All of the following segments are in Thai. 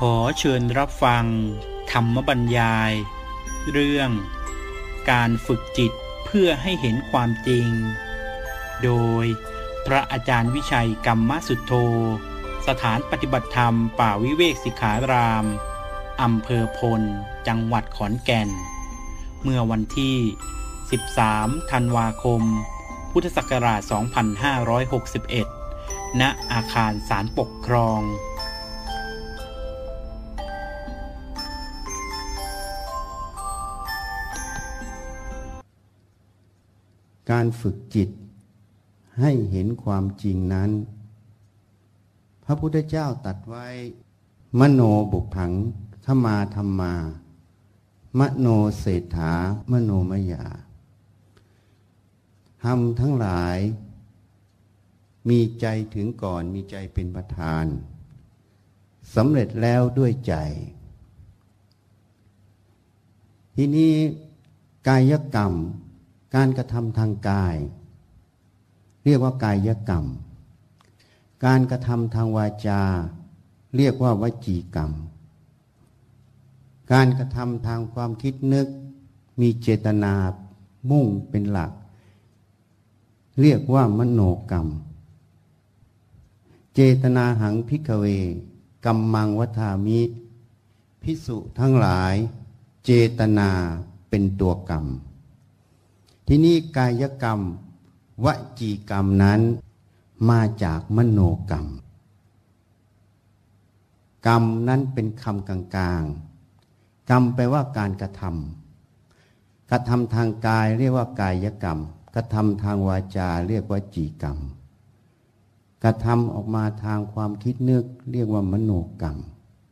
อเชิญรับฟังธรรมบรรยายเรื่องการฝึกจิตเพื่อให้เห็นความจริงโดยพระอาจารย์วิชัยกัมมสุทโธสถานปฏิบัติธรรมป่าวิเวกสิกขารามอำเภอพลจังหวัดขอนแก่นเมื่อวันที่13ธันวาคมพุทธศักราช2561ณอาคารศาลปกครองการฝึกจิตให้เห็นความจริงนั้นพระพุทธเจ้าตรัสไว้มโนบุพผังขมาธัมมามโนเศรษฐามโนมยาธรรมทั้งหลายมีใจถึงก่อนมีใจเป็นประธานสำเร็จแล้วด้วยใจทีนี้กายกรรมการกระทำทางกายเรียกว่ากายกรรมการกระทำทางวาจาเรียกว่าวจีกรรมการกระทำทางความคิดนึกมีเจตนามุ่งเป็นหลักเรียกว่ามโนกรรมเจตนาหังภิกขเวกัมมังวัฏฐามิภิกษุทั้งหลายเจตนาเป็นตัวกรรมที่นี่กายกรรมวจีกรรมนั้นมาจากมโนกรรมกรรมนั้นเป็นคำกลางๆกรรมแปลว่าการกระทำกระทำทางกายเรียกว่ากายกรรมกระทำทางวาจาเรียกว่าจีกรรมกระทำออกมาทางความคิดนึกเรียกว่ามโนกรรม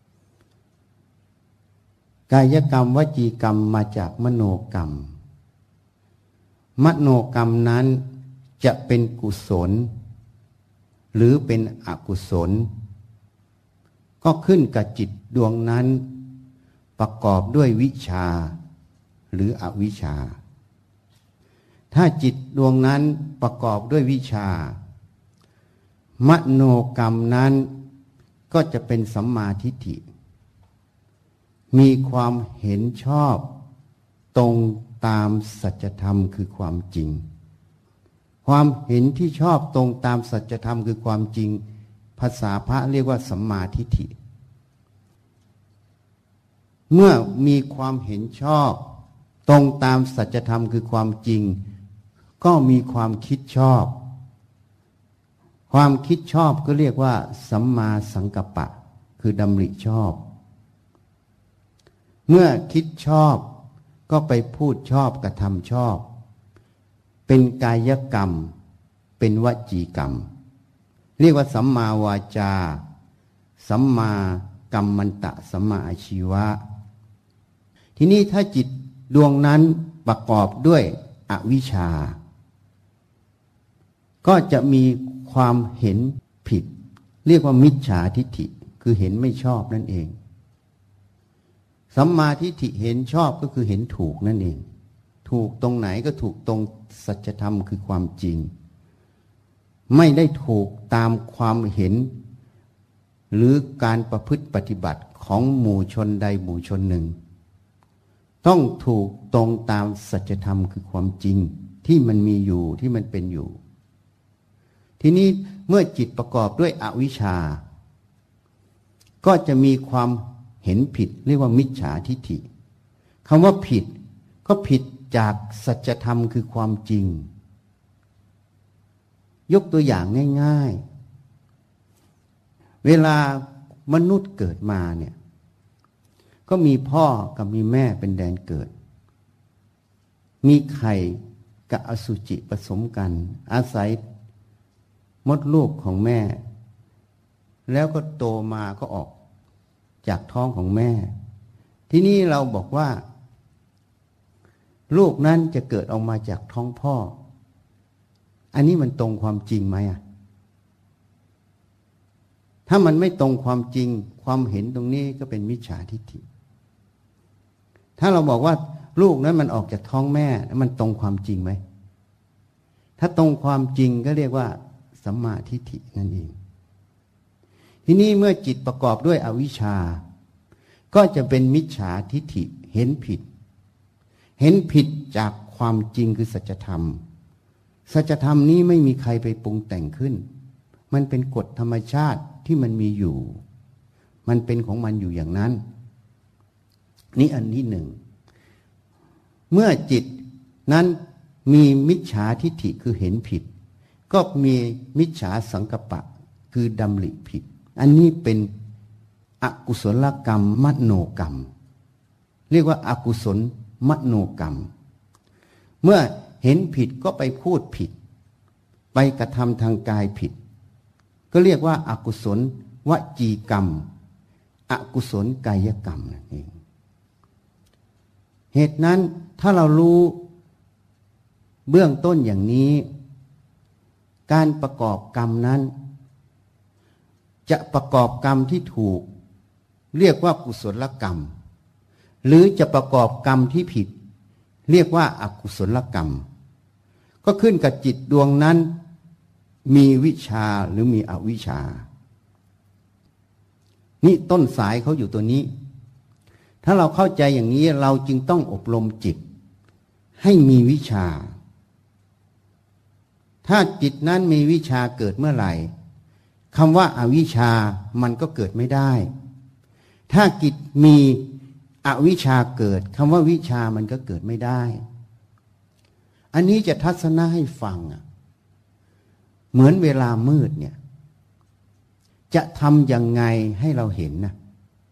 กายกรรมวจีกรรมมาจากมโนกรรมมโนกรรมนั้นจะเป็นกุศลหรือเป็นอกุศลก็ขึ้นกับจิตดวงนั้นประกอบด้วยวิชาหรืออวิชชาถ้าจิตดวงนั้นประกอบด้วยวิชามโนกรรมนั้นก็จะเป็นสัมมาทิฏฐิมีความเห็นชอบตรงตามสัจธรรมคือความจริงความเห็นที่ชอบตรงตามสัจธรรมคือความจริงภาษาพระเรียกว่าสัมมาทิฏฐิเมื่อมีความเห็นชอบตรงตามสัจธรรมคือความจริงก็มีความคิดชอบความคิดชอบก็เรียกว่าสัมมาสังกัปปะคือดำริชอบเมื่อคิดชอบก็ไปพูดชอบกระทำชอบเป็นกายกรรมเป็นวจีกรรมเรียกว่าสัมมาวาจาสัมมากัมมันตะสัมมาอาชีวะทีนี้ถ้าจิตดวงนั้นประกอบด้วยอวิชชาก็จะมีความเห็นผิดเรียกว่ามิจฉาทิฏฐิคือเห็นไม่ชอบนั่นเองสัมมาทิฏฐิเห็นชอบก็คือเห็นถูกนั่นเองถูกตรงไหนก็ถูกตรงสัจธรรมคือความจริงไม่ได้ถูกตามความเห็นหรือการประพฤติปฏิบัติของหมู่ชนใดหมู่ชนหนึ่งต้องถูกตรงตามสัจธรรมคือความจริงที่มันมีอยู่ที่มันเป็นอยู่ทีนี้เมื่อจิตประกอบด้วยอวิชชาก็จะมีความเห็นผิดเรียกว่ามิจฉาทิฏฐิคำว่าผิดก็ผิดจากสัจธรรมคือความจริงยกตัวอย่างง่ายๆเวลามนุษย์เกิดมาเนี่ยก็มีพ่อกับมีแม่เป็นแดนเกิดมีไข่กับอสุจิผสมกันอาศัยมดลูกของแม่แล้วก็โตมาก็ออกจากท้องของแม่ทีนี้เราบอกว่าลูกนั้นจะเกิดออกมาจากท้องพ่ออันนี้มันตรงความจริงไหมอ่ะถ้ามันไม่ตรงความจริงความเห็นตรงนี้ก็เป็นมิจฉาทิฏฐิถ้าเราบอกว่าลูกนั้นมันออกจากท้องแม่มันตรงความจริงไหมถ้าตรงความจริงก็เรียกว่าสัมมาทิฏฐินั่นเอง ทีนี้เมื่อจิตประกอบด้วยอวิชชาก็จะเป็นมิจฉาทิฏฐิเห็นผิดจากความจริงคือสัจธรรมสัจธรรมนี้ไม่มีใครไปปรุงแต่งขึ้นมันเป็นกฎธรรมชาติที่มันมีอยู่มันเป็นของมันอยู่อย่างนั้นนี่อันที่หนึ่งเมื่อจิตนั้นมีมิจฉาทิฏฐิคือเห็นผิดก็มีมิจฉาสังกัปปะคือดำริผิดอันนี้เป็นอกุศลกรรมมโนกรรมเรียกว่าอกุศลมโนกรรมเมื่อเห็นผิดก็ไปพูดผิดไปกระทำทางกายผิดก็เรียกว่าอกุศลวจีกรรมอกุศลกายกรรมนั่นเองเหตุนั้นถ้าเรารู้เบื้องต้นอย่างนี้การประกอบกรรมนั้นจะประกอบกรรมที่ถูกเรียกว่ากุศลกรรมหรือจะประกอบกรรมที่ผิดเรียกว่าอกุศลกรรมก็ขึ้นกับจิตดวงนั้นมีวิชาหรือมีอวิชชานี่ต้นสายเขาอยู่ตัวนี้ถ้าเราเข้าใจอย่างนี้เราจึงต้องอบรมจิตให้มีวิชาถ้าจิตนั้นมีวิชาเกิดเมื่อไหร่คำว่าอวิชชามันก็เกิดไม่ได้ถ้าจิตมีอวิชชาเกิดคำว่าวิชามันก็เกิดไม่ได้อันนี้จะทัศนะให้ฟังเหมือนเวลามืดเนี่ยจะทำยังไงให้เราเห็นนะ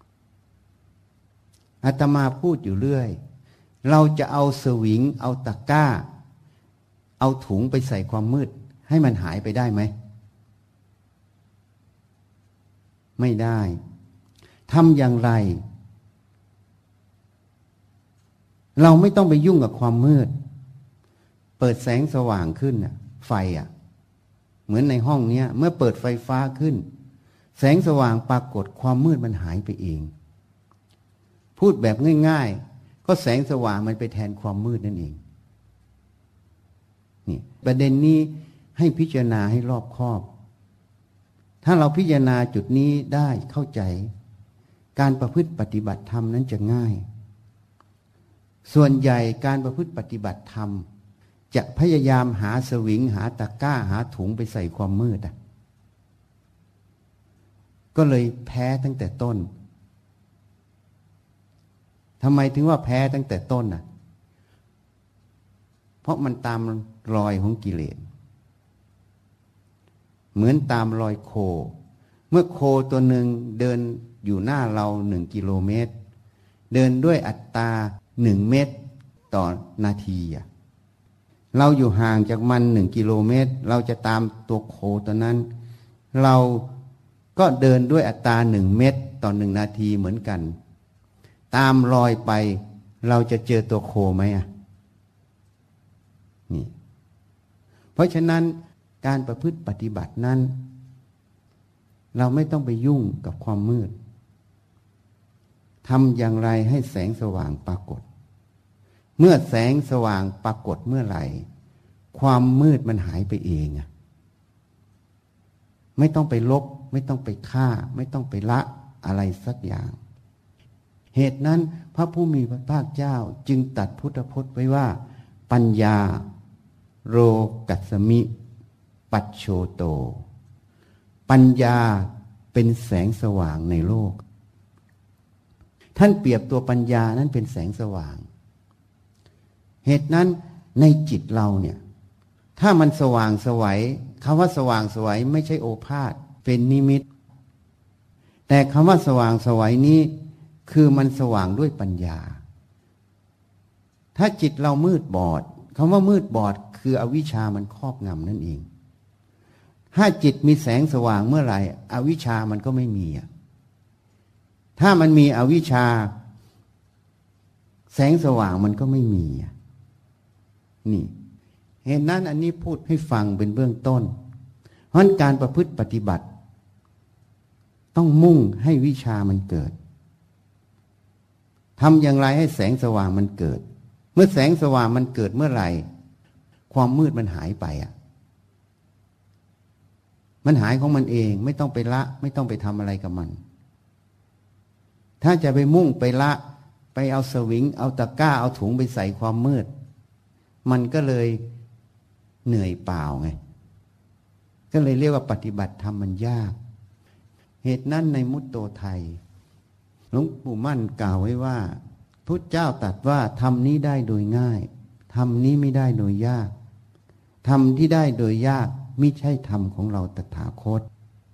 อาตมาพูดอยู่เรื่อยเราจะเอาสวิงเอาตะกร้าเอาถุงไปใส่ความมืดให้มันหายไปได้ไหมไม่ได้ทำอย่างไรเราไม่ต้องไปยุ่งกับความมืดเปิดแสงสว่างขึ้นไฟเหมือนในห้องนี้เมื่อเปิดไฟฟ้าขึ้นแสงสว่างปรากฏความมืดมันหายไปเองพูดแบบง่ายๆก็แสงสว่างมันไปแทนความมืดนั่นเองนี่ประเด็นนี้ให้พิจารณาให้รอบคอบถ้าเราพิจารณาจุดนี้ได้เข้าใจการประพฤติปฏิบัติธรรมนั้นจะง่ายส่วนใหญ่การประพฤติปฏิบัติธรรมจะพยายามหาสวิงหาตะกร้าหาถุงไปใส่ความมืดก็เลยแพ้ตั้งแต่ต้นทำไมถึงว่าแพ้ตั้งแต่ต้นเพราะมันตามรอยของกิเลสเหมือนตามรอยโคเมื่อโคตัวหนึ่งเดินอยู่หน้าเรา1 กิโลเมตรเดินด้วยอัตรา1 เมตรต่อนาทีเราอยู่ห่างจากมัน1 กิโลเมตรเราจะตามตัวโคตัวนั้นเราก็เดินด้วยอัตรา1 เมตรต่อ1 นาทีเหมือนกันตามรอยไปเราจะเจอตัวโคไหมนี่เพราะฉะนั้นการประพฤติปฏิบัตินั้นเราไม่ต้องไปยุ่งกับความมืดทำอย่างไรให้แสงสว่างปรากฏเมื่อแสงสว่างปรากฏเมื่อไหร่ความมืดมันหายไปเองไม่ต้องไปลบไม่ต้องไปฆ่าไม่ต้องไปละอะไรสักอย่างเหตุนั้นพระผู้มีพระภาคเจ้าจึงตรัสพุทธพจน์ไว้ว่าปัญญาโรกัสสมิปัจโชโตปัญญาเป็นแสงสว่างในโลกท่านเปรียบตัวปัญญานั้นเป็นแสงสว่างเหตุนั้นในจิตเราเนี่ยถ้ามันสว่างไสวคำว่าสว่างไสวไม่ใช่โอภาสเป็นนิมิตแต่คำว่าสว่างไสวนี้คือมันสว่างด้วยปัญญาถ้าจิตเรามืดบอดคำว่ามืดบอดคืออวิชชามันครอบงำนั่นเองถ้าจิตมีแสงสว่างเมื่อไหร่อวิชชามันก็ไม่มีถ้ามันมีอวิชชาแสงสว่างมันก็ไม่มีนี่เหตุนั้นอันนี้พูดให้ฟังเป็นเบื้องต้นเพราะการประพฤติปฏิบัติต้องมุ่งให้วิชามันเกิดทำอย่างไรให้แสงสว่างมันเกิดเมื่อแสงสว่างมันเกิดเมื่อไหร่ความมืดมันหายไปมันหายของมันเองไม่ต้องไปละไม่ต้องไปทำอะไรกับมันถ้าจะไปมุ่งไปละไปเอาสวิงเอาตะกร้าเอาถุงไปใส่ความมืดมันก็เลยเหนื่อยเปล่าไงก็เลยเรียกว่าปฏิบัติธรรมมันยากเหตุนั้นในมุตโตไทยหลวงปู่มั่นกล่าวไว้ว่าพุทธเจ้าตรัสว่าทำนี้ได้โดยง่ายทำนี้ไม่ได้โดยยากทำที่ได้โดยยากไม่ใช่ธรรมของเราตถาคต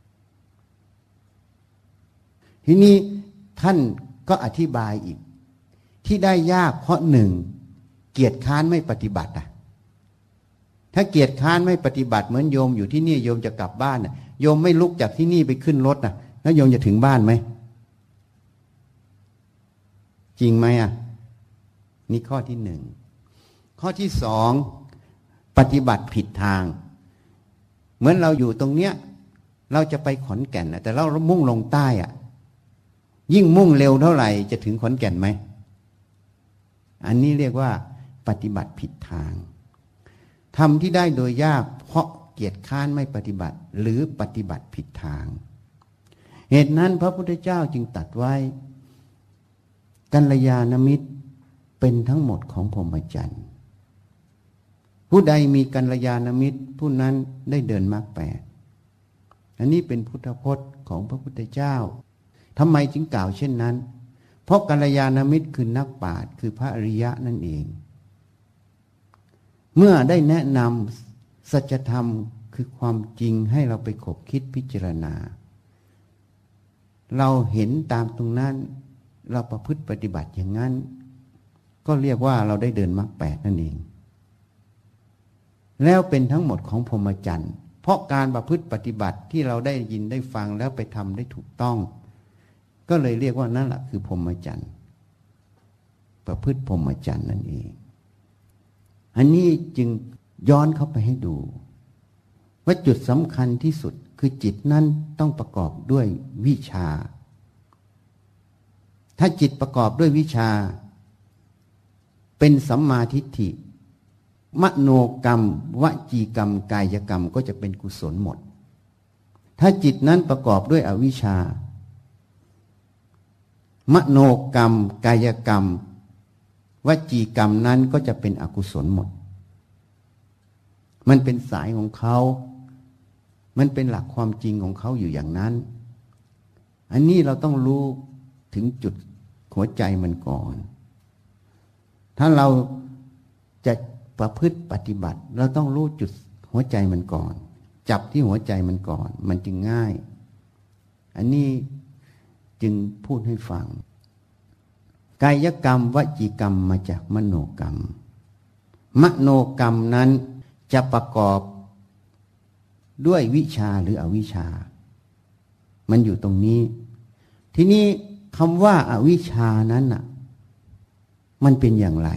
ทีนี้ท่านก็อธิบายอีกที่ได้ยากเพราะหนึ่งเกียจค้านไม่ปฏิบัติถ้าเกียจค้านไม่ปฏิบัติเหมือนโยมอยู่ที่นี่โยมจะกลับบ้านโยมไม่ลุกจากที่นี่ไปขึ้นรถแล้วโยมจะถึงบ้านไหมจริงไหมนี่ข้อที่หนึ่งข้อที่สองปฏิบัติผิดทางเหมือนเราอยู่ตรงเนี้ยเราจะไปขอนแก่นแต่เรามุ่งลงใต้ยิ่งมุ่งเร็วเท่าไหร่จะถึงขอนแก่นไหมอันนี้เรียกว่าปฏิบัติผิดทางทำที่ได้โดยยากเพราะเกียจค้านไม่ปฏิบัติหรือปฏิบัติผิดทางเหตุนั้นพระพุทธเจ้าจึงตรัสไว้กัลยาณมิตรเป็นทั้งหมดของพรหมจรรย์ผู้ใดมีกัลยาณมิตรผู้นั้นได้เดินมรรคแปดอันนี้เป็นพุทธพจน์ของพระพุทธเจ้าทำไมจึงกล่าวเช่นนั้นเพราะกัลยาณมิตรคือนักปราชญ์คือพระอริยะนั่นเองเมื่อได้แนะนำสัจธรรมคือความจริงให้เราไปขบคิดพิจารณาเราเห็นตามตรงนั้นเราประพฤติปฏิบัติอย่างนั้นก็เรียกว่าเราได้เดินมรรคแปดนั่นเองแล้วเป็นทั้งหมดของพรหมจรรย์เพราะการประพฤติปฏิบัติที่เราได้ยินได้ฟังแล้วไปทำได้ถูกต้องก็เลยเรียกว่านั่นแหละคือพรหมจรรย์ประพฤติพรหมจรรย์นั่นเองอันนี้จึงย้อนเข้าไปให้ดูว่าจุดสำคัญที่สุดคือจิตนั้นต้องประกอบด้วยวิชาถ้าจิตประกอบด้วยวิชาเป็นสัมมาทิฏฐิมโนกรรมวจีกรรมกายกรรมก็จะเป็นกุศลหมดถ้าจิตนั้นประกอบด้วยอวิชชามโนกรรมกายกรรมวจีกรรมนั้นก็จะเป็นอกุศลหมดมันเป็นสายของเขามันเป็นหลักความจริงของเขาอยู่อย่างนั้นอันนี้เราต้องรู้ถึงจุดหัวใจมันก่อนถ้าเราจะประพฤติปฏิบัติเราต้องรู้จุดหัวใจมันก่อนจับที่หัวใจมันก่อนมันจึงง่ายอันนี้จึงพูดให้ฟังกายกรรมวจีกรรมมาจากมโนกรรมมโนกรรมนั้นจะประกอบด้วยวิชาหรืออวิชชามันอยู่ตรงนี้ทีนี้คำว่าอวิชชานั้นมันเป็นอย่างไร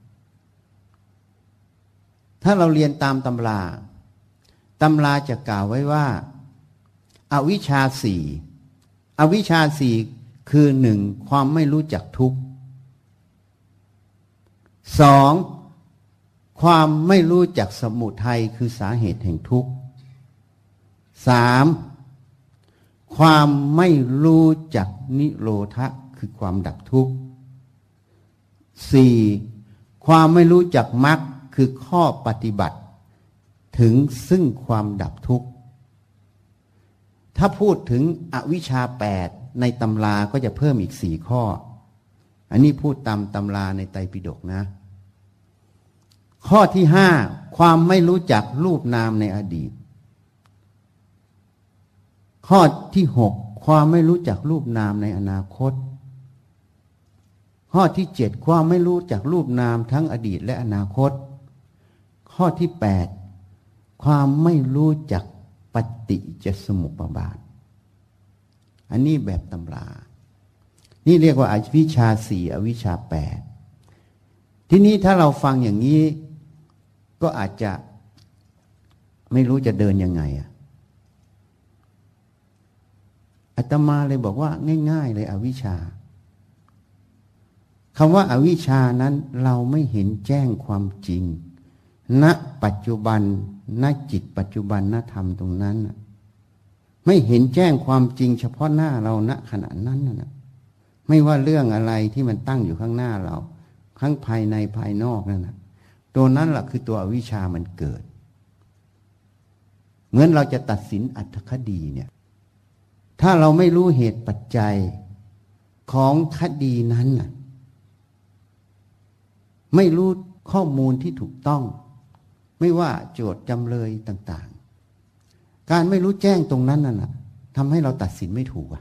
ถ้าเราเรียนตามตำราจะกล่าวไว้ว่าอวิชชาสี่อวิชชาสี่คือหนึ่งความไม่รู้จักทุกข์สองความไม่รู้จักสมุทัยคือสาเหตุแห่งทุกข์สามความไม่รู้จักนิโรธะคือความดับทุกข์สี่ความไม่รู้จักมรรคคือข้อปฏิบัติถึงซึ่งความดับทุกข์ถ้าพูดถึงอวิชชา8ในตำราก็จะเพิ่มอีก4ข้ออันนี้พูดตามตำราในไตรปิฎกนะข้อที่5ความไม่รู้จักรูปนามในอดีตข้อที่6ความไม่รู้จักรูปนามในอนาคตข้อที่7ความไม่รู้จักรูปนามทั้งอดีตและอนาคตข้อที่8ความไม่รู้จักปฏิจจสมุปบาทอันนี้แบบตำรานี่เรียกว่าอวิชชา4อวิชชา8ทีนี้ถ้าเราฟังอย่างนี้ก็อาจจะไม่รู้จะเดินยังไงอาตมาเลยบอกว่าง่ายๆเลยอวิชชาคำว่าอวิชชานั้นเราไม่เห็นแจ้งความจริงณปัจจุบันณจิตปัจจุบันณธรรมตรงนั้นไม่เห็นแจ้งความจริงเฉพาะหน้าเราณขณะนั้นไม่ว่าเรื่องอะไรที่มันตั้งอยู่ข้างหน้าเราทั้งภายในภายนอกนั่นนะตัวนั้นแหละคือตัวอวิชชามันเกิดเหมือนเราจะตัดสินอรรถคดีเนี่ยถ้าเราไม่รู้เหตุปัจจัยของคดีนั้นน่ะไม่รู้ข้อมูลที่ถูกต้องไม่ว่าโจทย์จำเลยต่างๆการไม่รู้แจ้งตรงนั้นน่ะทำให้เราตัดสินไม่ถูก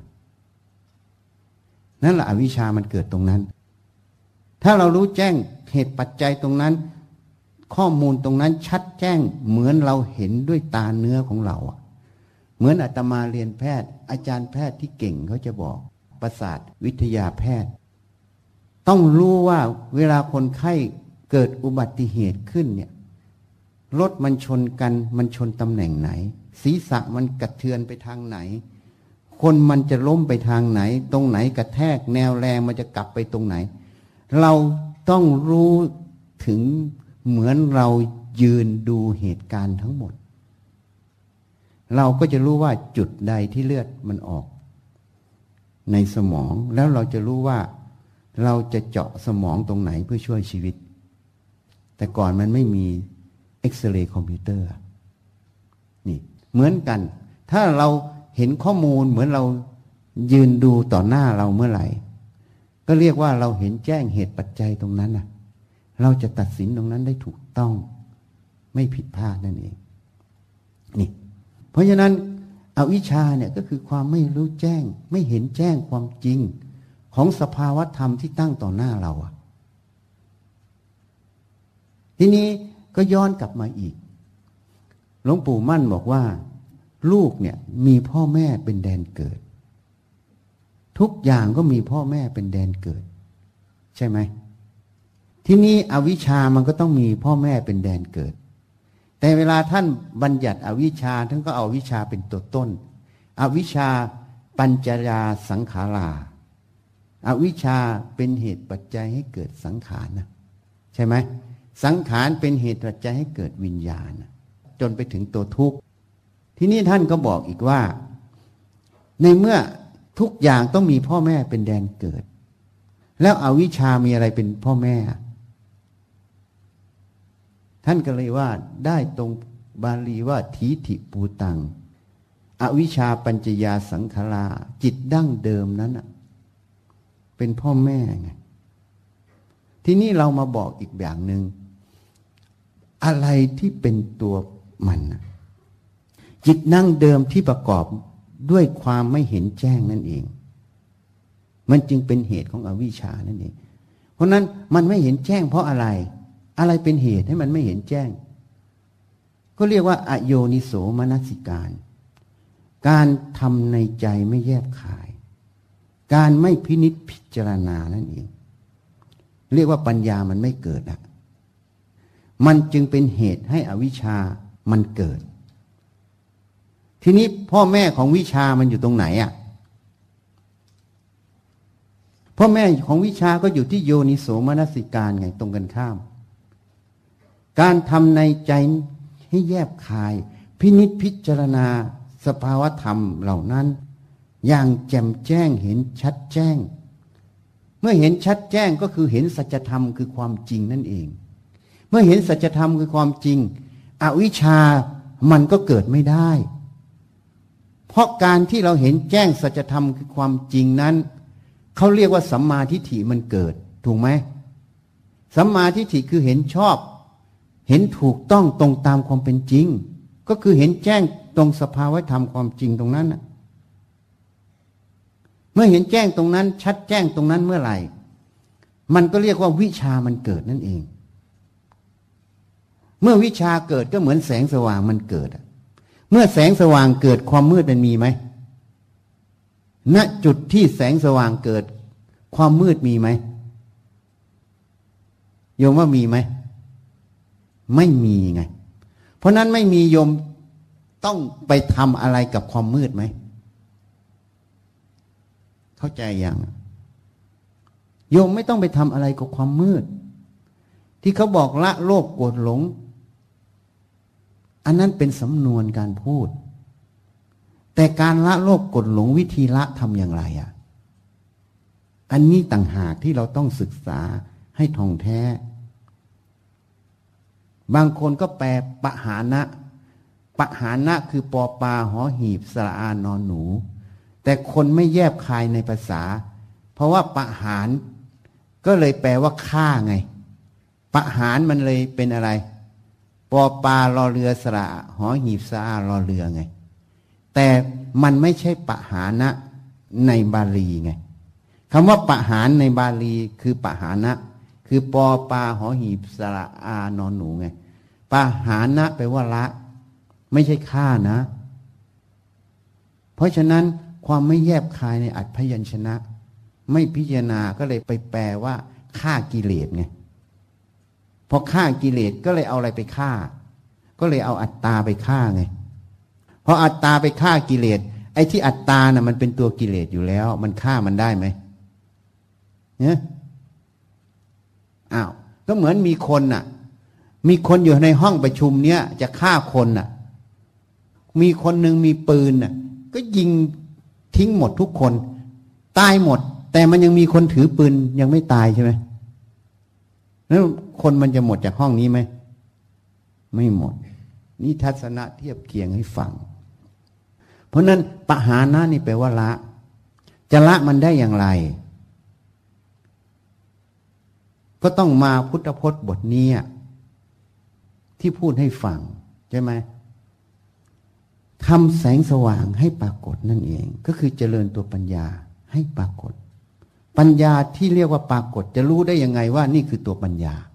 นั่นแหละอวิชชามันเกิดตรงนั้นถ้าเรารู้แจ้งเหตุปัจจัยตรงนั้นข้อมูลตรงนั้นชัดแจ้งเหมือนเราเห็นด้วยตาเนื้อของเราเหมือนอาตมาเรียนแพทย์อาจารย์แพทย์ที่เก่งเขาจะบอกประสาทวิทยาแพทย์ต้องรู้ว่าเวลาคนไข้เกิดอุบัติเหตุขึ้นเนี่ยรถมันชนกันมันชนตำแหน่งไหนศีรษะมันกระเทือนไปทางไหนคนมันจะล้มไปทางไหนตรงไหนกระแทกแนวแรงมันจะกลับไปตรงไหนเราต้องรู้ถึงเหมือนเรายืนดูเหตุการณ์ทั้งหมดเราก็จะรู้ว่าจุดใดที่เลือดมันออกในสมองแล้วเราจะรู้ว่าเราจะเจาะสมองตรงไหนเพื่อช่วยชีวิตแต่ก่อนมันไม่มีเอ็กซเรย์คอมพิวเตอร์นี่เหมือนกันถ้าเราเห็นข้อมูลเหมือนเรายืนดูต่อหน้าเราเมื่อไหร่ก็เรียกว่าเราเห็นแจ้งเหตุปัจจัยตรงนั้นนะเราจะตัดสินตรงนั้นได้ถูกต้องไม่ผิดพลาดนั่นเองนี่เพราะฉะนั้นอวิชชาเนี่ยก็คือความไม่รู้แจ้งไม่เห็นแจ้งความจริงของสภาวธรรมที่ตั้งต่อหน้าเราทีนี้ก็ย้อนกลับมาอีกหลวงปู่มั่นบอกว่าลูกเนี่ยมีพ่อแม่เป็นแดนเกิดทุกอย่างก็มีพ่อแม่เป็นแดนเกิดใช่ไหมที่นี้อวิชชามันก็ต้องมีพ่อแม่เป็นแดนเกิดแต่เวลาท่านบัญญัติอวิชชาท่านก็เอาวิชาเป็นตัวต้นอวิชชาปัญจยาสังขาราอวิชชาเป็นเหตุปัจจัยให้เกิดสังขารนะใช่ไหมสังขารเป็นเหตุปัจจัยให้เกิดวิญญาณจนไปถึงตัวทุกข์ที่นี่ท่านก็บอกอีกว่าในเมื่อทุกอย่างต้องมีพ่อแม่เป็นแดนเกิดแล้วอวิชชามีอะไรเป็นพ่อแม่ท่านก็เลยว่าได้ตรงบาลีว่าทีถิปูตังอวิชชาปัญจยาสังขาราจิตดั้งเดิมนั้นเป็นพ่อแม่ไงทีนี้เรามาบอกอีกอย่างหนึ่งอะไรที่เป็นตัวมันจิตนั่งเดิมที่ประกอบด้วยความไม่เห็นแจ้งนั่นเองมันจึงเป็นเหตุของอวิชชานั่นเองเพราะนั้นมันไม่เห็นแจ้งเพราะอะไรอะไรเป็นเหตุให้มันไม่เห็นแจ้งก็เรียกว่าอโยนิโสมนสิการการทำในใจไม่แยบคายการไม่พินิจพิจารณานั่นเองเรียกว่าปัญญามันไม่เกิดมันจึงเป็นเหตุให้อวิชชามันเกิดทีนี้พ่อแม่ของวิชามันอยู่ตรงไหนพ่อแม่ของวิชาก็อยู่ที่โยนิโสมนสิการไงตรงกันข้ามการทำในใจให้แยบคายพินิจพิจารณาสภาวธรรมเหล่านั้นอย่างแจ่มแจ้งเห็นชัดแจ้งเมื่อเห็นชัดแจ้งก็คือเห็นสัจธรรมคือความจริงนั่นเองเมื่อเห็นสัจธรรมคือความจริงอวิชชามันก็เกิดไม่ได้เพราะการที่เราเห็นแจ้งสัจธรรมคือความจริงนั้นเขาเรียกว่าสัมมาทิฏฐิมันเกิดถูกไหมสัมมาทิฏฐิคือเห็นชอบเห็นถูกต้องตรงตามความเป็นจริงก็คือเห็นแจ้งตรงสภาวะธรรมความจริงตรงนั้นเมื่อเห็นแจ้งตรงนั้นชัดแจ้งตรงนั้นเมื่อไหร่มันก็เรียกว่าวิชามันเกิดนั่นเองเมื่อวิชาเกิดก็เหมือนแสงสว่างมันเกิดเมื่อแสงสว่างเกิดความมืดมันมีไหมณจุดที่แสงสว่างเกิดความมืดมีไหมโยมว่ามีไหมไม่มีไงเพราะนั้นไม่มีโยมต้องไปทำอะไรกับความมืดไหมเข้าใจยังโยมไม่ต้องไปทำอะไรกับความมืดที่เขาบอกละโลภโกรธหลงอันนั้นเป็นสำนวนการพูดแต่การละโลภโกรธหลงวิธีละทำอย่างไรอันนี้ต่างหากที่เราต้องศึกษาให้ท่องแท้บางคนก็แปลปหานะปหานะคือปอปาหอหีบสระอานอนหนูแต่คนไม่แยบคายในภาษาเพราะว่าปหารก็เลยแปลว่าฆ่าไงปหารมันเลยเป็นอะไรปอปารอเรือสระหอหีบสระอารอเรือไงแต่มันไม่ใช่ปหานะในบาลีไงคำว่าปหารในบาลีคือปหานะคือปอปาหอหีบสระอานอนหนูไงปหานะแปลว่าละไม่ใช่ฆ่านะเพราะฉะนั้นความไม่แยบคายในอัตถพยัญชนะไม่พิจารณาก็เลยไปแปลว่าฆ่ากิเลสไงพอฆ่ากิเลสก็เลยเอาอะไรไปฆ่าก็เลยเอาอัตตาไปฆ่าไงพออัตตาไปฆ่ากิเลสไอ้ที่อัตตาน่ะมันเป็นตัวกิเลสอยู่แล้วมันฆ่ามันได้ไหมเนี่ยอ้าวก็เหมือนมีคนน่ะมีคนอยู่ในห้องประชุมเนี้ยจะฆ่าคนน่ะมีคนหนึ่งมีปืนน่ะก็ยิงทิ้งหมดทุกคนตายหมดแต่มันยังมีคนถือปืนยังไม่ตายใช่ไหมแล้วคนมันจะหมดจากห้องนี้ไหมไม่หมดนี่ทัศนะเทียบเคียงให้ฟังเพราะนั้นปหานะนี่แปลว่าละจะละมันได้อย่างไรก็ต้องมาพุทธพจน์บทนี้ที่พูดให้ฟังใช่ไหมทำแสงสว่างให้ปรากฏนั่นเองก็คือเจริญตัวปัญญาให้ปรากฏปัญญาที่เรียกว่าปรากฏจะรู้ได้ยังไงว่านี่คือตัวปัญญา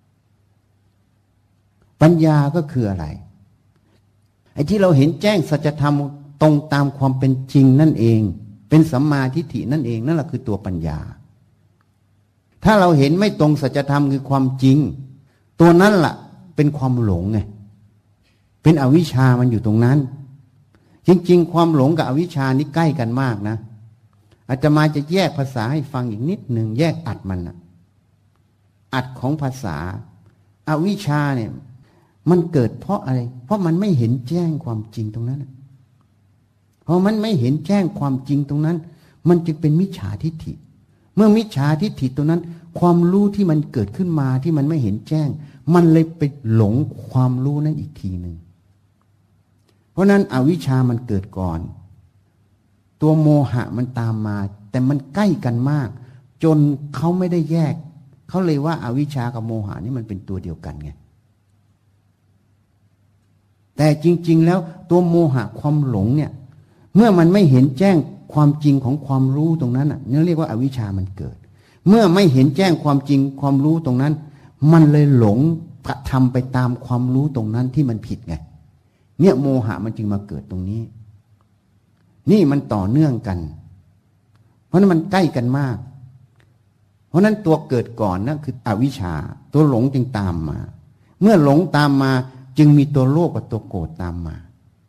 ปัญญาก็คืออะไรไอ้ที่เราเห็นแจ้งสัจธรรมตรงตามความเป็นจริงนั่นเองเป็นสัมมาทิฏฐินั่นเองนั่นแหละคือตัวปัญญาถ้าเราเห็นไม่ตรงสัจธรรมคือความจริงตัวนั้นล่ะเป็นความหลงไงเป็นอวิชชามันอยู่ตรงนั้นจริงๆความหลงกับอวิชชานี่ใกล้กันมากนะอาตมาจะแยกภาษาให้ฟังอีกนิดหนึ่งแยกอัดมันนะอัดของภาษาอวิชชาเนี่ยมันเกิดเพราะอะไรเพราะมันไม่เห็นแจ้งความจริงตรงนั้นเพราะมันไม่เห็นแจ้งความจริงตรงนั้นมันจึงเป็นมิจฉาทิฏฐิเมื่อมิจฉาทิฏฐิตรงนั้นความรู้ที่มันเกิดขึ้นมาที่มันไม่เห็นแจ้งมันเลยไปหลงความรู้นั้นอีกทีหนึ่งเพราะนั้นอวิชชามันเกิดก่อนตัวโมหะมันตามมาแต่มันใกล้กันมากจนเขาไม่ได้แยกเขาเลยว่าอวิชชากับโมหะนี่มันเป็นตัวเดียวกันไงแต่จริงๆแล้วตัวโมหะความหลงเนี่ยเมื่อมันไม่เห็นแจ้งความจริงของความรู้ตรงนั้นน่ะนี่เรียกว่าอวิชชามันเกิดเมื่อไม่เห็นแจ้งความจริงความรู้ตรงนั้นมันเลยหลงกระทำไปตามความรู้ตรงนั้นที่มันผิดไงเนี่ยโมหะมันจึงมาเกิดตรงนี้นี่มันต่อเนื่องกันเพราะนั้นมันใกล้กันมากเพราะนั้นตัวเกิดก่อนนั่นคืออวิชชาตัวหลงจึงตามมาเมื่อหลงตามมาจึงมีตัวโลภกับตัวโกรธตามมา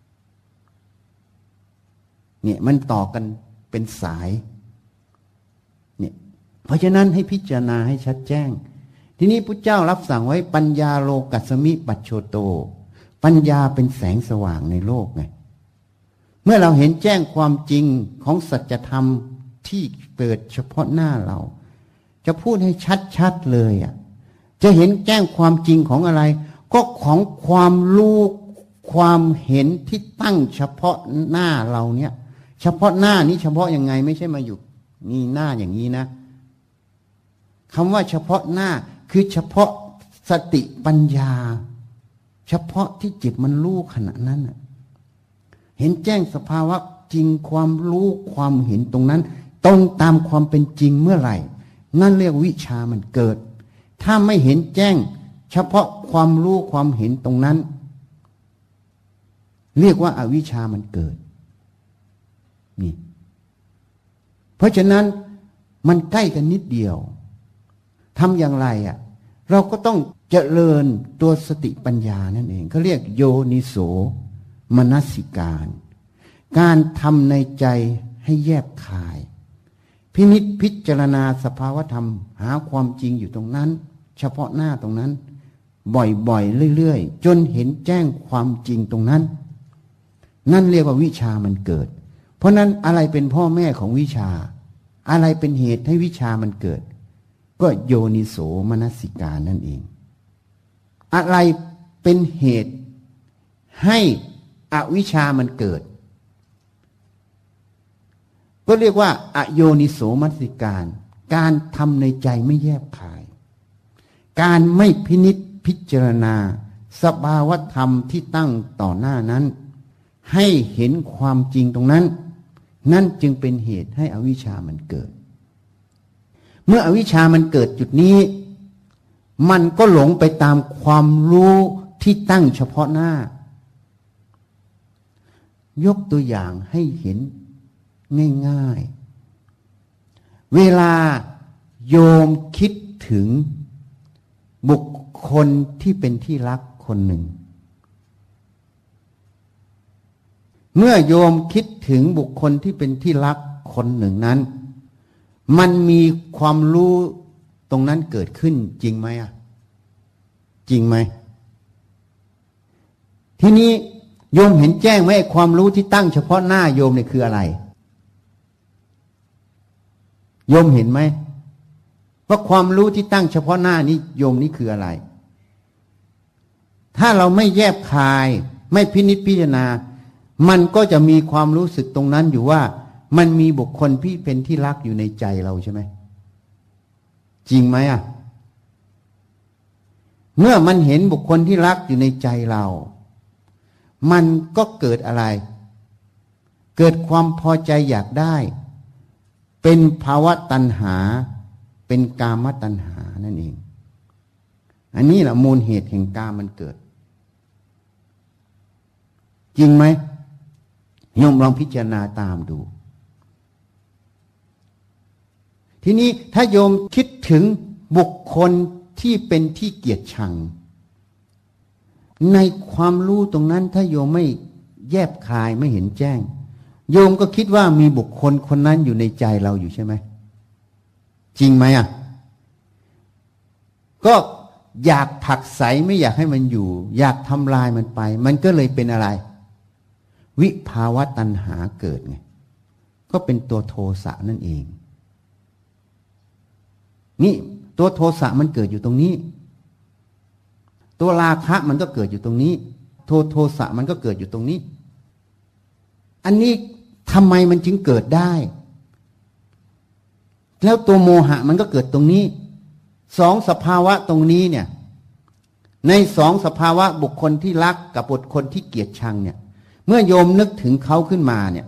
เนี่ยมันต่อกันเป็นสายเนี่ยเพราะฉะนั้นให้พิจารณาให้ชัดแจ้งทีนี้พุทธเจ้ารับสั่งไว้ปัญญาโลกัสสมิปัจโชโตปัญญาเป็นแสงสว่างในโลกไงเมื่อเราเห็นแจ้งความจริงของสัจธรรมที่เกิดเฉพาะหน้าเราจะพูดให้ชัดๆเลยจะเห็นแจ้งความจริงของอะไรก็ของความรู้ความเห็นที่ตั้งเฉพาะหน้าเราเนี่ยเฉพาะหน้านี้เฉพาะยังไงไม่ใช่มาอยู่นี่หน้าอย่างนี้นะคำว่าเฉพาะหน้าคือเฉพาะสติปัญญาเฉพาะที่จิตมันรู้ขณะนั้นเห็นแจ้งสภาวะจริงความรู้ความเห็นตรงนั้นตรงตามความเป็นจริงเมื่อไหร่นั่นเรียกวิชามันเกิดถ้าไม่เห็นแจ้งเฉพาะความรู้ความเห็นตรงนั้นเรียกว่าอวิชามันเกิดนี่เพราะฉะนั้นมันใกล้กันนิดเดียวทำอย่างไรเราก็ต้องเจริญตัวสติปัญญานั่นเองเขาเรียกโยนิโสมนสิการการทำในใจให้แยบคายพินิจพิจารณาสภาวธรรมหาความจริงอยู่ตรงนั้นเฉพาะหน้าตรงนั้นบ่อยๆเรื่อยๆจนเห็นแจ้งความจริงตรงนั้นนั่นเรียกว่าวิชามันเกิดเพราะนั้นอะไรเป็นพ่อแม่ของวิชาอะไรเป็นเหตุให้วิชามันเกิดก็โยนิโสมนสิการนั่นเองอะไรเป็นเหตุให้อวิชชามันเกิดก็เรียกว่าอโยนิโสมนสิการการทำในใจไม่แยบคายการไม่พินิจพิจารณาสภาวธรรมที่ตั้งต่อหน้านั้นให้เห็นความจริงตรงนั้นนั่นจึงเป็นเหตุให้อวิชชามันเกิดเมื่ออวิชชามันเกิดจุดนี้มันก็หลงไปตามความรู้ที่ตั้งเฉพาะหน้ายกตัวอย่างให้เห็นง่ายๆเวลาโยมคิดถึงบุคคลที่เป็นที่รักคนหนึ่งเมื่อโยมคิดถึงบุคคลที่เป็นที่รักคนหนึ่งนั้นมันมีความรู้ตรงนั้นเกิดขึ้นจริงไหมอ่ะจริงไหมทีนี้โยมเห็นแจ้งไหมความรู้ที่ตั้งเฉพาะหน้าโยมเนี่ยคืออะไรโยมเห็นไหมว่าความรู้ที่ตั้งเฉพาะหน้านี้โยมนี่คืออะไรถ้าเราไม่แยบคายไม่พินิจพิจารณามันก็จะมีความรู้สึกตรงนั้นอยู่ว่ามันมีบุคคลที่เป็นที่รักอยู่ในใจเราใช่ไหมจริงไหมอ่ะเมื่อมันเห็นบุคคลที่รักอยู่ในใจเรามันก็เกิดอะไรเกิดความพอใจอยากได้เป็นภาวะตัณหาเป็นกามตัณหานั่นเองอันนี้แหละมูลเหตุแห่งกามมันเกิดจริงไหมโยมลองพิจารณาตามดูทีนี้ถ้าโยมคิดถึงบุคคลที่เป็นที่เกลียดชังในความรู้ตรงนั้นถ้าโยมไม่แยบคายไม่เห็นแจ้งโยมก็คิดว่ามีบุคคลคนนั้นอยู่ในใจเราอยู่ใช่ไหมจริงไหมอ่ะก็อยากผลักไสไม่อยากให้มันอยู่อยากทำลายมันไปมันก็เลยเป็นอะไรวิภาวะตัณหาเกิดไงก็เป็นตัวโทสะนั่นเองนี่ตัวโทสะมันเกิดอยู่ตรงนี้ตัวราคะมันก็เกิดอยู่ตรงนี้โทสะมันก็เกิดอยู่ตรงนี้อันนี้ทำไมมันจึงเกิดได้แล้วตัวโมหะมันก็เกิดตรงนี้สองสภาวะตรงนี้เนี่ยในสองสภาวะบุคคลที่รักกับบุคคลที่เกลียดชังเนี่ยเมื่อโยมนึกถึงเขาขึ้นมาเนี่ย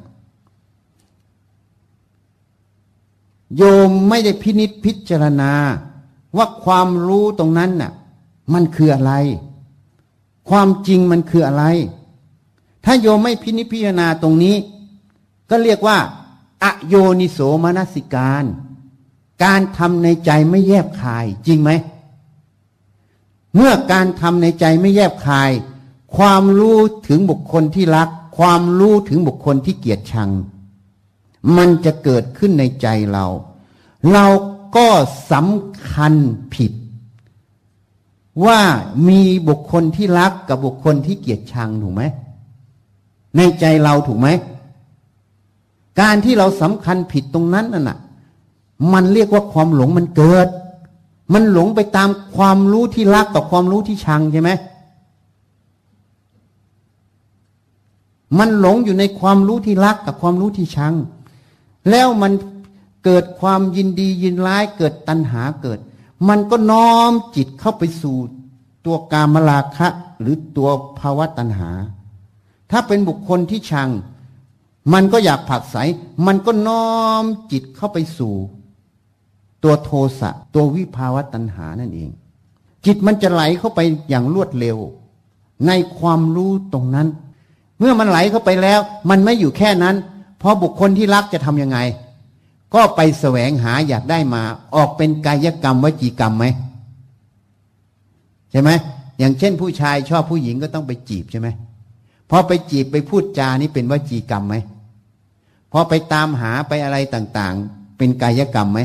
โยมไม่ได้พินิจพิจารณาว่าความรู้ตรงนั้นน่ะมันคืออะไรความจริงมันคืออะไรถ้าโยมไม่พินิจพิจารณาตรงนี้ก็เรียกว่าอโยนิโสมนสิการการทำในใจไม่แยบคายจริงไหมเมื่อการทำในใจไม่แยบคายความรู้ถึงบุคคลที่รักความรู้ถึงบุคคลที่เกลียดชังมันจะเกิดขึ้นในใจเราก็สำคัญผิดว่ามีบุคคลที่รักกับบุคคลที่เกลียดชังถูกไหมในใจเราถูกไหมการที่เราสำคัญผิดตรงนั้นน่ะมันเรียกว่าความหลงมันเกิดมันหลงไปตามความรู้ที่รักกับความรู้ที่ชังใช่ไหมมันหลงอยู่ในความรู้ที่รักกับความรู้ที่ชังแล้วมันเกิดความยินดียินร้ายเกิดตัณหาเกิดมันก็น้อมจิตเข้าไปสู่ตัวกามราคะหรือตัวภาวะตัณหาถ้าเป็นบุคคลที่ชังมันก็อยากผลักไสมันก็น้อมจิตเข้าไปสู่ตัวโทสะตัววิภาวะตัณหานั่นเองจิตมันจะไหลเข้าไปอย่างรวดเร็วในความรู้ตรงนั้นเมื่อมันไหลเข้าไปแล้วมันไม่อยู่แค่นั้นเพราะบุคคลที่รักจะทำยังไงก็ไปแสวงหาอยากได้มาออกเป็นกายกรรมวจีกรรมไหมใช่ไหมอย่างเช่นผู้ชายชอบผู้หญิงก็ต้องไปจีบใช่ไหมพอไปจีบไปพูดจานี่เป็นวจีกรรมไหมพอไปตามหาไปอะไรต่างๆเป็นกายกรรมไหม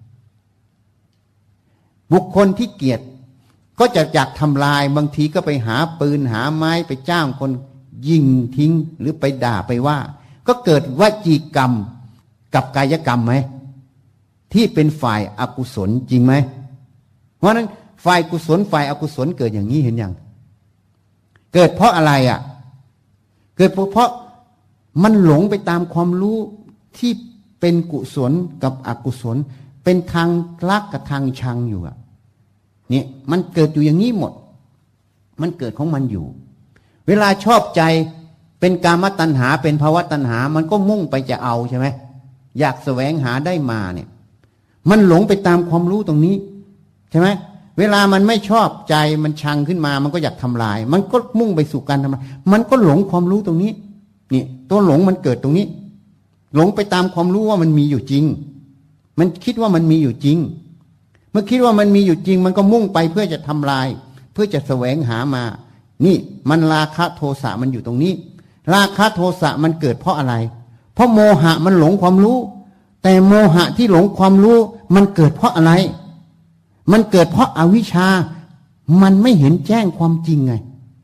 บุคคลที่เกลียดก็จะอยากทำลายบางทีก็ไปหาปืนหาไม้ไปจ้างคนยิงทิ้งหรือไปด่าไปว่าก็เกิดวจีกรรมกับกายกรรมไหมที่เป็นฝ่ายอกุศลจริงไหมเพราะนั้นฝ่ายกุศลฝ่ายอกุศลเกิดอย่างนี้เห็นยังเกิดเพราะอะไรอ่ะเกิดเพราะมันหลงไปตามความรู้ที่เป็นกุศลกับอกุศลเป็นทางรักกับทางชังอยู่อ่ะเนี่ยมันเกิดอยู่อย่างนี้หมดมันเกิดของมันอยู่เวลาชอบใจเป็นกามตัณหาเป็นภวตัณหามันก็มุ่งไปจะเอาใช่ไหมอยากแสวงหาได้มาเนี่ยมันหลงไปตามความรู้ตรงนี้ใช่ไหมเวลามันไม่ชอบใจมันชังขึ้นมามันก็อยากทำลายมันก็มุ่งไปสู่การทำลายมันก็หลงความรู้ตรงนี้นี่ตัวหลงมันเกิดตรงนี้หลงไปตามความรู้ว่ามันมีอยู่จริงมันคิดว่ามันมีอยู่จริงเมื่อคิดว่ามันมีอยู่จริงมันก็มุ่งไปเพื่อจะทำลายเพื่อจะแสวงหามานี่มันราคะโทสะมันอยู่ตรงนี้ราคะโทสะมันเกิดเพราะอะไรเพราะโมหะมันหลงความรู้แต่โมหะที่หลงความรู้มันเกิดเพราะอะไรมันเกิดเพราะอวิชชามันไม่เห็นแจ้งความจริงไง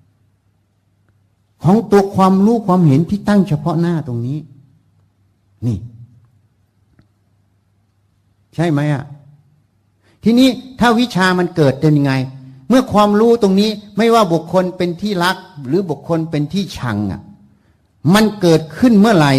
ของตัวความรู้ความเห็นที่ตั้งเฉพาะหน้าตรงนี้นี่ใช่ไหมอ่ะทีนี้ถ้าวิชามันเกิดเป็นยังไงเมื่อความรู้ตรงนี้ไม่ว่าบุคคลเป็นที่รักหรือบุคคลเป็นที่ชังอ่ะมันเกิดขึ้นเมื่อไหร่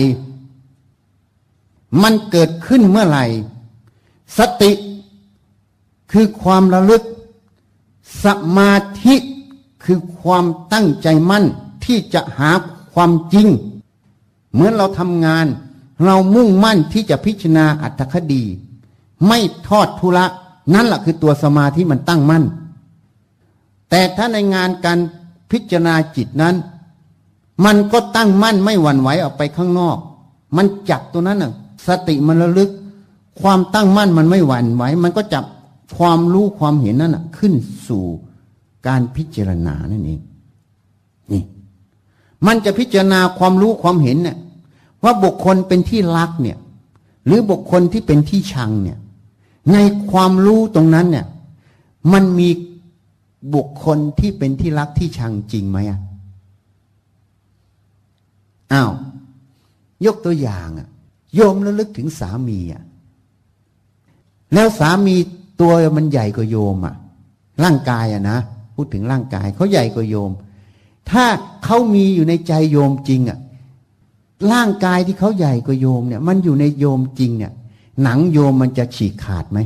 มันเกิดขึ้นเมื่อไหร่สติคือความระลึกสมาธิคือความตั้งใจมั่นที่จะหาความจริงเหมือนเราทำงานเรามุ่งมั่นที่จะพิจารณาอรรถคดีไม่ทอดทุระนั่นแหละคือตัวสมาธิมันตั้งมั่นแต่ถ้าในงานการพิจารณาจิตนั้นมันก็ตั้งมั่นไม่หวั่นไหวออกไปข้างนอกมันจับตัวนั้นน่ะสติมันระลึกความตั้งมั่นมันไม่หวั่นไหวมันก็จับความรู้ความเห็นนั่นน่ะขึ้นสู่การพิจารณานั่นเองนี่มันจะพิจารณาความรู้ความเห็นเนี่ยว่าบุคคลเป็นที่รักเนี่ยหรือบุคคลที่เป็นที่ชังเนี่ยในความรู้ตรงนั้นเนี่ยมันมีบุคคลที่เป็นที่รักที่ชังจริงไหมอ่ะอ้าวยกตัวอย่างอ่ะโยมระลึกถึงสามีอ่ะแล้วสามีตัวมันใหญ่กว่าโยมอ่ะร่างกายอ่ะนะพูดถึงร่างกายเขาใหญ่กว่าโยมถ้าเขามีอยู่ในใจโยมจริงอ่ะร่างกายที่เขาใหญ่กว่าโยมเนี่ยมันอยู่ในโยมจริงเนี่ยหนังโยมมันจะฉีกขาดไหม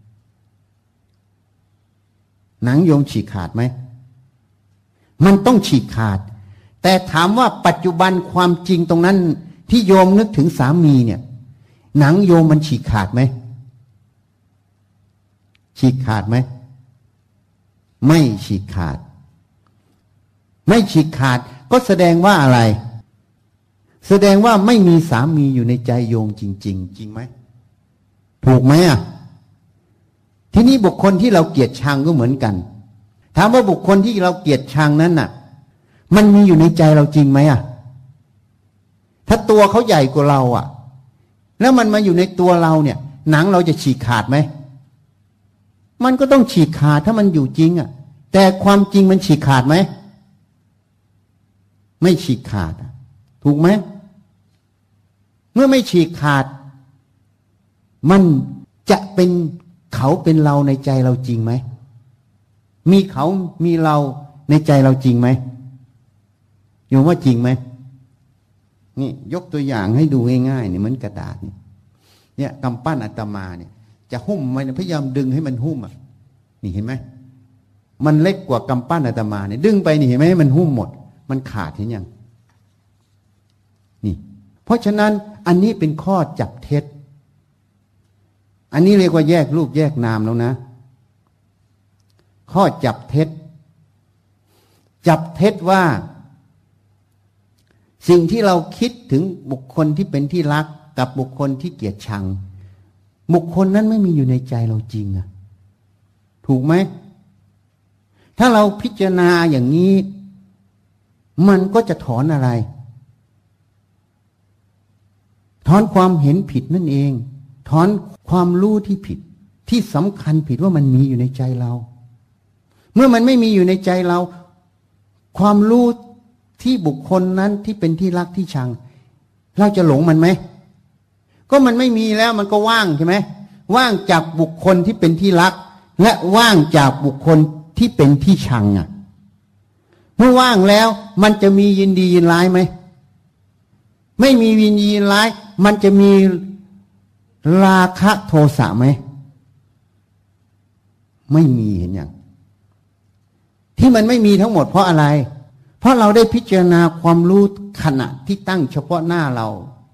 หนังโยมฉีกขาดไหมมันต้องฉีกขาดแต่ถามว่าปัจจุบันความจริงตรงนั้นที่โยมนึกถึงสามีเนี่ยหนังโยมมันฉีกขาดไหมฉีกขาดไหมไม่ฉีกขาดไม่ฉีกขาดก็แสดงว่าอะไรแสดงว่าไม่มีสามีอยู่ในใจโยมจริงๆจริงไหมถูกไหมอ่ะทีนี้บุคคลที่เราเกลียดชังก็เหมือนกันถามว่าบุคคลที่เราเกลียดชังนั้นน่ะมันมีอยู่ในใจเราจริงไหมอ่ะถ้าตัวเขาใหญ่กว่าเราอ่ะแล้วมันมาอยู่ในตัวเราเนี่ยหนังเราจะฉีกขาดไหมมันก็ต้องฉีกขาดถ้ามันอยู่จริงอ่ะแต่ความจริงมันฉีกขาดไหมไม่ฉีกขาดถูกไหมเมื่อไม่ฉีกขาดมันจะเป็นเขาเป็นเราในใจเราจริงไหมมีเขามีเราในใจเราจริงไหมโยมว่าจริงไหมนี่ยกตัวอย่างให้ดูง่ายๆเนี่ยเหมือนกระดาษเนี่ยกำปั้นอาตมาเนี่ยจะหุ้มมันพยายามดึงให้มันหุ้มอ่ะนี่เห็นไหมมันเล็กกว่ากำปั้นอาตมาเนี่ยดึงไปนี่เห็นไหมมันหุ้มหมดมันขาดเห็นยังนี่เพราะฉะนั้นอันนี้เป็นข้อจับเท็จอันนี้เรียกว่าแยกรูปแยกนามแล้วนะข้อจับเท็จจับเท็จว่าสิ่งที่เราคิดถึงบุคคลที่เป็นที่รักกับบุคคลที่เกลียดชังบุคคลนั้นไม่มีอยู่ในใจเราจริงอะถูกไหมถ้าเราพิจารณาอย่างนี้มันก็จะถอนอะไรถอนความเห็นผิดนั่นเองถอนความรู้ที่ผิดที่สำคัญผิดว่ามันมีอยู่ในใจเราเมื่อมันไม่มีอยู่ในใจเราความรู้ที่บุคคลนั้นที่เป็นที่รักที่ชังเราจะหลงมันไหมก็มันไม่มีแล้วมันก็ว่างใช่ไหมว่างจากบุคคลที่เป็นที่รักและว่างจากบุคคลที่เป็นที่ชังอ่ะเมื่อว่างแล้วมันจะมียินดียินร้ายไหมไม่มียินดียินร้ายมันจะมีราคะโทสะไหมไม่มีเห็นอย่างที่มันไม่มีทั้งหมดเพราะอะไรเพราะเราได้พิจารณาความรู้ขณะที่ตั้งเฉพาะหน้าเรา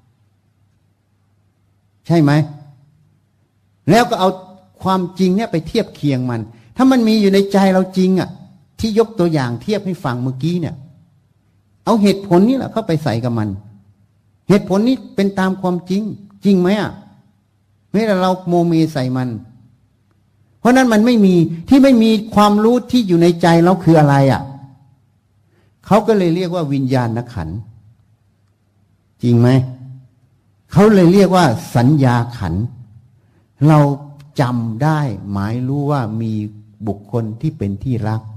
ใช่ไหมแล้วก็เอาความจริงเนี่ยไปเทียบเคียงมันถ้ามันมีอยู่ในใจเราจริงอ่ะที่ยกตัวอย่างเทียบให้ฟังเมื่อกี้เนี่ยเอาเหตุผลนี่แหละเข้าไปใส่กับมันเหตุผลนี้เป็นตามความจริงจริงไหมอ่ะไม่แต่เราโมเมใส่มันเพราะนั้นมันไม่มีที่ไม่มีความรู้ที่อยู่ในใจเราคืออะไรอ่ะเขาก็เลยเรียกว่าวิญญาณขันธ์จริงไหมเขาเลยเรียกว่าสัญญาขันธ์เราจำได้หมายรู้ว่ามีบุคคลที่เป็นที่รัก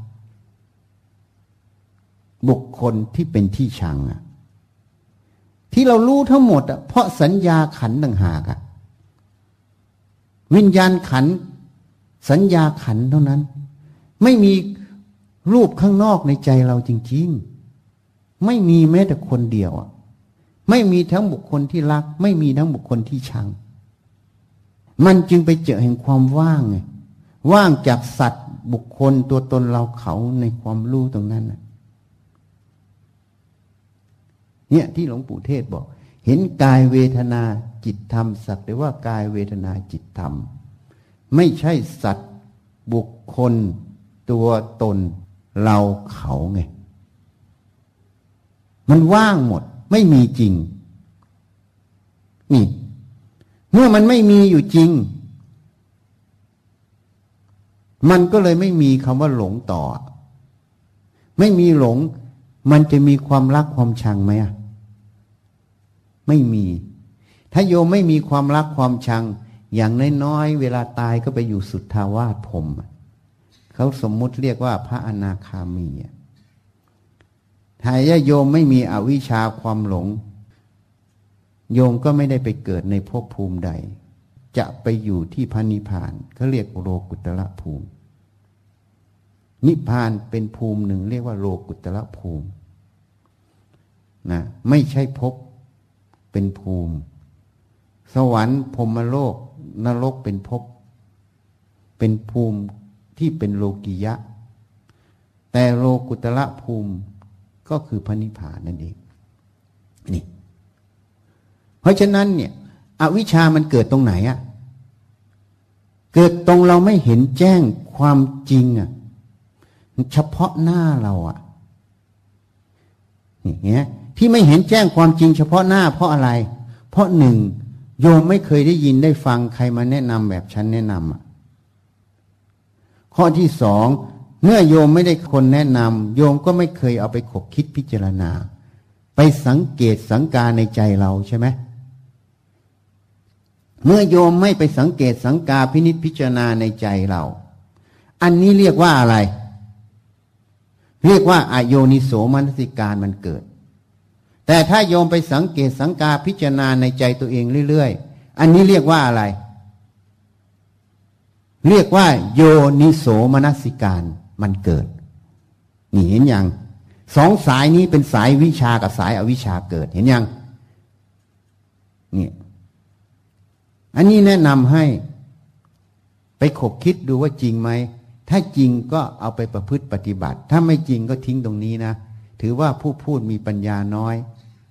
บุคคลที่เป็นที่ชังอ่ะที่เรารู้ทั้งหมดอ่ะเพราะสัญญาขันธ์ต่างหากอ่ะวิญญาณขันธ์สัญญาขันธ์เท่านั้นไม่มีรูปข้างนอกในใจเราจริงๆไม่มีแม้แต่คนเดียวอ่ะไม่มีทั้งบุคคลที่รักไม่มีทั้งบุคคลที่ชังมันจึงไปเจอแห่งความว่างไงว่างจากสัตว์บุคคลตัวตนเราเขาในความรู้ตรงนั้นน่ะเนี่ยที่หลวงปู่เทศบอกเห็นกายเวทนาจิตธรรมสักแต่ว่ากายเวทนาจิตธรรมไม่ใช่สัตว์บุคคลตัวตนเราเขาไงมันว่างหมดไม่มีจริงนี่เมื่อมันไม่มีอยู่จริงมันก็เลยไม่มีคำว่าหลงต่อไม่มีหลงมันจะมีความรักความชังไหมอ่ะไม่มีถ้าโยมไม่มีความรักความชังอย่างน้อยๆเวลาตายก็ไปอยู่สุทธาวาสพรหมเขาสมมุติเรียกว่าพระอนาคามีถ้าโยมไม่มีอวิชชาความหลงโยมก็ไม่ได้ไปเกิดในภพภูมิใดจะไปอยู่ที่พระนิพพานเขาเรียกโลกุตระภูมินิพพานเป็นภูมิหนึ่งเรียกว่าโลกุตระภูมินะไม่ใช่ภพเป็นภูมิสวรรค์พรหมโลกนรกเป็นภพเป็นภูมิที่เป็นโลกิยะแต่โลกุตระภูมิก็คือพระนิพพานนั่นเองนี่เพราะฉะนั้นเนี่ยอวิชชามันเกิดตรงไหนอ่ะเกิดตรงเราไม่เห็นแจ้งความจริงอ่ะเฉพาะหน้าเราอ่ะอย่างเงี้ยที่ไม่เห็นแจ้งความจริงเฉพาะหน้าเพราะอะไรเพราะหนึ่งโยมไม่เคยได้ยินได้ฟังใครมาแนะนำแบบฉันแนะนำอ่ะข้อที่สองเมื่อโยมไม่ได้คนแนะนำโยมก็ไม่เคยเอาไปขบคิดพิจารณาไปสังเกตสังกาในใจเราใช่ไหมเมื่อโยมไม่ไปสังเกตสังกาพินิจพิจารณาในใจเราอันนี้เรียกว่าอะไรเรียกว่าอโยนิโสมนสิการมันเกิดแต่ถ้าโยมไปสังเกตสังกาพิจารณาในใจตัวเองเรื่อยๆอันนี้เรียกว่าอะไรเรียกว่าโยนิโสมนสิการมันเกิดนี่เห็นยังสองสายนี้เป็นสายวิชากับสายอวิชชาเกิดเห็นยังเนี่ยอันนี้แนะนำให้ไปขบคิดดูว่าจริงไหมถ้าจริงก็เอาไปประพฤติปฏิบัติถ้าไม่จริงก็ทิ้งตรงนี้นะถือว่าผู้พูดมีปัญญาน้อย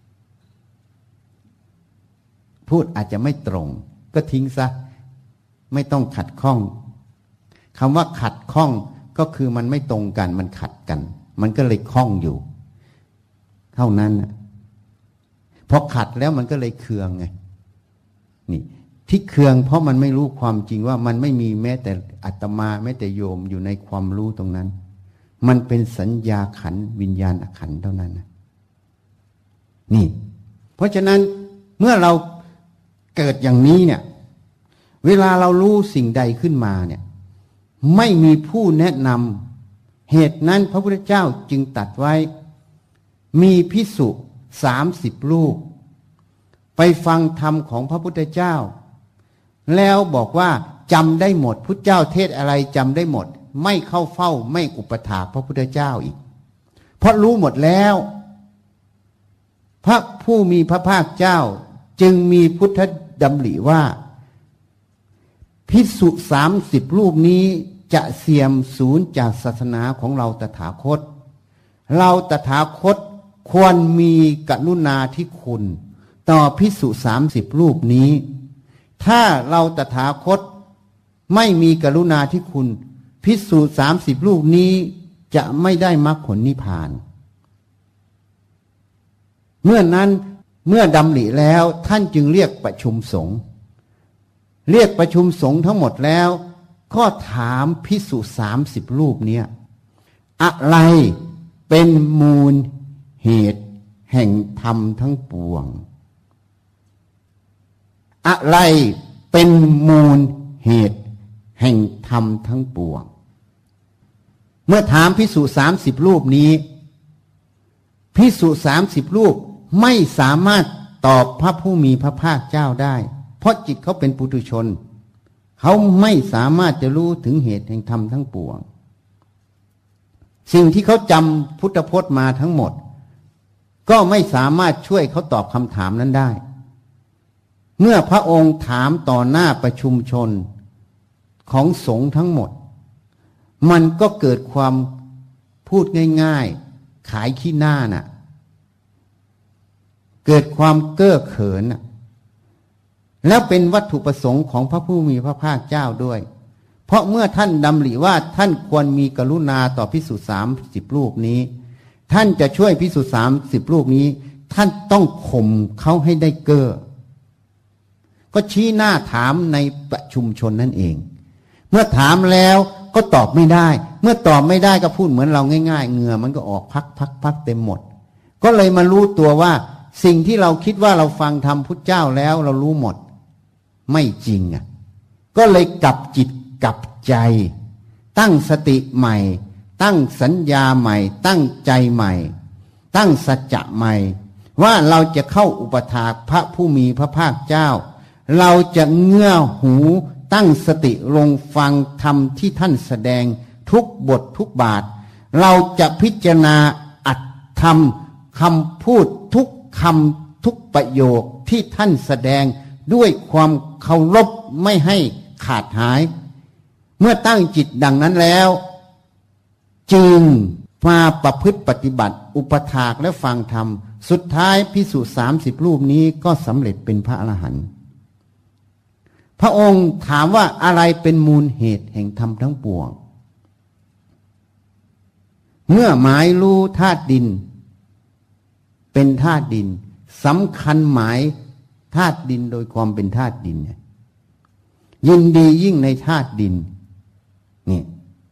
พูดอาจจะไม่ตรงก็ทิ้งซะไม่ต้องขัดข้องคำว่าขัดข้องก็คือมันไม่ตรงกันมันขัดกันมันก็เลยข้องอยู่เท่านั้นพอขัดแล้วมันก็เลยเคืองไงนี่ที่เคืองเพราะมันไม่รู้ความจริงว่ามันไม่มีแม้แต่อาตมาแม้แต่โยมอยู่ในความรู้ตรงนั้นมันเป็นสัญญาขันธ์วิญญาณขันธ์เท่านั้นนี่เพราะฉะนั้นเมื่อเราเกิดอย่างนี้เนี่ยเวลาเรารู้สิ่งใดขึ้นมาเนี่ยไม่มีผู้แนะนำเหตุนั้นพระพุทธเจ้าจึงตรัสไว้มีภิกษุ30 รูปไปฟังธรรมของพระพุทธเจ้าแล้วบอกว่าจำได้หมดพุทธเจ้าเทศอะไรจำได้หมดไม่เข้าเฝ้าไม่อุปถากพระพุทธเจ้าอีกเพราะรู้หมดแล้วพระผู้มีพระภาคเจ้าจึงมีพุทธดำริว่าภิกษุ30 รูปนี้จะเสี่ยมสูญจากศาสนาของเราตถาคตเราตถาคตควรมีกรุณาธิคุณต่อภิกษุ30 รูปนี้ถ้าเราตถาคตไม่มีกรุณาธิคุณภิกษุ30 รูปนี้จะไม่ได้มรรคผลนิพพานเมื่อนั้นเมื่อดำริแล้วท่านจึงเรียกประชุมสงฆ์เรียกประชุมสงฆ์ทั้งหมดแล้วก็ถามภิกษุ30 รูปเนี้ยอะไรเป็นมูลเหตุแห่งธรรมทั้งปวงอะไรเป็นมูลเหตุแห่งธรรมทั้งปวงเมื่อถามภิกษุ30 รูปนี้ภิกษุ30 รูปไม่สามารถตอบพระผู้มีพระภาคเจ้าได้เพราะจิตเขาเป็นปุถุชนเขาไม่สามารถจะรู้ถึงเหตุแห่งธรรมทั้งปวงสิ่งที่เขาจำพุทธพจน์มาทั้งหมดก็ไม่สามารถช่วยเขาตอบคำถามนั้นได้เมื่อพระองค์ถามต่อหน้าประชุมชนของสงฆ์ทั้งหมดมันก็เกิดความพูดง่ายๆขายขี้หน้าน่ะเกิดความเก้อเขินแล้วเป็นวัตถุประสงค์ของพระผู้มีพระภาคเจ้าด้วยเพราะเมื่อท่านดำริว่าท่านควรมีกรุณาต่อภิกษุ30 รูปนี้ท่านจะช่วยภิกษุ30 รูปนี้ท่านต้องข่มเขาให้ได้เก้อก็ชี้หน้าถามในประชุมชนนั่นเองเมื่อถามแล้วก็ตอบไม่ได้เมื่อตอบไม่ได้ก็พูดเหมือนเราง่ายๆเหงื่อมันก็ออกพักเต็มหมดก็เลยมารู้ตัวว่าสิ่งที่เราคิดว่าเราฟังธรรมพุทธเจ้าแล้วเรารู้หมดไม่จริงก็เลยกลับจิตกลับใจตั้งสติใหม่ตั้งสัญญาใหม่ตั้งใจใหม่ตั้งสัจจะใหม่ว่าเราจะเข้าอุปถากพระผู้มีพระภาคเจ้าเราจะเงื่อหูตั้งสติลงฟังธรรมที่ท่านแสดงทุกบททุกบาทเราจะพิจารณาอัตธรรมคำพูดทุกคำทุกประโยคที่ท่านแสดงด้วยความเคารพไม่ให้ขาดหายเมื่อตั้งจิตดังนั้นแล้วจึงมาประพฤติปฏิบัติอุปถากและฟังธรรมสุดท้ายภิกษุ30 รูปนี้ก็สำเร็จเป็นพระอรหันต์พระองค์ถามว่าอะไรเป็นมูลเหตุแห่งธรรมทั้งปวงเมื่อหมายรู้ธาตุดินเป็นธาตุดินสำคัญหมายธาตุดินโดยความเป็นธาตุดินยินดียิ่งในธาตุดินนี่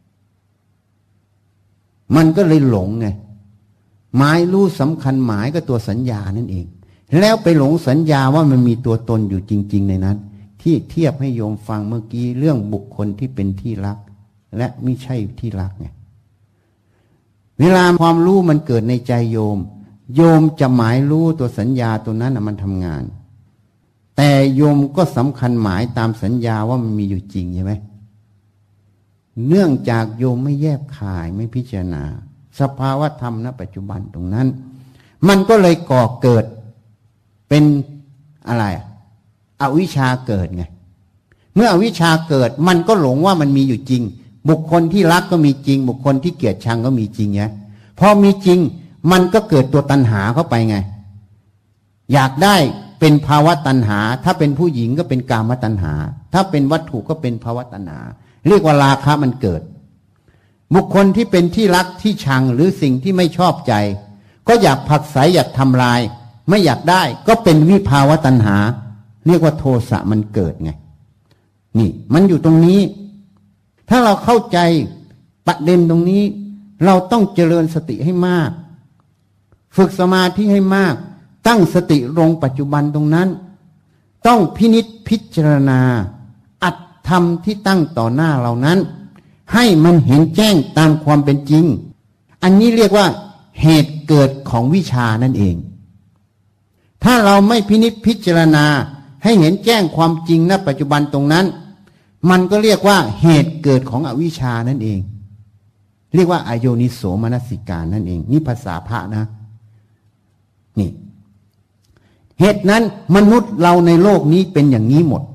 มันก็เลยหลงไงหมายรู้สำคัญหมายก็ตัวสัญญานั่นเองแล้วไปหลงสัญญาว่ามันมีตัวตนอยู่จริงๆในนั้นที่เทียบให้โยมฟังเมื่อกี้เรื่องบุคคลที่เป็นที่รักและไม่ใช่ที่รักไงเวลาความรู้มันเกิดในใจโยมจะหมายรู้ตัวสัญญาตัวนั้นมันทำงานแต่โยมก็สำคัญหมายตามสัญญาว่ามันมีอยู่จริงใช่ไหมเนื่องจากโยมไม่แยบคายไม่พิจารณาสภาวะธรรมณปัจจุบันตรงนั้นมันก็เลยก่อเกิดเป็นอะไรอวิชชาเกิดไงเมื่ออวิชชาเกิดมันก็หลงว่ามันมีอยู่จริงบุคคลที่รักก็มีจริงบุคคลที่เกลียดชังก็มีจริงไงพอมีจริงมันก็เกิดตัวตัณหาเข้าไปไงอยากได้เป็นภาวะตัณหาถ้าเป็นผู้หญิงก็เป็นกามตัณหาถ้าเป็นวัตถุก็เป็นภาวะตัณหาเรียกว่าราคะมันเกิดบุคคลที่เป็นที่รักที่ชังหรือสิ่งที่ไม่ชอบใจก็อยากผลักไสอยากทำลายไม่อยากได้ก็เป็นวิภาวะตัณหาเรียกว่าโทสะมันเกิดไงนี่มันอยู่ตรงนี้ถ้าเราเข้าใจประเด็นตรงนี้เราต้องเจริญสติให้มากฝึกสมาธิให้มากตั้งสติลงปัจจุบันตรงนั้นต้องพินิจพิจารณาอัตธรรมที่ตั้งต่อหน้าเรานั้นให้มันเห็นแจ้งตามความเป็นจริงอันนี้เรียกว่าเหตุเกิดของวิชานั่นเองถ้าเราไม่พินิจพิจารณาให้เห็นแจ้งความจริงณปัจจุบันตรงนั้นมันก็เรียกว่าเหตุเกิดของอวิชชานั่นเองเรียกว่าอโยนิโสมนสิการนั่นเองนี่ภาษาพระนะนี่เหตุนั้นมนุษย์เราในโลกนี้เป็นอย่างนี้หมด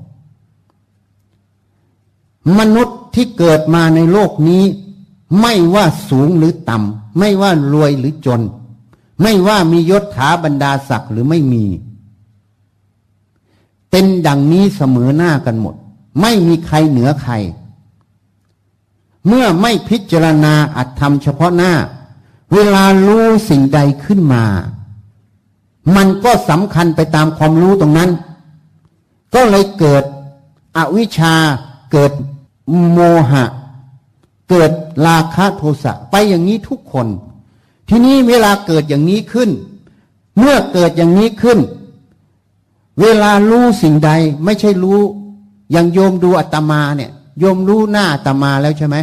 มนุษย์ที่เกิดมาในโลกนี้ไม่ว่าสูงหรือต่ำไม่ว่ารวยหรือจนไม่ว่ามียศถาบรรดาศักดิ์หรือไม่มีเป็นดังนี้เสมอหน้ากันหมดไม่มีใครเหนือใครเมื่อไม่พิจารณาอัตธรรมเฉพาะหน้าเวลารู้สิ่งใดขึ้นมามันก็สำคัญไปตามความรู้ตรงนั้นก็เลยเกิดอวิชชาเกิดโมหะเกิดราคะโทสะไปอย่างนี้ทุกคนทีนี้เวลาเกิดอย่างนี้ขึ้นเมื่อเกิดอย่างนี้ขึ้นเวลารู้สิ่งใดไม่ใช่รู้อย่างโยมดูอาตมาเนี่ยโยมรู้หน้าอาตมาแล้วใช่ไหม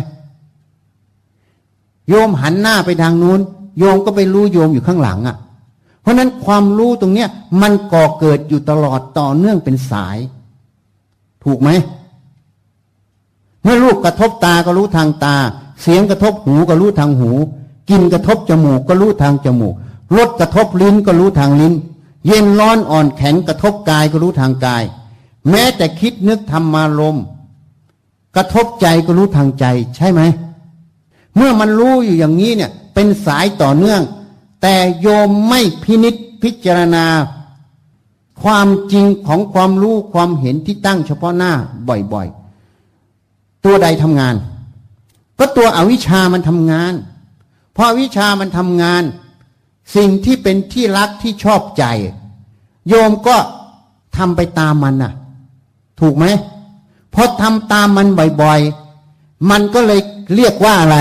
โยมหันหน้าไปทางนู้นโยมก็ไปรู้โยมอยู่ข้างหลังอ่ะเพราะนั้นความรู้ตรงเนี้ยมันก่อเกิดอยู่ตลอดต่อเนื่องเป็นสายถูกไหมเมื่อรูปกระทบตาก็รู้ทางตาเสียงกระทบหูก็รู้ทางหูกลิ่นกระทบจมูกก็รู้ทางจมูกรสกระทบลิ้นก็รู้ทางลิ้นเย็นร้อนอ่อนแข็งกระทบกายก็รู้ทางกายแม้แต่คิดนึกธรรมารมณ์กระทบใจก็รู้ทางใจใช่ไหมเมื่อมันรู้อยู่อย่างนี้เนี่ยเป็นสายต่อเนื่องแต่โยมไม่พินิจพิจารณาความจริงของความรู้ความเห็นที่ตั้งเฉพาะหน้าบ่อยๆตัวใดทำงานก็ตัวอวิชชามันทำงานเพราะอวิชชามันทำงานสิ่งที่เป็นที่รักที่ชอบใจโยมก็ทำไปตามมันน่ะถูกไหมพอทำตามมันบ่อยๆมันก็เลยเรียกว่าอะไร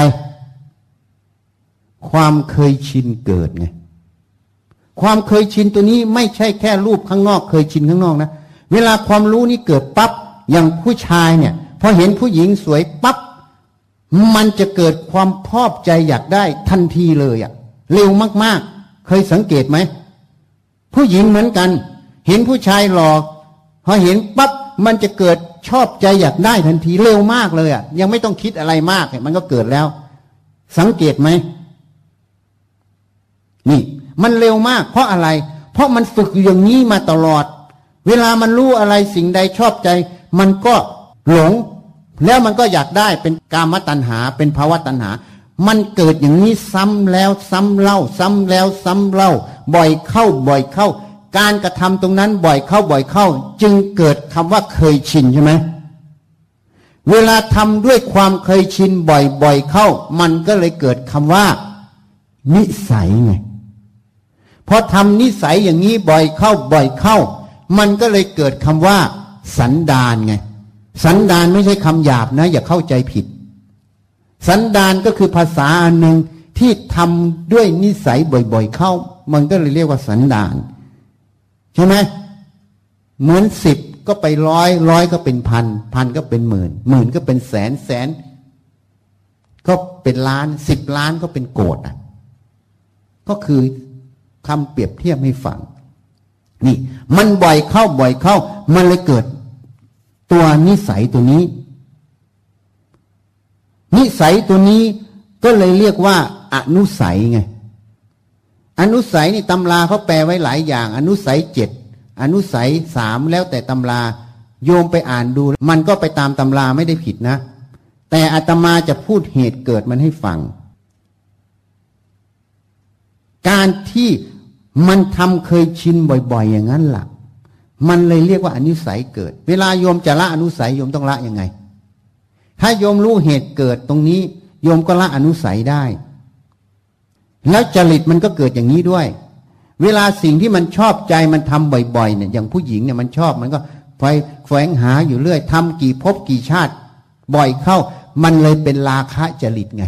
ความเคยชินเกิดไงความเคยชินตัวนี้ไม่ใช่แค่รูปข้างนอกเคยชินข้างนอกนะเวลาความรู้นี้เกิดปั๊บอย่างผู้ชายเนี่ยพอเห็นผู้หญิงสวยปั๊บมันจะเกิดความพอใจอยากได้ทันทีเลยอ่ะเร็วมากๆเคยสังเกตไหมผู้หญิงเหมือนกันเห็นผู้ชายหล่อพอเห็นปั๊บมันจะเกิดชอบใจอยากได้ทันทีเร็วมากเลยอ่ะยังไม่ต้องคิดอะไรมากมันก็เกิดแล้วสังเกตไหมนี่มันเร็วมากเพราะอะไรเพราะมันฝึกอย่างนี้มาตลอดเวลามันรู้อะไรสิ่งใดชอบใจมันก็หลงแล้วมันก็อยากได้เป็นกามตัณหาเป็นภาวะตัณหามันเกิดอย่างนี้ซ้ำแล้วซ้ำเล่าซ้ำแล้วซ้ำเล่าบ่อยเข้าบ่อยเข้าการกระทำตรงนั้นบ่อยเข้าบ่อยเข้าจึงเกิดคำว่าเคยชินใช่ไหมเวลาทำด้วยความเคยชินบ่อยๆเข้ามันก็เลยเกิดคำว่านิสัยไงพอทำนิสัยอย่างนี้บ่อยเข้าบ่อยเข้ามันก็เลยเกิดคำว่าสันดานไงสันดานไม่ใช่คำหยาบนะอย่าเข้าใจผิดสันดานก็คือภาษาอันหนึ่งที่ทำด้วยนิสัยบ่อยๆเข้ามันก็เลยเรียกว่าสันดานใช่ไหมเหมือน10ก็ไปร้อยก็เป็นพันก็เป็นหมื่นก็เป็นแสนก็เป็นล้าน10 ล้านก็เป็นโกฏอ่ะก็คือคำเปรียบเทียบให้ฟังนี่มันบ่อยเข้ามันเลยเกิดตัวนิสัยตัวนี้นิสัยตัวนี้ก็เลยเรียกว่าอนุสัยไงอนุสัยนี่ตำราเขาแปลไว้หลายอย่างอนุสัย7อนุสัย3แล้วแต่ตำราโยมไปอ่านดูมันก็ไปตามตำราไม่ได้ผิดนะแต่อาตมาจะพูดเหตุเกิดมันให้ฟังการที่มันทำเคยชินบ่อยๆอย่างนั้นล่ะมันเลยเรียกว่าอนุสัยเกิดเวลาโยมจะละอนุสัยโยมต้องละยังไงถ้าโยมรู้เหตุเกิดตรงนี้โยมก็ละอนุสัยได้แล้วจริตมันก็เกิดอย่างนี้ด้วยเวลาสิ่งที่มันชอบใจมันทำบ่อยๆเนี่ยอย่างผู้หญิงเนี่ยมันชอบมันก็ไปแฝงหาอยู่เรื่อยทำกี่ภพกี่ชาติบ่อยเข้ามันเลยเป็นราคะจริตไง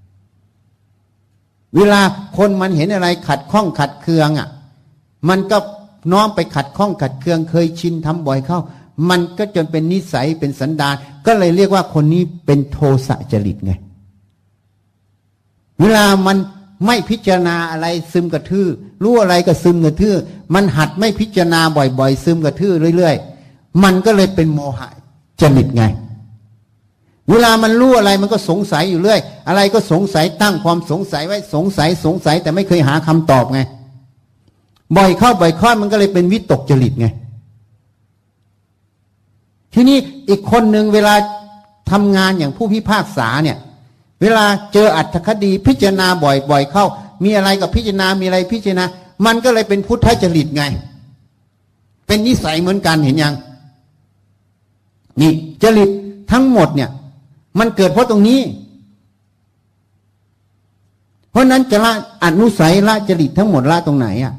เวลาคนมันเห็นอะไรขัดข้องขัดเคืองอ่ะมันก็น้อมไปขัดข้องขัดเคืองเคยชินทำบ่อยเข้ามันก็จนเป็นนิสัยเป็นสันดานก็เลยเรียกว่าคนนี้เป็นโทสะจริตไงเวลามันไม่พิจารณาอะไรซึมกระทื่อรู้อะไรก็ซึมกระทื่อมันหัดไม่พิจารณาบ่อยๆซึมกระทื่อเรื่อยมันก็เลยเป็นโมหะจริตไงเวลามันรู้อะไรมันก็สงสัยอยู่เรื่อยอะไรก็สงสัยตั้งความสงสัยไว้สงสัยแต่ไม่เคยหาคำตอบไงบ่อยเข้ามันก็เลยเป็นวิตกจริตไงทีนี้อีกคนหนึ่งเวลาทำงานอย่างผู้พิพากษาเนี่ยเวลาเจออรรถคดีพิจารณาบ่อยเข้ามีอะไรกับพิจารณามีอะไรพิจารณามันก็เลยเป็นพุทธจริตไงเป็นนิสัยเหมือนกันเห็นยังนี่จริตทั้งหมดเนี่ยมันเกิดเพราะตรงนี้เพราะนั้นจะละอนุสัยละจริตทั้งหมดละตรงไหนอะ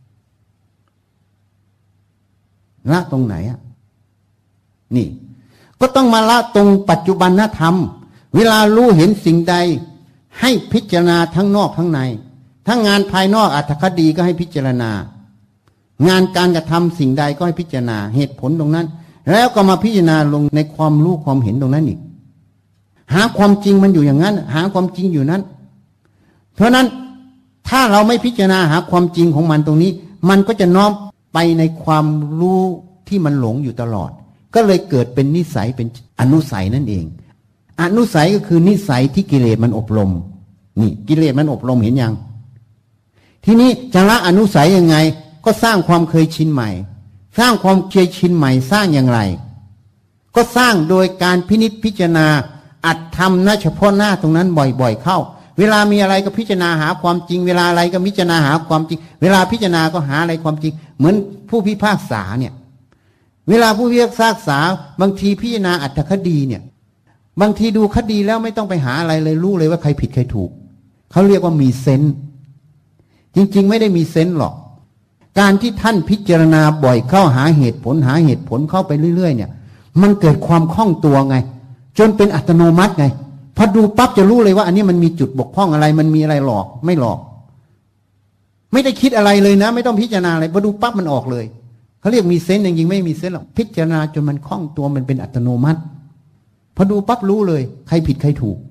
ละตรงไหนอะนี่ก็ต้องมาละตรงปัจจุบันธรรมเวลารู้เห็นสิ่งใดให้พิจารณาทั้งนอกทั้งในทั้งงานภายนอกอรรถคดีก็ให้พิจารณางานการกระทำสิ่งใดก็ให้พิจารณาเหตุผลตรงนั้นแล้วก็มาพิจารณาลงในความรู้ความเห็นตรงนั้นอีกหาความจริงมันอยู่อย่างนั้นหาความจริงอยู่นั้นเพราะนั้นถ้าเราไม่พิจารณาหาความจริงของมันตรงนี้มันก็จะน้อมไปในความรู้ที่มันหลงอยู่ตลอดก็เลยเกิดเป็นนิสัยเป็นอนุสัยนั่นเองอนุสัยก็คือนิสัยที่กิเลสมันอบรมนี่กิเลสมันอบรมเห็นยังทีนี้จะละอนุสัยยังไงก็สร้างความเคยชินใหม่สร้างความเคยชินใหม่สร้างอย่างไรก็สร้างโดยการพินิจพิจารณาอัดทำเฉพาะหน้าตรงนั้นบ่อยๆเข้าเวลามีอะไรก็พิจารณาหาความจริงเวลาอะไรก็พิจารณาหาความจริงเวลาพิจารณาก็หาอะไรความจริงเหมือนผู้พิพากษาเนี่ยเวลาผู้พิพากษาบางทีพิจารณาอรรถคดีเนี่ยบางทีดูคดีแล้วไม่ต้องไปหาอะไรเลยรู้เลยว่าใครผิดใครถูกเขาเรียกว่ามีเซนส์จริงๆไม่ได้มีเซนส์หรอกการที่ท่านพิจารณาบ่อยเข้าหาเหตุผลเข้าไปเรื่อยๆเนี่ยมันเกิดความคล่องตัวไงจนเป็นอัตโนมัติไงพอดูปั๊บจะรู้เลยว่าอันนี้มันมีจุดบกพร่องอะไรมันมีอะไรหลอกไม่หลอกไม่ได้คิดอะไรเลยนะไม่ต้องพิจารณาอะไรพอดูปั๊บมันออกเลยเขาเรียกมีเซนส์จริงๆไม่มีเซนส์หรอกพิจารณาจนมันคล่องตัวมันเป็นอัตโนมัติพอดูปั๊บรู้เลยใครผิดใครถูก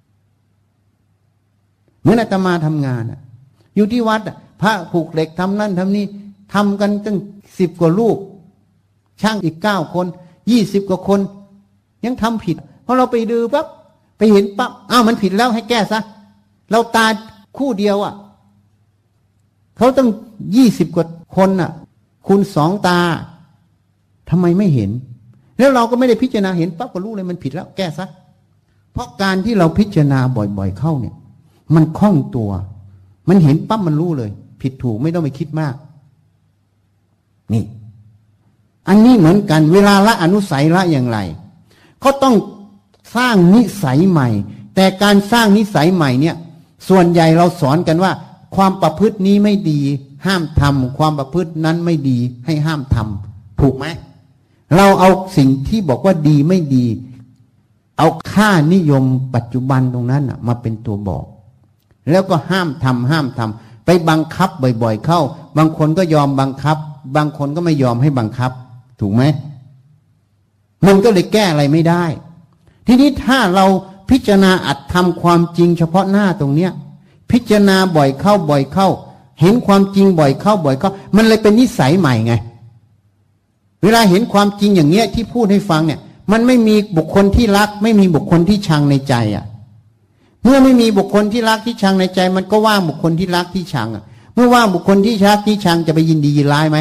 เหมือนอาตมาทำงานอยู่ที่วัดพระผูกเหล็กทำนั่นทำนี่ทำกันตั้ง10 กว่ารูปช่างอีก9 คน20 กว่าคนยังทำผิดพอเราไปดูปั๊บไปเห็นปั๊บอ้าวมันผิดแล้วให้แก้ซะเราตาคู่เดียวเขาต้อง20 กว่าคนคูณ2 ตาทำไมไม่เห็นแล้วเราก็ไม่ได้พิจารณาเห็นปั๊บก็รู้เลยมันผิดแล้วแก้ซะเพราะการที่เราพิจารณาบ่อยๆเข้าเนี่ยมันคล่องตัวมันเห็นปั๊บมันรู้เลยผิดถูกไม่ต้องไปคิดมากนี่อันนี้เหมือนกันเวลาละอนุสัยละอย่างไรก็ต้องสร้างนิสัยใหม่แต่การสร้างนิสัยใหม่เนี่ยส่วนใหญ่เราสอนกันว่าความประพฤตินี้ไม่ดีห้ามทำความประพฤตินั้นไม่ดีให้ห้ามทำถูกไหมเราเอาสิ่งที่บอกว่าดีไม่ดีเอาค่านิยมปัจจุบันตรงนั้นมาเป็นตัวบอกแล้วก็ห้ามทำไปบังคับบ่อยๆเข้าบางคนก็ยอมบังคับบางคนก็ไม่ยอมให้บังคับถูกไหมมันก็เลยแก้อะไรไม่ได้ทีนี้ถ้าเราพิจารณาอัดทำความจริงเฉพาะหน้าตรงเนี้ยพิจารณาบ่อยเข้าเห็นความจริงบ่อยเข้ามันเลยเป็นนิสัยใหม่ไงเวลาเห็นความจริงอย่างเงี้ยที่พูดให้ฟังเนี่ยมันไม่มีบุคคลที่รักไม่มีบุคคลที่ชังในใจเมื่อไม่มีบุคคลที่รักที่ชังในใจมันก็ว่างบุคคลที่รักที่ชังเมื่อว่างบุคคลที่รักที่ชังจะไปยินดียินร้ายไหม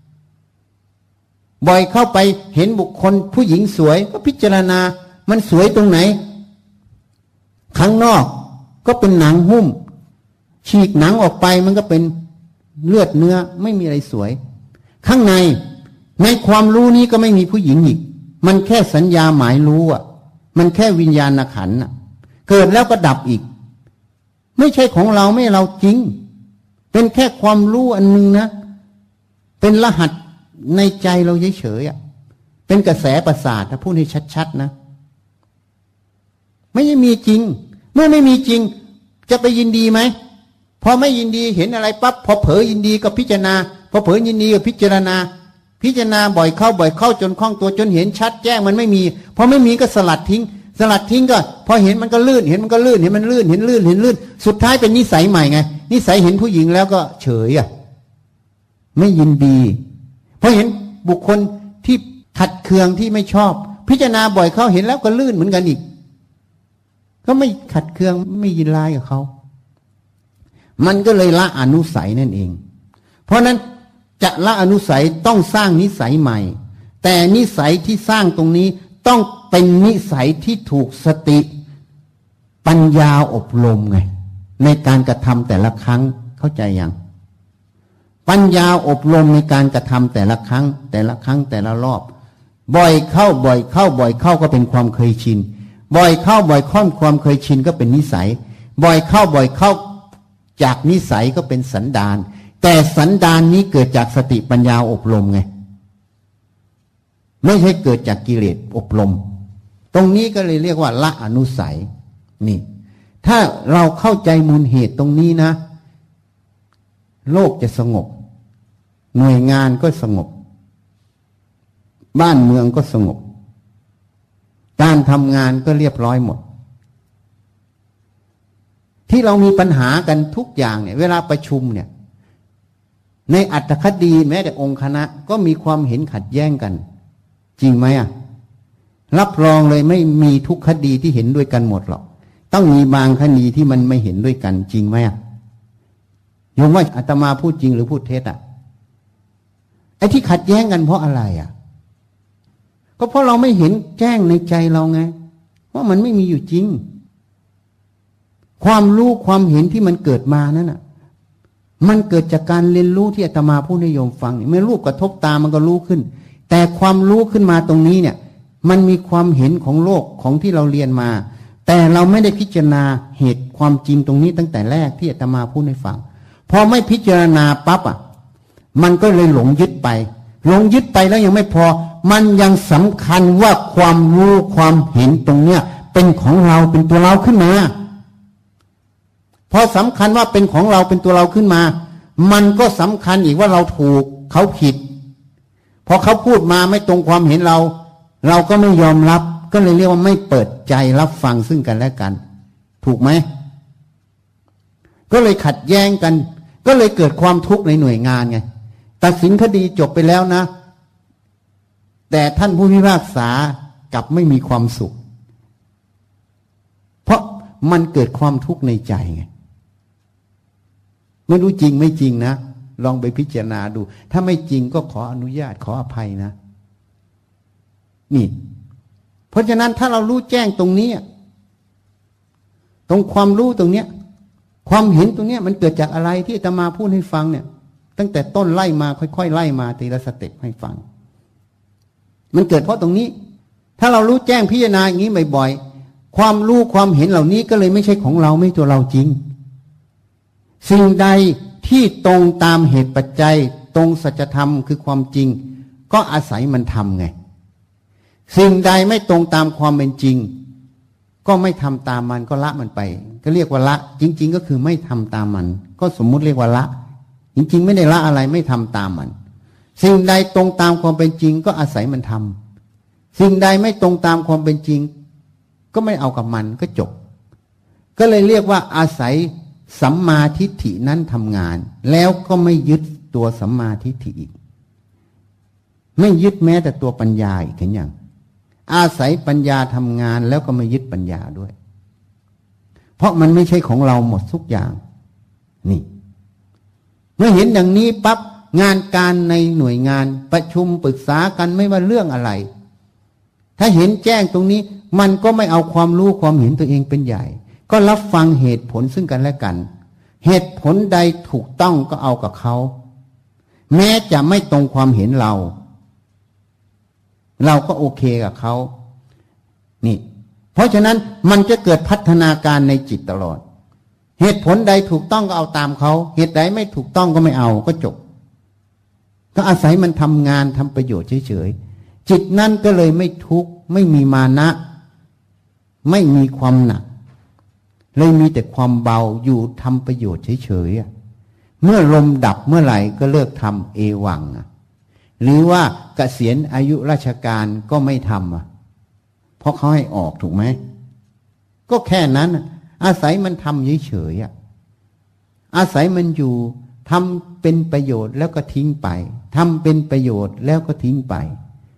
บ่อยเข้าไปเห็นบุคคลผู้หญิงสวยก็พิจารณามันสวยตรงไหนข้างนอกก็เป็นหนังหุ้มฉีกหนังออกไปมันก็เป็นเลือดเนื้อไม่มีอะไรสวยข้างในความรู้นี้ก็ไม่มีผู้หญิงอีกมันแค่สัญญาหมายรู้มันแค่วิญญาณขันธ์เกิดแล้วก็ดับอีกไม่ใช่ของเราไม่เราจริงเป็นแค่ความรู้อันนึงนะเป็นรหัสในใจเราเฉยๆเป็นกระแสประสาทถ้าพูดให้ชัดๆนะไม่ได้มีจริงเมื่อไม่มีจริงจะไปยินดีไหมพอไม่ยินดีเห็นอะไรปั๊บพอเผลอยินดีก็พิจารณาพอเผลอยินดีก็พิจารณาบ่อยเข้าจนคล่องตัวจนเห็นชัดแจ้งมันไม่มีพอไม่มีก็สลัดทิ้งก็พอเห็นมันก็ลื่นเห็นมันก็ลื่นเห็นมันลื่นสุดท้ายเป็นนิสัยใหม่ไงนิสัยเห็นผู้หญิงแล้วก็เฉยไม่ยินดีพอเห็นบุคคลที่ขัดเคืองที่ไม่ชอบพิจารณาบ่อยเข้าเห็นแล้วก็ลื่นเหมือนกันอีกก็ไม่ขัดเคืองไม่ยินร้ายกับเขามันก็เลยละอนุสัยนั่นเองเพราะนั้นจะละอนุสัยต้องสร้างนิสัยใหม่แต่นิสัยที่สร้างตรงนี้ต้องเป็นนิสัยที่ถูกสติปัญญาอบรมไงในการกระทำแต่ละครั้งเข้าใจยังปัญญาอบรมในการกระทำแต่ละครั้งแต่ละรอบบ่อยเข้าก็เป็นความเคยชินบ่อยเข้าความเคยชินก็เป็นนิสัยบ่อยเข้าจากนิสัยก็เป็นสันดานแต่สันดานนี้เกิดจากสติปัญญาอบรมไงไม่ใช่เกิดจากกิเลสอบรมตรงนี้ก็เลยเรียกว่าละอนุสัยนี่ถ้าเราเข้าใจมูลเหตุตรงนี้นะโลกจะสงบหน่วยงานก็สงบบ้านเมืองก็สงบการทำงานก็เรียบร้อยหมดที่เรามีปัญหากันทุกอย่างเนี่ยเวลาประชุมเนี่ยในอัตถคดีแม้แต่องค์คณะก็มีความเห็นขัดแย้งกันจริงไหมอ่ะรับรองเลยไม่มีทุกคดีที่เห็นด้วยกันหมดหรอกต้องมีบางคดีที่มันไม่เห็นด้วยกันจริงไหมอ่ะโยมว่าอาตมาพูดจริงหรือพูดเท็จอ่ะไอ้ที่ขัดแย้งกันเพราะอะไรอ่ะก็เพราะเราไม่เห็นแจ้งในใจเราไงว่ามันไม่มีอยู่จริงความรู้ความเห็นที่มันเกิดมานั่นน่ะมันเกิดจากการเรียนรู้ที่อาตมาพูดให้โยมฟังเมื่อรูปกระทบตามันก็รู้ขึ้นแต่ความรู้ขึ้นมาตรงนี้เนี่ยมันมีความเห็นของโลกของที่เราเรียนมาแต่เราไม่ได้พิจารณาเหตุความจริงตรงนี้ตั้งแต่แรกที่อาตมาพูดให้ฟังพอไม่พิจารณาปั๊บอ่ะมันก็เลยหลงยึดไปแล้วยังไม่พอมันยังสำคัญว่าความรู้ความเห็นตรงเนี้ยเป็นของเราเป็นตัวเราขึ้นมาพอสำคัญว่าเป็นของเราเป็นตัวเราขึ้นมามันก็สำคัญอีกว่าเราถูกเขาผิดพอเขาพูดมาไม่ตรงความเห็นเราก็ไม่ยอมรับก็เลยเรียกว่าไม่เปิดใจรับฟังซึ่งกันและกันถูกไหมก็เลยขัดแย้งกันก็เลยเกิดความทุกข์ในหน่วยงานไงตัดสินคดีจบไปแล้วนะแต่ท่านผู้พิพากษากลับไม่มีความสุขเพราะมันเกิดความทุกข์ในใจไงไม่รู้จริงไม่จริงนะลองไปพิจารณาดูถ้าไม่จริงก็ขออนุญาตขออภัยนะนี่เพราะฉะนั้นถ้าเรารู้แจ้งตรงนี้ตรงความรู้ตรงเนี้ยความเห็นตรงเนี้ยมันเกิดจากอะไรที่อาตมาพูดให้ฟังเนี่ยตั้งแต่ต้นไล่มาค่อยๆไล่มาทีละสเต็ปให้ฟังมันเกิดเพราะตรงนี้ถ้าเรารู้แจ้งพิจารณาอย่างนี้บ่อยๆความรู้ความเห็นเหล่านี้ก็เลยไม่ใช่ของเราไม่ตัวเราจริงสิ่งใดที่ตรงตามเหตุปัจจัยตรงสัจธรรมคือความจริงก็อาศัยมันทำไงสิ่งใดไม่ตรงตามความเป็นจริงก็ไม่ทำตามมันก็ละมันไปก็เรียกว่าละจริงๆก็คือไม่ทำตามมันก็สมมุติเรียกว่าละจริงๆไม่ได้ละอะไรไม่ทำตามมันสิ่งใดตรงตามความเป็นจริงก็อาศัยมันทำสิ่งใดไม่ตรงตามความเป็นจริงก็ไม่เอากับมันก็จบก็เลยเรียกว่าอาศัยสัมมาทิฏฐินั้นทำงานแล้วก็ไม่ยึดตัวสัมมาทิฏฐิอีกไม่ยึดแม้แต่ตัวปัญญาอีกเห็นอย่างอาศัยปัญญาทำงานแล้วก็ไม่ยึดปัญญาด้วยเพราะมันไม่ใช่ของเราหมดทุกอย่างนี่เมื่อเห็นอย่างนี้ปั๊บงานการในหน่วยงานประชุมปรึกษากันไม่ว่าเรื่องอะไรถ้าเห็นแจ้งตรงนี้มันก็ไม่เอาความรู้ความเห็นตัวเองเป็นใหญ่ก็รับฟังเหตุผลซึ่งกันและกันเหตุผลใดถูกต้องก็เอากับเขาแม้จะไม่ตรงความเห็นเราก็โอเคกับเขานี่เพราะฉะนั้นมันจะเกิดพัฒนาการในจิตตลอดเหตุผลใดถูกต้องก็เอาตามเขาเหตุใดไม่ถูกต้องก็ไม่เอาก็จบก็อาศัยมันทำงานทำประโยชน์เฉยๆจิตนั่นก็เลยไม่ทุกข์ไม่มีมานะไม่มีความหนักเลยมีแต่ความเบาอยู่ทำประโยชน์เฉยๆเมื่อลมดับเมื่อไหร่ก็เลิกทำเอวังหรือว่าเกษียณอายุราชการก็ไม่ทำเพราะเขาให้ออกถูกไหมก็แค่นั้นอาศัยมันทำเฉยๆอาศัยมันอยู่ทำเป็นประโยชน์แล้วก็ทิ้งไปทำเป็นประโยชน์แล้วก็ทิ้งไป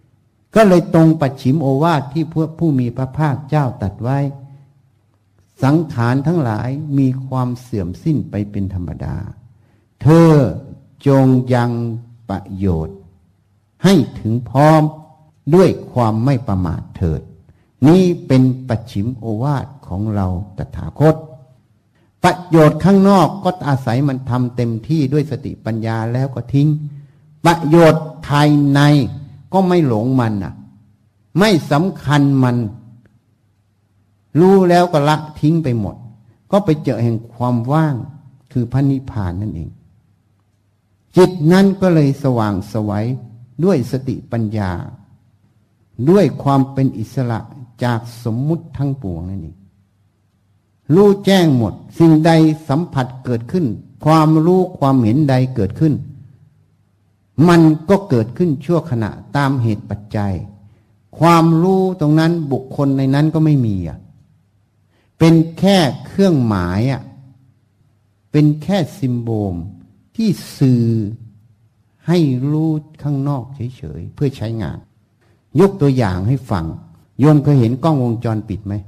ก็เลยตรงปัจฉิมโอวาทที่ผู้มีพระภาคเจ้าตรัสไว้สังขารทั้งหลายมีความเสื่อมสิ้นไปเป็นธรรมดาเธอจงยังประโยชน์ให้ถึงพร้อมด้วยความไม่ประมาทเถิดนี้เป็นปัจฉิมโอวาทของเราตถาคตประโยชน์ข้างนอกก็อาศัยมันทำเต็มที่ด้วยสติปัญญาแล้วก็ทิ้งประโยชน์ภายในก็ไม่หลงมันไม่สำคัญมันรู้แล้วก็ละทิ้งไปหมดก็ไปเจอแห่งความว่างคือพระนิพพานนั่นเองจิตนั้นก็เลยสว่างไสวด้วยสติปัญญาด้วยความเป็นอิสระจากสมมุติทั้งปวงนั่นเองรู้แจ้งหมดสิ่งใดสัมผัสเกิดขึ้นความรู้ความเห็นใดเกิดขึ้นมันก็เกิดขึ้นชั่วขณะตามเหตุปัจจัยความรู้ตรงนั้นบุคคลในนั้นก็ไม่มีเป็นแค่เครื่องหมายเป็นแค่ซิมโบลที่สื่อให้รู้ข้างนอกเฉยๆเพื่อใช้งานยกตัวอย่างให้ฟังโยมเคยเห็นกล้องวงจรปิดไหม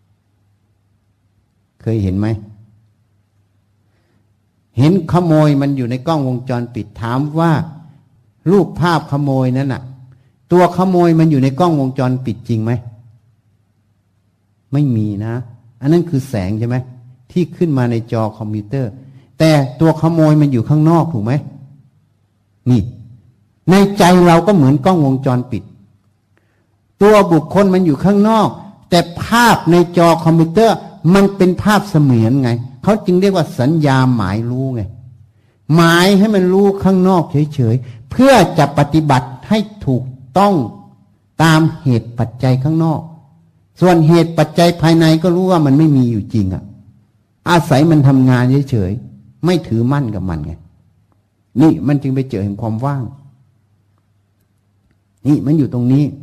เคยเห็นไหมเห็นขโมยมันอยู่ในกล้องวงจรปิดถามว่ารูปภาพขโมยนั้นตัวขโมยมันอยู่ในกล้องวงจรปิดจริงไหมไม่มีนะอันนั้นคือแสงใช่ไหมที่ขึ้นมาในจอคอมพิวเตอร์แต่ตัวขโมยมันอยู่ข้างนอกถูกไหมนี่ในใจเราก็เหมือนกล้องวงจรปิดตัวบุคคลมันอยู่ข้างนอกแต่ภาพในจอคอมพิวเตอร์มันเป็นภาพเสมือนไงเขาจึงเรียกว่าสัญญาหมายรู้ไงหมายให้มันรู้ข้างนอกเฉยๆเพื่อจะปฏิบัติให้ถูกต้องตามเหตุปัจจัยข้างนอกส่วนเหตุปัจจัยภายในก็รู้ว่ามันไม่มีอยู่จริงอาศัยมันทำงานเฉยๆไม่ถือมั่นกับมันไงนี่มันจึงไปเจอเห็นความว่างนี่มันอยู่ตรงนี้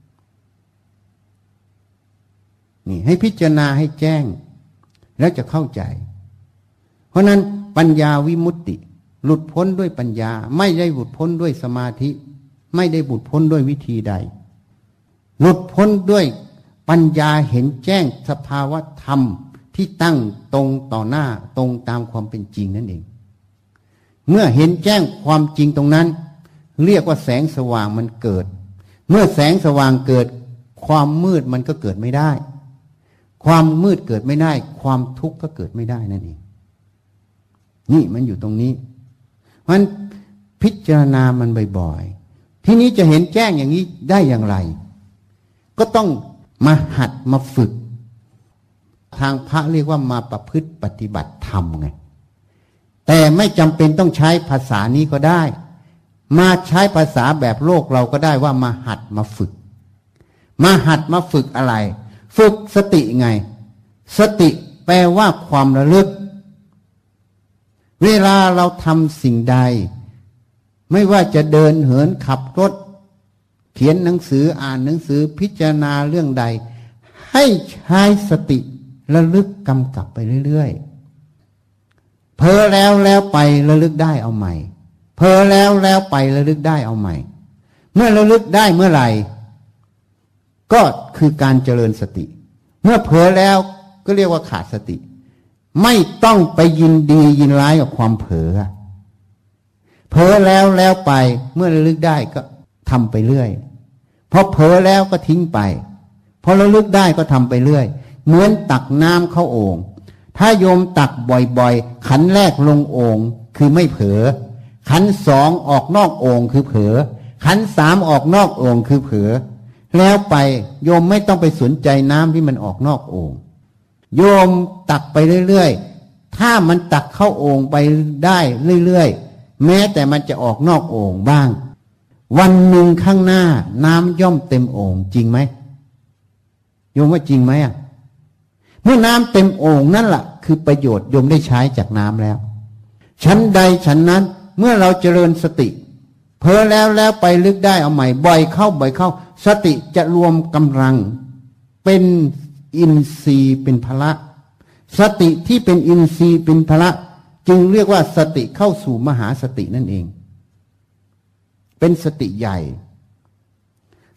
นี่ให้พิจารณาให้แจ้งแล้วจะเข้าใจเพราะนั้นปัญญาวิมุตติหลุดพ้นด้วยปัญญาไม่ได้หลุดพ้นด้วยสมาธิไม่ได้หลุดพ้นด้วยวิธีใดหลุดพ้นด้วยปัญญาเห็นแจ้งสภาวะธรรมที่ตั้งตรงต่อหน้าตรงตามความเป็นจริงนั่นเองเมื่อเห็นแจ้งความจริงตรงนั้นเรียกว่าแสงสว่างมันเกิดเมื่อแสงสว่างเกิดความมืดมันก็เกิดไม่ได้ความมืดเกิดไม่ได้ความทุกข์ก็เกิดไม่ได้นั่นเองนี่มันอยู่ตรงนี้มันพิจารณามันบ่อยๆทีนี้จะเห็นแจ้งอย่างนี้ได้อย่างไรก็ต้องมาหัดมาฝึกทางพระเรียกว่ามาประพฤติปฏิบัติธรรมไงแต่ไม่จำเป็นต้องใช้ภาษานี้ก็ได้มาใช้ภาษาแบบโลกเราก็ได้ว่ามาหัดมาฝึกมาหัดมาฝึกอะไรฝึกสติไงสติแปลว่าความระลึกเวลาเราทำสิ่งใดไม่ว่าจะเดินเหินขับรถเขียนหนังสืออ่านหนังสือพิจารณาเรื่องใดให้ใช้สติระลึกกำกับไปเรื่อยๆเผลอแล้วไประลึกได้เอาใหม่เผลอแล้วไประลึกได้เอาใหม่เมื่อระลึกได้เมื่อไหร่ก็คือการเจริญสติเมื่อเผลอแล้วก็เรียกว่าขาดสติไม่ต้องไปยินดียินร้ายกับความเผลอเผลอแล้วไปเมื่อระลึกได้ก็ทำไปเรื่อยพอเผลอแล้วก็ทิ้งไปพอระลึกได้ก็ทำไปเรื่อยเหมือนตักน้ำเข้าโอ่งถ้าโยมตักบ่อยๆขันแรกลงโอ่งคือไม่เผลอขันสองออกนอกโอ่งคือเผลอขันสามออกนอกโอ่งคือเผลอแล้วไปโยมไม่ต้องไปสนใจน้ำที่มันออกนอกโอ่งโยมตักไปเรื่อยๆถ้ามันตักเข้าโอ่งไปได้เรื่อยๆแม้แต่มันจะออกนอกโอ่งบ้างวันหนึ่งข้างหน้าน้ำย่อมเต็มโอ่งจริงไหมโยมว่าจริงไหมเมื่อน้ำเต็มโอ่งนั่นแหละคือประโยชน์โยมได้ใช้จากน้ำแล้วชั้นใดชั้นนั้นเมื่อเราเจริญสติเผลอแล้วไปลึกได้เอาใหม่บ่อยเข้าสติจะรวมกำลังเป็นอินทรีย์เป็นพละสติที่เป็นอินทรีย์เป็นพละจึงเรียกว่าสติเข้าสู่มหาสตินั่นเองเป็นสติใหญ่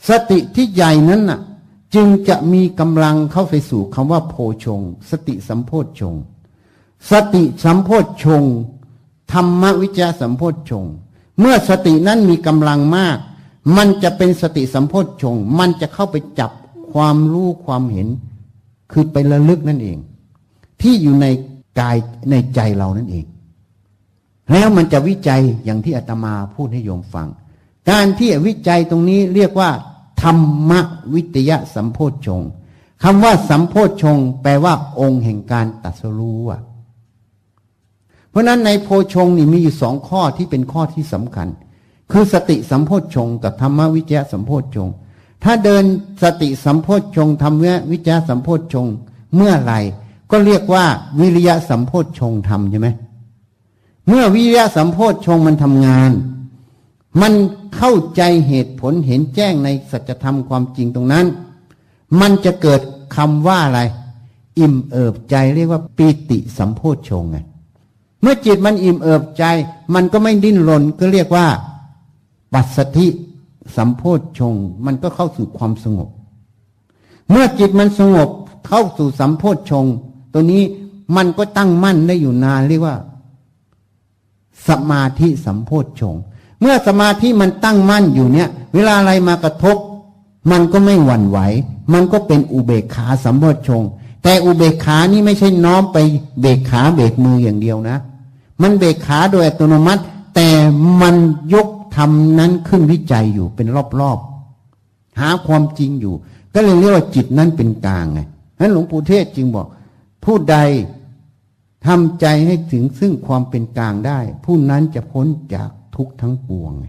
สติที่ใหญ่นั้นน่ะจึงจะมีกำลังเข้าไปสู่คำว่าโพชงค์สติสัมโพชฌงค์สติสัมโพชฌงค์ธรรมวิจยสัมโพชฌงค์เมื่อสตินั้นมีกำลังมากมันจะเป็นสติสัมโพชฌงค์มันจะเข้าไปจับความรู้ความเห็นคือไประลึกนั่นเองที่อยู่ในกายในใจเรานั่นเองแล้วมันจะวิจัยอย่างที่อาตมาพูดให้โยมฟังการที่วิจัยตรงนี้เรียกว่าธรรมวิทยาสัมโพชฌงค์คำว่าสัมโพชฌงค์แปลว่าองค์แห่งการตรัสรู้เพราะนั้นในโพชฌงค์นี่มีอยู่สองข้อที่เป็นข้อที่สำคัญคือสติสัมโพชฌงค์กับธรรมวิจยะสัมโพชฌงค์ถ้าเดินสติสัมโพชฌงค์ธรรมวิจยะสัมโพชฌงค์เมื่อไหร่ก็เรียกว่าวิริยะสัมโพชฌงค์ทำใช่ไหมเมื่อวิริยะสัมโพชฌงค์มันทำงานมันเข้าใจเหตุผลเห็นแจ้งในสัจธรรมความจริงตรงนั้นมันจะเกิดคำว่าอะไรอิ่มเอิบใจเรียกว่าปีติสัมโพชฌงค์ไงเมื่อจิตมันอิ่มเอิบใจมันก็ไม่ดิ้นรนก็เรียกว่าปัสสธิสัมโพชฌงค์มันก็เข้าสู่ความสงบเมื่อจิตมันสงบเข้าสู่สัมโพชฌงค์ตัวนี้มันก็ตั้งมั่นได้อยู่นานเรียกว่าสมาธิสัมโพชฌงค์เมื่อสมาธิมันตั้งมั่นอยู่เนี่ยเวลาอะไรมากระทบมันก็ไม่หวั่นไหวมันก็เป็นอุเบกขาสัมโพชฌงค์แต่อุเบกขานี่ไม่ใช่น้อมไปเบกขาเบกมืออย่างเดียวนะมันเบกขาโดยอัตโนมัติแต่มันยกธรรมนั้นขึ้นวิจัยอยู่เป็นรอบๆหาความจริงอยู่ก็เลยเรียกว่าจิตนั้นเป็นกลางไงฉะนั้นหลวงปู่เทศจึงบอกผู้ใดทำใจให้ถึงซึ่งความเป็นกลางได้ผู้นั้นจะพ้นจากทุกข์ทั้งปวงไง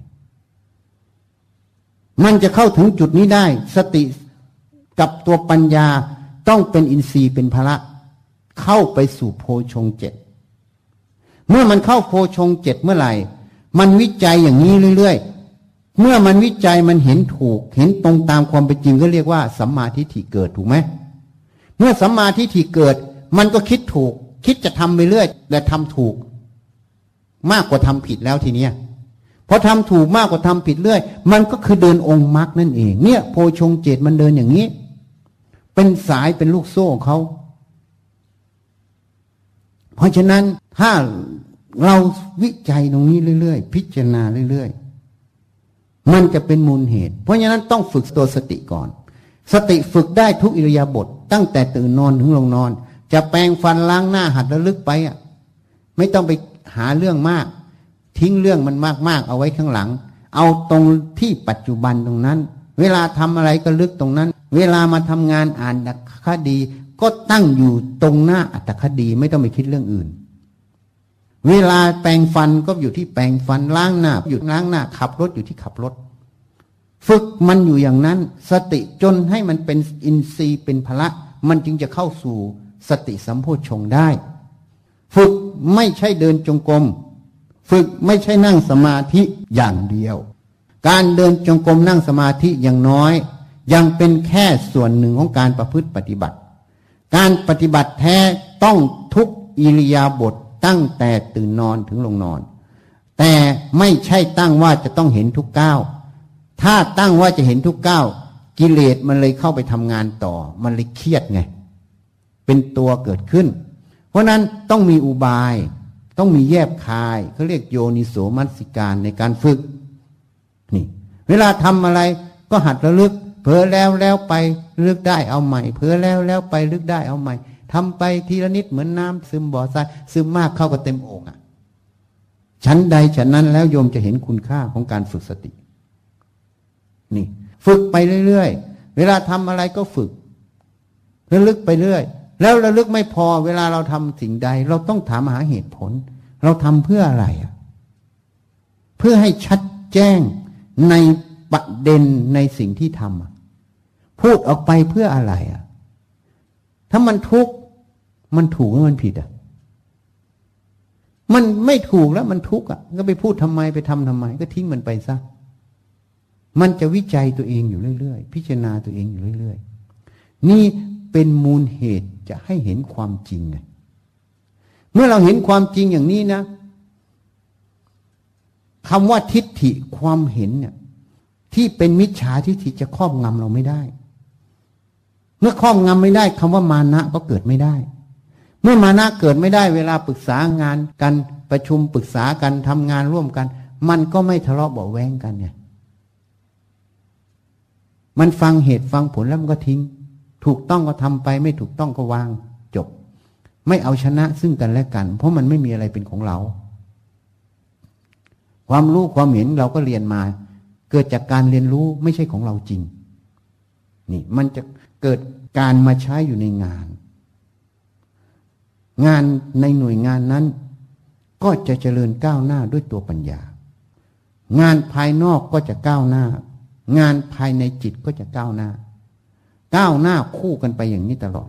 มันจะเข้าถึงจุดนี้ได้สติกับตัวปัญญาต้องเป็นอินทรีย์เป็นพละเข้าไปสู่โพชงค์เจ็ดเมื่อมันเข้าโพชงค์เจ็ดเมื่อไหร่มันวิจัยอย่างนี้เรื่อยๆเมื่อมันวิจัยมันเห็นถูกเห็นตรงตามความเป็นจริงก็เรียกว่าสัมมาทิฏฐิเกิดถูกไหมเมื่อสัมมาทิฏฐิเกิดมันก็คิดถูกคิดจะทำไปเรื่อยแต่ทำถูกมากกว่าทำผิดแล้วทีเนี้ยพอทำถูกมากกว่าทำผิดเรื่อยมันก็คือเดินองค์มรรคนั่นเองเนี่ยโพชงค์เจ็ดมันเดินอย่างนี้เป็นสายเป็นลูกโซ่ของเขาเพราะฉะนั้นถ้าเราวิจัยตรงนี้เรื่อยๆพิจารณาเรื่อยๆมันจะเป็นมูลเหตุเพราะฉะนั้นต้องฝึกตัวสติก่อนสติฝึกได้ทุกอิริยาบถตั้งแต่ตื่นนอนถึงลงนอนจะแปรงฟันล้างหน้าหัดระลึกไปไม่ต้องไปหาเรื่องมากทิ้งเรื่องมันมากๆเอาไว้ข้างหลังเอาตรงที่ปัจจุบันตรงนั้นเวลาทำอะไรก็ลึกตรงนั้นเวลามาทำงานอ่านอัตถคดีก็ตั้งอยู่ตรงหน้าอัตถคดีไม่ต้องไปคิดเรื่องอื่นเวลาแปรงฟันก็อยู่ที่แปรงฟันล้างหน้าอยู่ล้างหน้าขับรถอยู่ที่ขับรถฝึกมันอยู่อย่างนั้นสติจนให้มันเป็นอินทรีย์เป็นพละมันจึงจะเข้าสู่สติสัมโพชฌงค์ได้ฝึกไม่ใช่เดินจงกรมฝึกไม่ใช่นั่งสมาธิอย่างเดียวการเดินจงกรมนั่งสมาธิอย่างน้อยยังเป็นแค่ส่วนหนึ่งของการประพฤติปฏิบัติการปฏิบัติแท้ต้องทุกอิริยาบถตั้งแต่ตื่นนอนถึงลงนอนแต่ไม่ใช่ตั้งว่าจะต้องเห็นทุกก้าวถ้าตั้งว่าจะเห็นทุกก้าวกิเลสมันเลยเข้าไปทำงานต่อมันเลยเครียดไงเป็นตัวเกิดขึ้นเพราะนั้นต้องมีอุบายต้องมีแยบคายเขาเรียกโยนิโสมนสิการในการฝึกนี่เวลาทำอะไรก็หัดระลึกเผลอแล้วไปลึกได้เอาใหม่เผลอแล้วไปลึกได้เอาใหม่ทำไปทีละนิดเหมือนน้ำซึมบ่อทรายซึมมากเข้าก็เต็มโอ่งชั้นใดชั้นนั้นแล้วโยมจะเห็นคุณค่าของการฝึกสตินี่ฝึกไปเรื่อยๆเวลาทำอะไรก็ฝึกระลึกไปเรื่อยแล้วระลึกไม่พอเวลาเราทำสิ่งใดเราต้องถามหาเหตุผลเราทำเพื่ออะไรเพื่อให้ชัดแจ้งในประเด็นในสิ่งที่ทำพูดออกไปเพื่ออะไรถ้ามันทุกข์มันถูกหรือมันผิดมันไม่ถูกแล้วมันทุกข์ก็ไปพูดทำไมไปทำทำไมก็ทิ้งมันไปซะมันจะวิจัยตัวเองอยู่เรื่อยๆพิจารณาตัวเองอยู่เรื่อยๆนี่เป็นมูลเหตุจะให้เห็นความจริงไงเมื่อเราเห็นความจริงอย่างนี้นะคำว่าทิฏฐิความเห็นเนี่ยที่เป็นมิจฉาทิฏฐิจะครอบงำเราไม่ได้เมื่อครอบงำไม่ได้คำว่ามานะก็เกิดไม่ได้เมื่อมานะเกิดไม่ได้เวลาปรึกษางานกันประชุมปรึกษากันทำงานร่วมกันมันก็ไม่ทะเลาะเบาะแว้งกันไงมันฟังเหตุฟังผลแล้วมันก็ทิ้งถูกต้องก็ทำไปไม่ถูกต้องก็วางจบไม่เอาชนะซึ่งกันและกันเพราะมันไม่มีอะไรเป็นของเราความรู้ความเห็นเราก็เรียนมาเกิดจากการเรียนรู้ไม่ใช่ของเราจริงนี่มันจะเกิดการมาใช้อยู่ในงานในหน่วยงานนั้นก็จะเจริญก้าวหน้าด้วยตัวปัญญางานภายนอกก็จะก้าวหน้างานภายในจิตก็จะก้าวหน้าคู่กันไปอย่างนี้ตลอด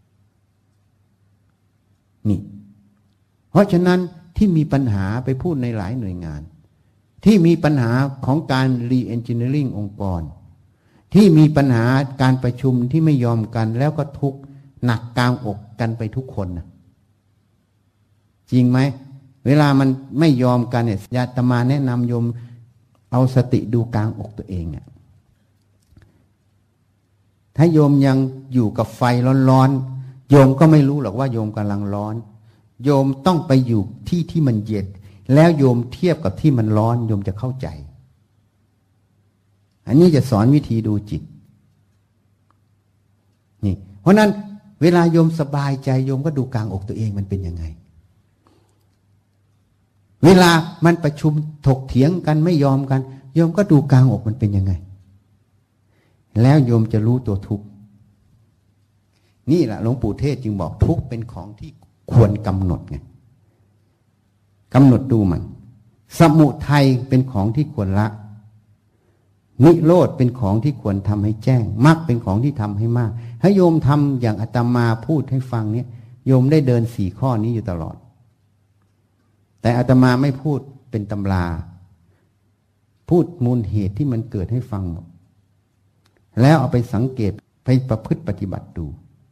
นี่เพราะฉะนั้นที่มีปัญหาไปพูดในหลายหน่วยงานที่มีปัญหาของการ re-engineering องค์กรที่มีปัญหาการประชุมที่ไม่ยอมกันแล้วก็ทุกข์หนักกลางอกกันไปทุกคนนะจริงไหมเวลามันไม่ยอมกันเนี่ยอาตมาแนะนำโยมเอาสติดูกลางอกตัวเองอ่ะถ้าโยมยังอยู่กับไฟร้อนๆโยมก็ไม่รู้หรอกว่าโยมกำลังร้อนโยมต้องไปอยู่ที่มันเย็นแล้วโยมเทียบกับที่มันร้อนโยมจะเข้าใจอันนี้จะสอนวิธีดูจิตนี่เพราะนั้นเวลาโยมสบายใจโยมก็ดูกลางอกตัวเองมันเป็นยังไงเวลามันประชุมถกเถียงกันไม่ยอมกันโยมก็ดูกลางอกมันเป็นยังไงแล้วโยมจะรู้ตัวทุกข์นี่แหละหลวงปู่เทศจึงบอกทุกข์เป็นของที่ควรกำหนดไงกำหนดดูมันสมุทัยเป็นของที่ควรละนิโรธเป็นของที่ควรทำให้แจ้งมรรคเป็นของที่ทำให้มากให้โยมทำอย่างอาตมาพูดให้ฟังเนี่ยโยมได้เดิน4 ข้อนี้อยู่ตลอดแต่อาตมาไม่พูดเป็นตำราพูดมูลเหตุที่มันเกิดให้ฟังหมดแล้วเอาไปสังเกตไปประพฤติปฏิบัติดู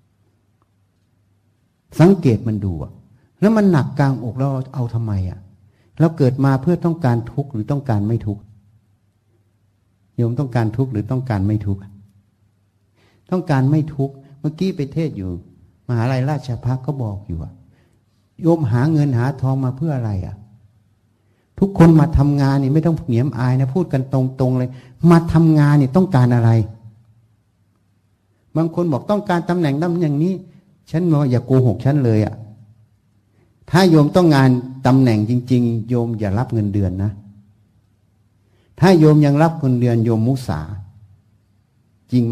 สังเกตมันดูแล้วมันหนักกลางอกเราเอาทำไมเราเกิดมาเพื่อต้องการทุกข์หรือต้องการไม่ทุกข์โยมต้องการทุกข์หรือต้องการไม่ทุกข์ต้องการไม่ทุกข์เมื่อกี้ไปเทศอยู่มหาลัยราชภัฏก็บอกอยู่โยมหาเงินหาทองมาเพื่ออะไรทุกคนมาทำงานนี่ไม่ต้องเหนียมอายนะพูดกันตรงๆเลยมาทำงานนี่ต้องการอะไรบางคนบอกต้องการตำแหน่งอย่างนี้ฉันบอกอย่าโกหกฉันเลยถ้าโยมต้องงานตำแหน่งจริงๆโยมอย่ารับเงินเดือนนะถ้าโยมยังรับเงินเดือนโยมมุสาจริงไหม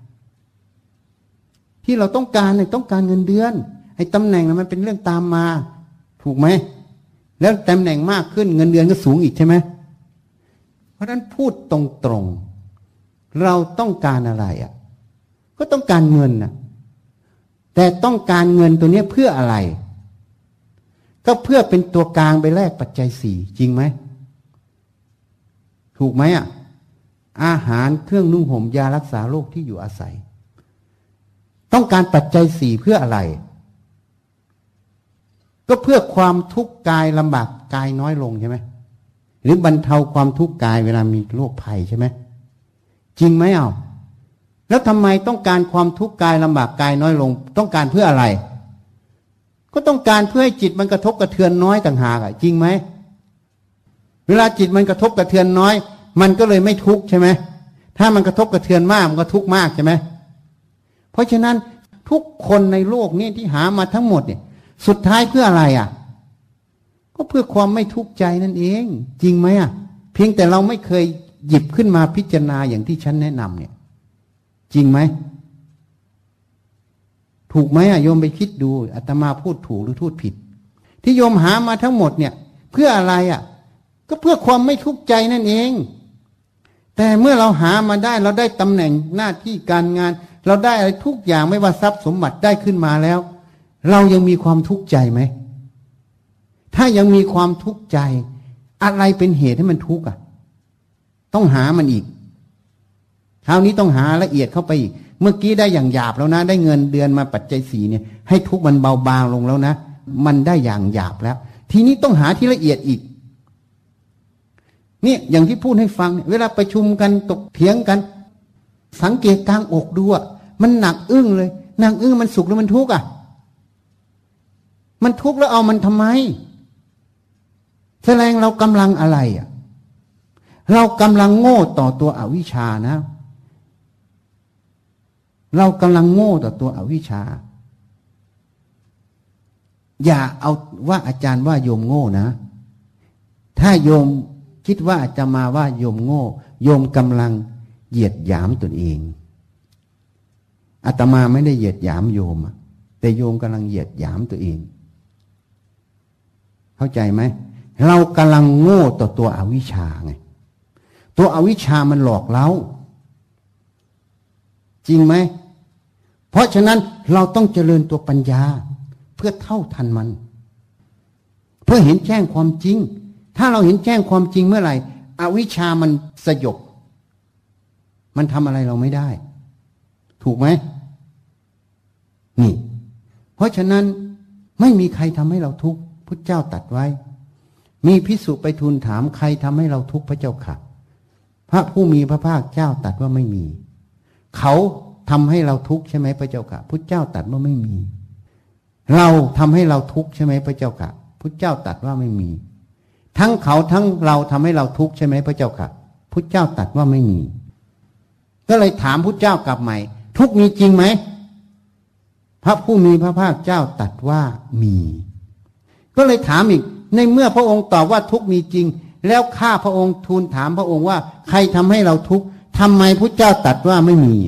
ที่เราต้องการเนี่ยต้องการเงินเดือนไอ้ตำแหน่งมันเป็นเรื่องตามมาถูกไหมแล้วตำแหน่งมากขึ้นเงินเดือนก็สูงอีกใช่ไหมเพราะฉะนั้นพูดตรงๆเราต้องการอะไรก็ต้องการเงินแต่ต้องการเงินตัวนี้เพื่ออะไรก็เพื่อเป็นตัวกลางไปแลกปัจจัย4จริงไหมถูกไหมอาหารเครื่องนุ่งห่มยารักษาโรคที่อยู่อาศัยต้องการปัจจัย4เพื่ออะไรก็เพื่อความทุกข์กายลำบากกายน้อยลงใช่ไหมหรือบรรเทาความทุกข์กายเวลามีโรคภัยใช่ไหมจริงไหมแล้วทำไมต้องการความทุกข์กายลำบากกายน้อยลงต้องการเพื่ออะไรก็ต้องการเพื่อให้จิตมันกระทบกระเทือนน้อยต่างหากจริงไหมเวลาจิตมันกระทบกระเทือนน้อยมันก็เลยไม่ทุกข์ใช่ไหมถ้ามันกระทบกระเทือนมากมันก็ทุกข์มากใช่ไหมเพราะฉะนั้นทุกคนในโลกนี้ที่หามาทั้งหมดเนี่ยสุดท้ายเพื่ออะไรก็เพื่อความไม่ทุกข์ใจนั่นเองจริงไหมเพียงแต่เราไม่เคยหยิบขึ้นมาพิจารณาอย่างที่ฉันแนะนำเนี่ยจริงไหมถูกไหมโยมไปคิดดูอาตมาพูดถูกหรือพูดผิดที่โยมหามาทั้งหมดเนี่ยเพื่ออะไรก็เพื่อความไม่ทุกข์ใจนั่นเองแต่เมื่อเราหามาได้เราได้ตำแหน่งหน้าที่การงานเราได้อะไรทุกอย่างไม่ว่าทรัพย์สมบัติได้ขึ้นมาแล้วเรายังมีความทุกข์ใจไหมถ้ายังมีความทุกข์ใจอะไรเป็นเหตุให้มันทุกข์ต้องหามันอีกคราวนี้ต้องหาละเอียดเข้าไปอีกเมื่อกี้ได้อย่างหยาบแล้วนะได้เงินเดือนมาปัจจัย4เนี่ยให้ทุกข์มันเบาบางลงแล้วนะมันได้อย่างหยาบแล้วทีนี้ต้องหาที่ละเอียดอีกเนี่ยอย่างที่พูดให้ฟังเวลาประชุมกันตกเถียงกัน สังเกตกลางอกดูอ่ะมันหนักอึ้งเลยหนักอึ้งมันสุขหรือมันทุกข์อ่ะมันทุกข์แล้วเอามันทำไมแสดงเรากำลังอะไรอ่ะเรากำลังโง่ต่อตัวอวิชชานะเรากำลังโง่ต่อตัวอวิชชาอย่าเอาว่าอาจารย์ว่าโยมโง่นะถ้าโยมคิดว่าอาจารย์มาว่าโยมโง่โยมกำลังเหยียดหยามตนเองอาตมาไม่ได้เหยียดหยามโยมแต่โยมกำลังเหยียดหยามตัวเองเข้าใจไหมเรากำลังโง่ต่อตัวอวิชชาไงตัวอวิชชามันหลอกเราจริงไหมเพราะฉะนั้นเราต้องเจริญตัวปัญญาเพื่อเท่าทันมันเพื่อเห็นแจ้งความจริงถ้าเราเห็นแจ้งความจริงเมื่อไหร่อวิชชามันสยบมันทำอะไรเราไม่ได้ถูกไหมนี่เพราะฉะนั้นไม่มีใครทำให้เราทุกข์พุทธเจ้าตรัสไว้มีภิกษุไปทูลถามใครทำให้เราทุกข์พระเจ้าค่ะพระผู้มีพระภาคเจ้าตรัสว่าไม่มีเขาทำให้เราทุกข์ใช่ไหมพระเจ้าค่ะพุทธเจ้าตรัสว่าไม่มีเราทำให้เราทุกข์ใช่ไหมพระเจ้าค่ะพุทธเจ้าตรัสว่าไม่มีทั้งเขาทั้งเราทำให้เราทุกข์ใช่ไหมพระเจ้าค่ะพุทธเจ้าตรัสว่าไม่มีก็เลยถามพุทธเจ้ากลับใหม่ทุกข์มีจริงไหมพระผู้มีพระภาคเจ้าตรัสว่ามีก็เลยถามอีกในเมื่อพระองค์ตอบว่าทุกข์มีจริงแล้วข้าพระองค์ทูลถามพระองค์ว่าใครทำให้เราทุกข์ทำไมพุทธเจ้าตรัสว่าไม่มี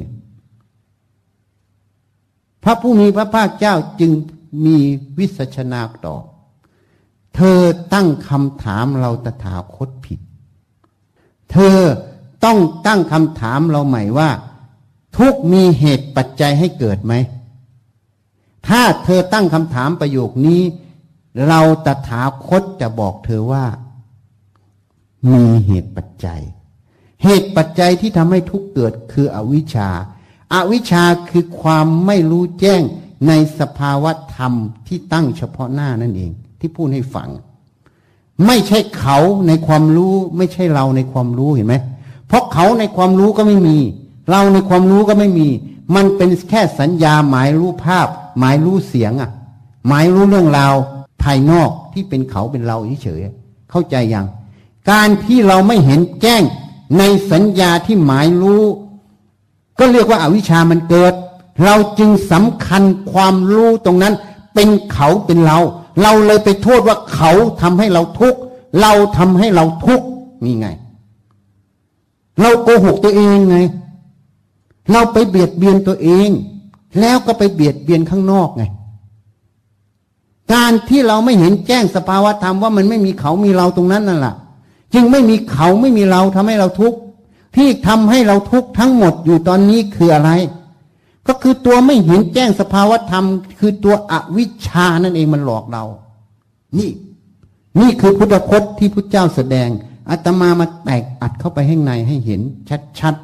พระผู้มีพระภาคเจ้าจึงมีวิสัชนาตอบเธอตั้งคำถามเราตถาคตผิดเธอต้องตั้งคำถามเราใหม่ว่าทุกข์มีเหตุปัจจัยให้เกิดไหมถ้าเธอตั้งคำถามประโยคนี้เราตถาคตจะบอกเธอว่ามีเหตุปัจจัยเหตุปัจจัยที่ทำให้ทุกข์เกิดคืออวิชชาอวิชชาคือความไม่รู้แจ้งในสภาวะธรรมที่ตั้งเฉพาะหน้านั่นเองที่พูดให้ฟังไม่ใช่เขาในความรู้ไม่ใช่เราในความรู้เห็นไหมเพราะเขาในความรู้ก็ไม่มีเราในความรู้ก็ไม่มีมันเป็นแค่สัญญาหมายรู้ภาพหมายรู้เสียงหมายรู้เรื่องราวภายนอกที่เป็นเขาเป็นเราเฉยๆเข้าใจยังการที่เราไม่เห็นแจ้งในสัญญาที่หมายรู้ก็เรียกว่าอวิชชามันเกิดเราจึงสำคัญความรู้ตรงนั้นเป็นเขาเป็นเราเราเลยไปโทษว่าเขาทำให้เราทุกข์เราทำให้เราทุกข์นี่ไงเราโกหกตัวเองไงเราไปเบียดเบียนตัวเองแล้วก็ไปเบียดเบียนข้างนอกไงการที่เราไม่เห็นแจ้งสภาวะธรรมว่ามันไม่มีเขามีเราตรงนั้นนั่นแหละจึงไม่มีเขาไม่มีเราทำให้เราทุกข์ที่ทำให้เราทุกข์ทั้งหมดอยู่ตอนนี้คืออะไรก็คือตัวไม่เห็นแจ้งสภาวะธรรมคือตัวอวิชชานั่นเองมันหลอกเรานี่คือพุทธพจน์ที่พุทธเจ้าแสดงอาตมามาแตกอัดเข้าไปข้างในให้เห็นชัด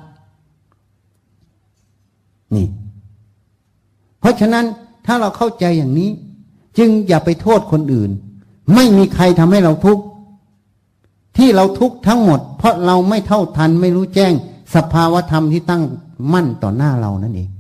ๆนี่เพราะฉะนั้นถ้าเราเข้าใจอย่างนี้จึงอย่าไปโทษคนอื่นไม่มีใครทำให้เราทุกข์ที่เราทุกข์ทั้งหมดเพราะเราไม่เท่าทันไม่รู้แจ้งสภาวธรรมที่ตั้งมั่นต่อหน้าเรานั่นเอง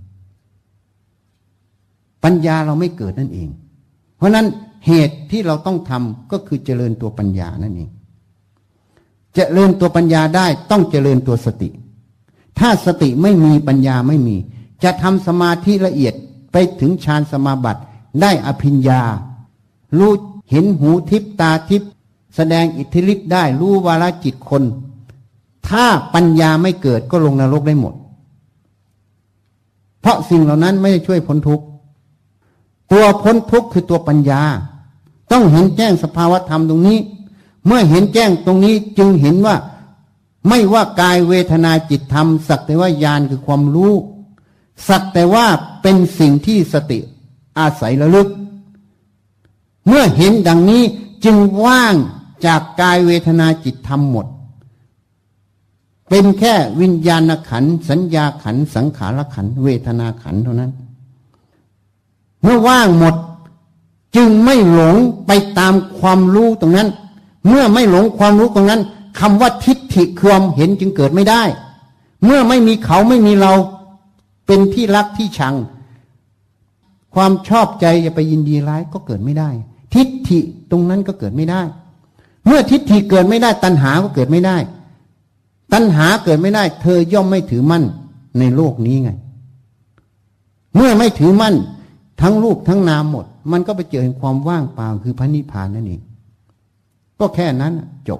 ปัญญาเราไม่เกิดนั่นเองเพราะนั้นเหตุที่เราต้องทำก็คือเจริญตัวปัญญานั่นเองเจริญตัวปัญญาได้ต้องเจริญตัวสติถ้าสติไม่มีปัญญาไม่มีจะทำสมาธิละเอียดไปถึงฌานสมาบัติได้อภิญญารู้เห็นหูทิพตาทิพแสดงอิทธิฤทธิ์ได้รู้วาระจิตคนถ้าปัญญาไม่เกิดก็ลงนรกได้หมดเพราะสิ่งเหล่านั้นไม่ได้ช่วยพ้นทุกข์ตัวพ้นทุกข์คือตัวปัญญาต้องเห็นแจ้งสภาวธรรมตรงนี้เมื่อเห็นแจ้งตรงนี้จึงเห็นว่าไม่ว่ากายเวทนาจิตธรรมสักแต่ว่าญาณคือความรู้สักแต่ว่าเป็นสิ่งที่สติอาศัยระลึกเมื่อเห็นดังนี้จึงว่างจากกายเวทนาจิตธรรมหมดเป็นแค่วิญญาณขันธ์สัญญาขันธ์สังขารขันธ์เวทนาขันธ์เท่านั้นเมื่อว่างหมดจึงไม่หลงไปตามความรู้ตรงนั้นเมื่อไม่หลงความรู้ตรงนั้นคำว่าทิฏฐิความเห็นจึงเกิดไม่ได้เมื่อไม่มีเขาไม่มีเราเป็นที่รักที่ชังความชอบใจจะไปยินดีร้ายก็เกิดไม่ได้ทิฏฐิตรงนั้นก็เกิดไม่ได้เมื่อทิฏฐิเกิดไม่ได้ตัณหาก็เกิดไม่ได้ตัณหาเกิดไม่ได้เธอย่อมไม่ถือมั่นในโลกนี้ไงเมื่อไม่ถือมั่นทั้งรูปทั้งนามหมดมันก็ไปเจอเห็นความว่างเปล่าคือพระนิพพานนั่นเองก็แค่นั้น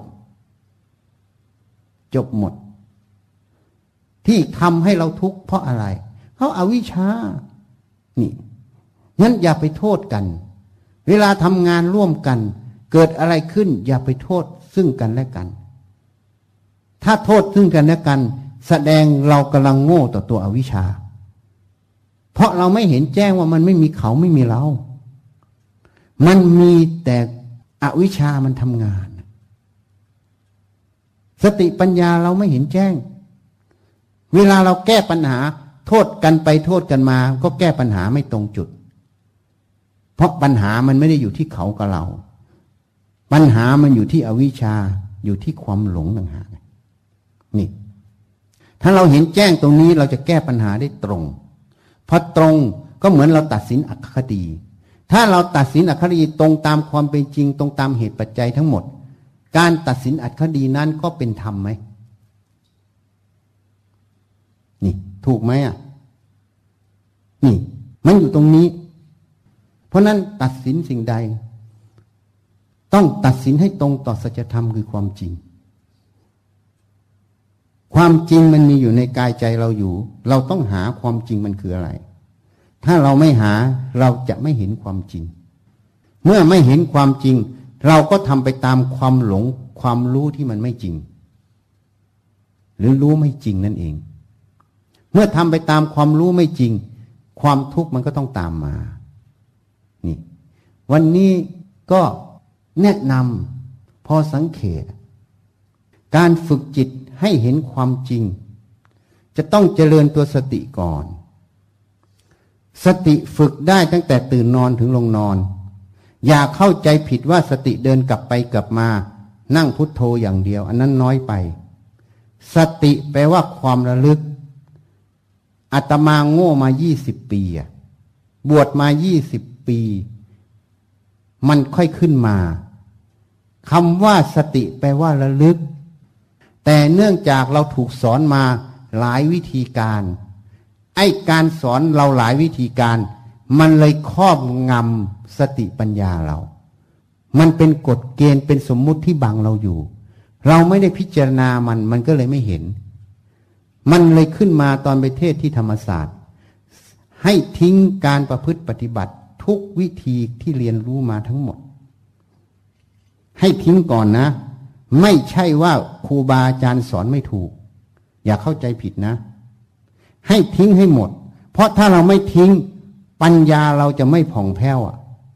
จบหมดที่ทำให้เราทุกข์เพราะอะไรเพราะอวิชชานี่งั้นอย่าไปโทษกันเวลาทำงานร่วมกันเกิดอะไรขึ้นอย่าไปโทษซึ่งกันและกันถ้าโทษซึ่งกันและกันแสดงเรากำลังโง่ต่อตัวอวิชชาเพราะเราไม่เห็นแจ้งว่ามันไม่มีเขาไม่มีเรามันมีแต่อวิชชามันทำงานสติปัญญาเราไม่เห็นแจ้งเวลาเราแก้ปัญหาโทษกันไปโทษกันมาก็แก้ปัญหาไม่ตรงจุดเพราะปัญหามันไม่ได้อยู่ที่เขากับเราปัญหามันอยู่ที่อวิชชาอยู่ที่ความหลงต่างหากนี่ถ้าเราเห็นแจ้งตรงนี้เราจะแก้ปัญหาได้ตรงพอตรงก็เหมือนเราตัดสินอคติถ้าเราตัดสินอคติตรงตามความเป็นจริงตรงตามเหตุปัจจัยทั้งหมดการตัดสินอคตินั้นก็เป็นธรรมไหมนี่ถูกไหมนี่มันอยู่ตรงนี้เพราะนั้นตัดสินสิ่งใดต้องตัดสินให้ตรงต่อสัจธรรมคือความจริงความจริงมันมีอยู่ในกายใจเราอยู่เราต้องหาความจริงมันคืออะไรถ้าเราไม่หาเราจะไม่เห็นความจริงเมื่อไม่เห็นความจริงเราก็ทำไปตามความหลงความรู้ที่มันไม่จริงหรือรู้ไม่จริงนั่นเองเมื่อทำไปตามความรู้ไม่จริงความทุกข์มันก็ต้องตามมานี่วันนี้ก็แนะนำพอสังเกตการฝึกจิตให้เห็นความจริงจะต้องเจริญตัวสติก่อนสติฝึกได้ตั้งแต่ตื่นนอนถึงลงนอนอย่าเข้าใจผิดว่าสติเดินกลับไปกลับมานั่งพุทโธอย่างเดียวอันนั้นน้อยไปสติแปลว่าความระลึกอาตมาโง่มา20 ปีบวชมา20 ปีมันค่อยขึ้นมาคำว่าสติแปลว่าระลึกแต่เนื่องจากเราถูกสอนมาหลายวิธีการไอ้การสอนเราหลายวิธีการมันเลยครอบงำสติปัญญาเรามันเป็นกฎเกณฑ์เป็นสมมุติที่บังเราอยู่เราไม่ได้พิจารณามันก็เลยไม่เห็นมันเลยขึ้นมาตอนไปเทศที่ธรรมศาสตร์ให้ทิ้งการประพฤติปฏิบัติทุกวิธีที่เรียนรู้มาทั้งหมดให้ทิ้งก่อนนะไม่ใช่ว่าครูบาอาจารย์สอนไม่ถูกอย่าเข้าใจผิดนะให้ทิ้งให้หมดเพราะถ้าเราไม่ทิ้งปัญญาเราจะไม่ผ่องแผ้ว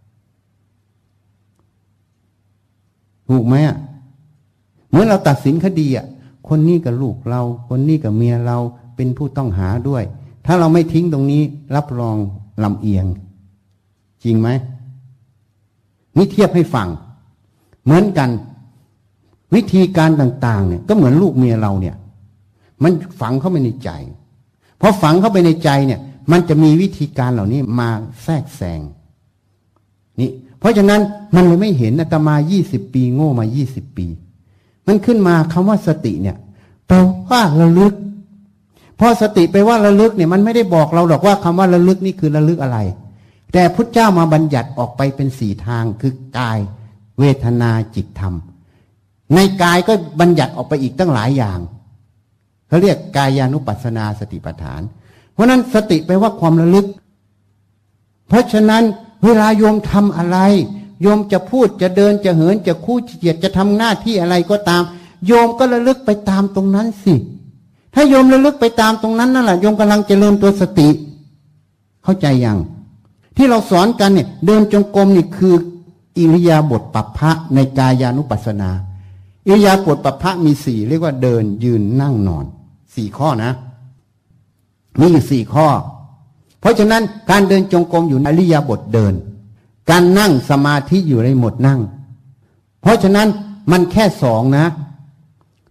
ถูกไหมเหมือนเราตัดสินคดีคนนี้กับลูกเราคนนี้กับเมียเราเป็นผู้ต้องหาด้วยถ้าเราไม่ทิ้งตรงนี้รับรองลำเอียงจริงไหมนี่เทียบให้ฟังเหมือนกันวิธีการต่างๆเนี่ยก็เหมือนลูกเมียเราเนี่ยมันฝังเข้าไปในใจพอฝังเข้าไปในใจเนี่ยมันจะมีวิธีการเหล่านี้มาแทรกแซงนี่เพราะฉะนั้นมันเลยไม่เห็นอาตมา20 ปีโง่มา20 ปีมันขึ้นมาคำว่าสติเนี่ยแปลว่าระลึกพอสติไปว่าระลึกเนี่ยมันไม่ได้บอกเราหรอกว่าคำว่าระลึกนี่คือระลึกอะไรแต่พุทธเจ้ามาบัญญัติออกไปเป็น4 ทางคือกายเวทนาจิตธรรมในกายก็บัญญัติออกไปอีกตั้งหลายอย่างเขาเรียกกายานุปัสสนาสติปัฏฐานเพราะนั้นสติแปลว่าความระลึกเพราะฉะนั้นเวลาโยมทำอะไรโยมจะพูดจะเดินจะเหินจะคู่จะเหยียดจะทำหน้าที่อะไรก็ตามโยมก็ระลึกไปตามตรงนั้นสิถ้าโยมระลึกไปตามตรงนั้นนั่นแหละโยมกำลังเจริญตัวสติเข้าใจยังที่เราสอนกันเนี่ยเดินจงกรมนี่คืออิริยาบถปัปพะในกายานุปัสสนาอิริยาบถปัปพะมี4เรียกว่าเดินยืนนั่งนอน4 ข้อนะมีอยู่4 ข้อเพราะฉะนั้นการเดินจงกรมอยู่ในอิริยาบถเดินการนั่งสมาธิอยู่ในโหมดนั่งเพราะฉะนั้นมันแค่2นะ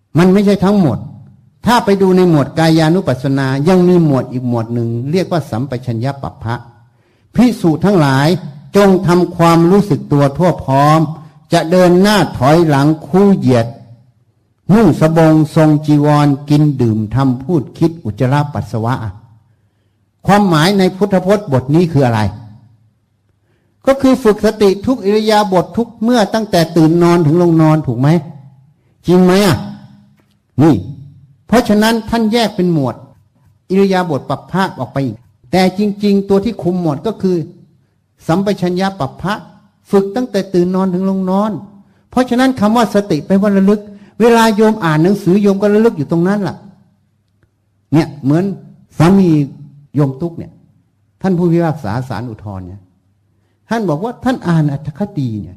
มันไม่ใช่ทั้งหมดถ้าไปดูในหมวดกายานุปัสสนายังมีหมวดอีกหมวดหนึ่งเรียกว่าสัมปชัญญะปัปพะภิกษุทั้งหลายจงทำความรู้สึกตัวทั่วพร้อมจะเดินหน้าถอยหลังคู่เหยียดนุ่งสบงทรงจีวรกินดื่มทำพูดคิดอุจจาระปัสสาวะความหมายในพุทธพจน์บทนี้คืออะไรก็คือฝึกสติทุกอิริยาบถทุกเมื่อตั้งแต่ตื่นนอนถึงลงนอนถูกไหมจริงไหมนี่เพราะฉะนั้นท่านแยกเป็นหมวดอิริยาบถปัปพะออกไปอีกแต่จริงๆตัวที่คุมหมดก็คือสัมปชัญญะปัปพะฝึกตั้งแต่ตื่นนอนถึงลงนอนเพราะฉะนั้นคำว่าสติไปว่าระลึกเวลาโยมอ่านหนังสือโยมก็ระลึกอยู่ตรงนั้นล่ะเนี่ยเหมือนสามีโยมตุ๊กเนี่ยท่านผู้พิพากษาศาลอุทธรณ์เนี่ยท่านบอกว่าท่านอ่านอรรถคติเนี่ย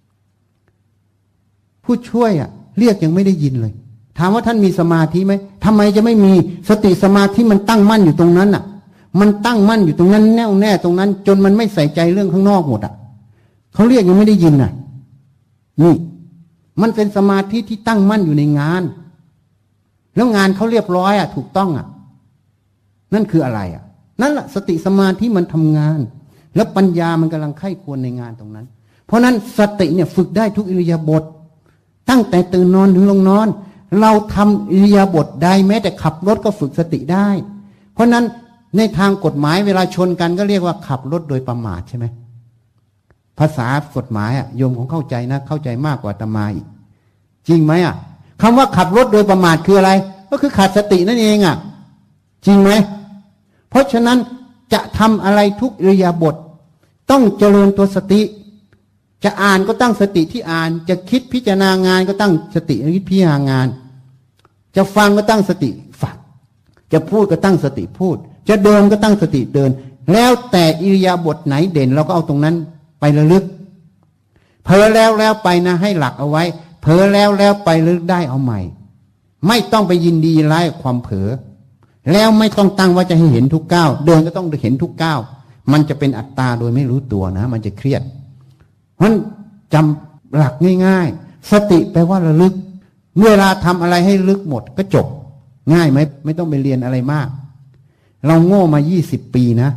ผู้ช่วยเรียกยังไม่ได้ยินเลยถามว่าท่านมีสมาธิไหมทำไมจะไม่มีสติสมาธิมันตั้งมั่นอยู่ตรงนั้นมันตั้งมั่นอยู่ตรงนั้นแน่วแน่ตรงนั้นจนมันไม่ใส่ใจเรื่องข้างนอกหมดเขาเรียกยังไม่ได้ยินนี่มันเป็นสมาธิที่ตั้งมั่นอยู่ในงานแล้วงานเขาเรียบร้อยถูกต้องนั่นคืออะไรนั่นแหละสติสมาธิมันทำงานแล้วปัญญามันกำลังไข้ควรในงานตรงนั้นเพราะนั้นสติเนี่ยฝึกได้ทุกอิริยาบถตั้งแต่ตื่นนอนถึงลงนอนเราทำอิริยาบถใดแม้แต่ขับรถก็ฝึกสติได้เพราะนั้นในทางกฎหมายเวลาชนกันก็เรียกว่าขับรถโดยประมาทใช่ไหมภาษากฎหมายโยมคงเข้าใจนะเข้าใจมากกว่าอาตมาอีกจริงไหมคำว่าขับรถโดยประมาทคืออะไรก็คือขาดสตินั่นเองจริงไหมเพราะฉะนั้นจะทำอะไรทุกอิริยาบถต้องเจริญตัวสติจะอ่านก็ตั้งสติที่อ่านจะคิดพิจารณางานก็ตั้งสติคิดพิจารณางานจะฟังก็ตั้งสติฟังจะพูดก็ตั้งสติพูดจะเดินก็ตั้งสติเดินแล้วแต่อิริยาบถไหนเด่นเราก็เอาตรงนั้นไประลึกเผลอแล้วไปนะให้หลักเอาไว้เผลอแล้วไประลึกได้เอาใหม่ไม่ต้องไปยินดีร้ายความเผลอแล้วไม่ต้องตั้งว่าจะให้เห็นทุกก้าวเดินก็ต้องเห็นทุกก้าวมันจะเป็นอัตตาโดยไม่รู้ตัวนะมันจะเครียดเพราะจำหลักง่ายๆสติแปลว่าระลึกเวลาทำอะไรให้ลึกหมดก็จบง่ายไหมไม่ต้องไปเรียนอะไรมากเราโง่มา20 ปีนะ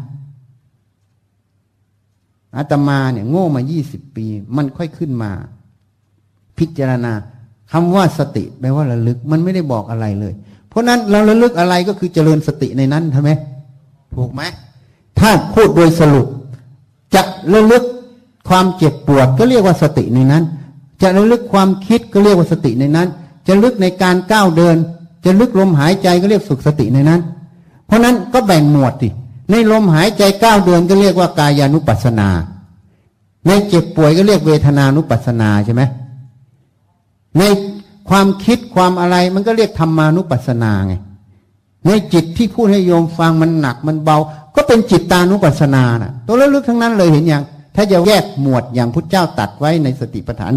อาตมาเนี่ยโง่มา20 ปีมันค่อยขึ้นมาพิจารณาคำว่าสติแปลว่าระลึกมันไม่ได้บอกอะไรเลยเพราะนั้นเราระลึกอะไรก็คือเจริญสติในนั้นใช่ไหมถูกไหมถ้าพูดโดยสรุปจะระลึกความเจ็บปวดก็เรียกว่าสติในนั้นจะระลึกความคิดก็เรียกว่าสติในนั้นจะลึกในการก้าวเดินจะลึกลมหายใจก็เรียกฝึกสติในนั้นเพราะนั้นก็แบ่งหมวดสิในลมหายใจก้าวเดินก็เรียกว่ากายานุปัสสนาในเจ็บป่วยก็เรียกเวทนานุปัสสนาใช่ไหมในความคิดความอะไรมันก็เรียกธรรมานุปัสสนาไงในจิตที่พูดให้โยมฟังมันหนักมันเบาก็เป็นจิตตานุปัสสนาตัวระลึกทั้งนั้นเลยเห็นอย่างถ้าจะแยกหมวดอย่างพุทธเจ้าตัดไว้ในสติปัฏฐาน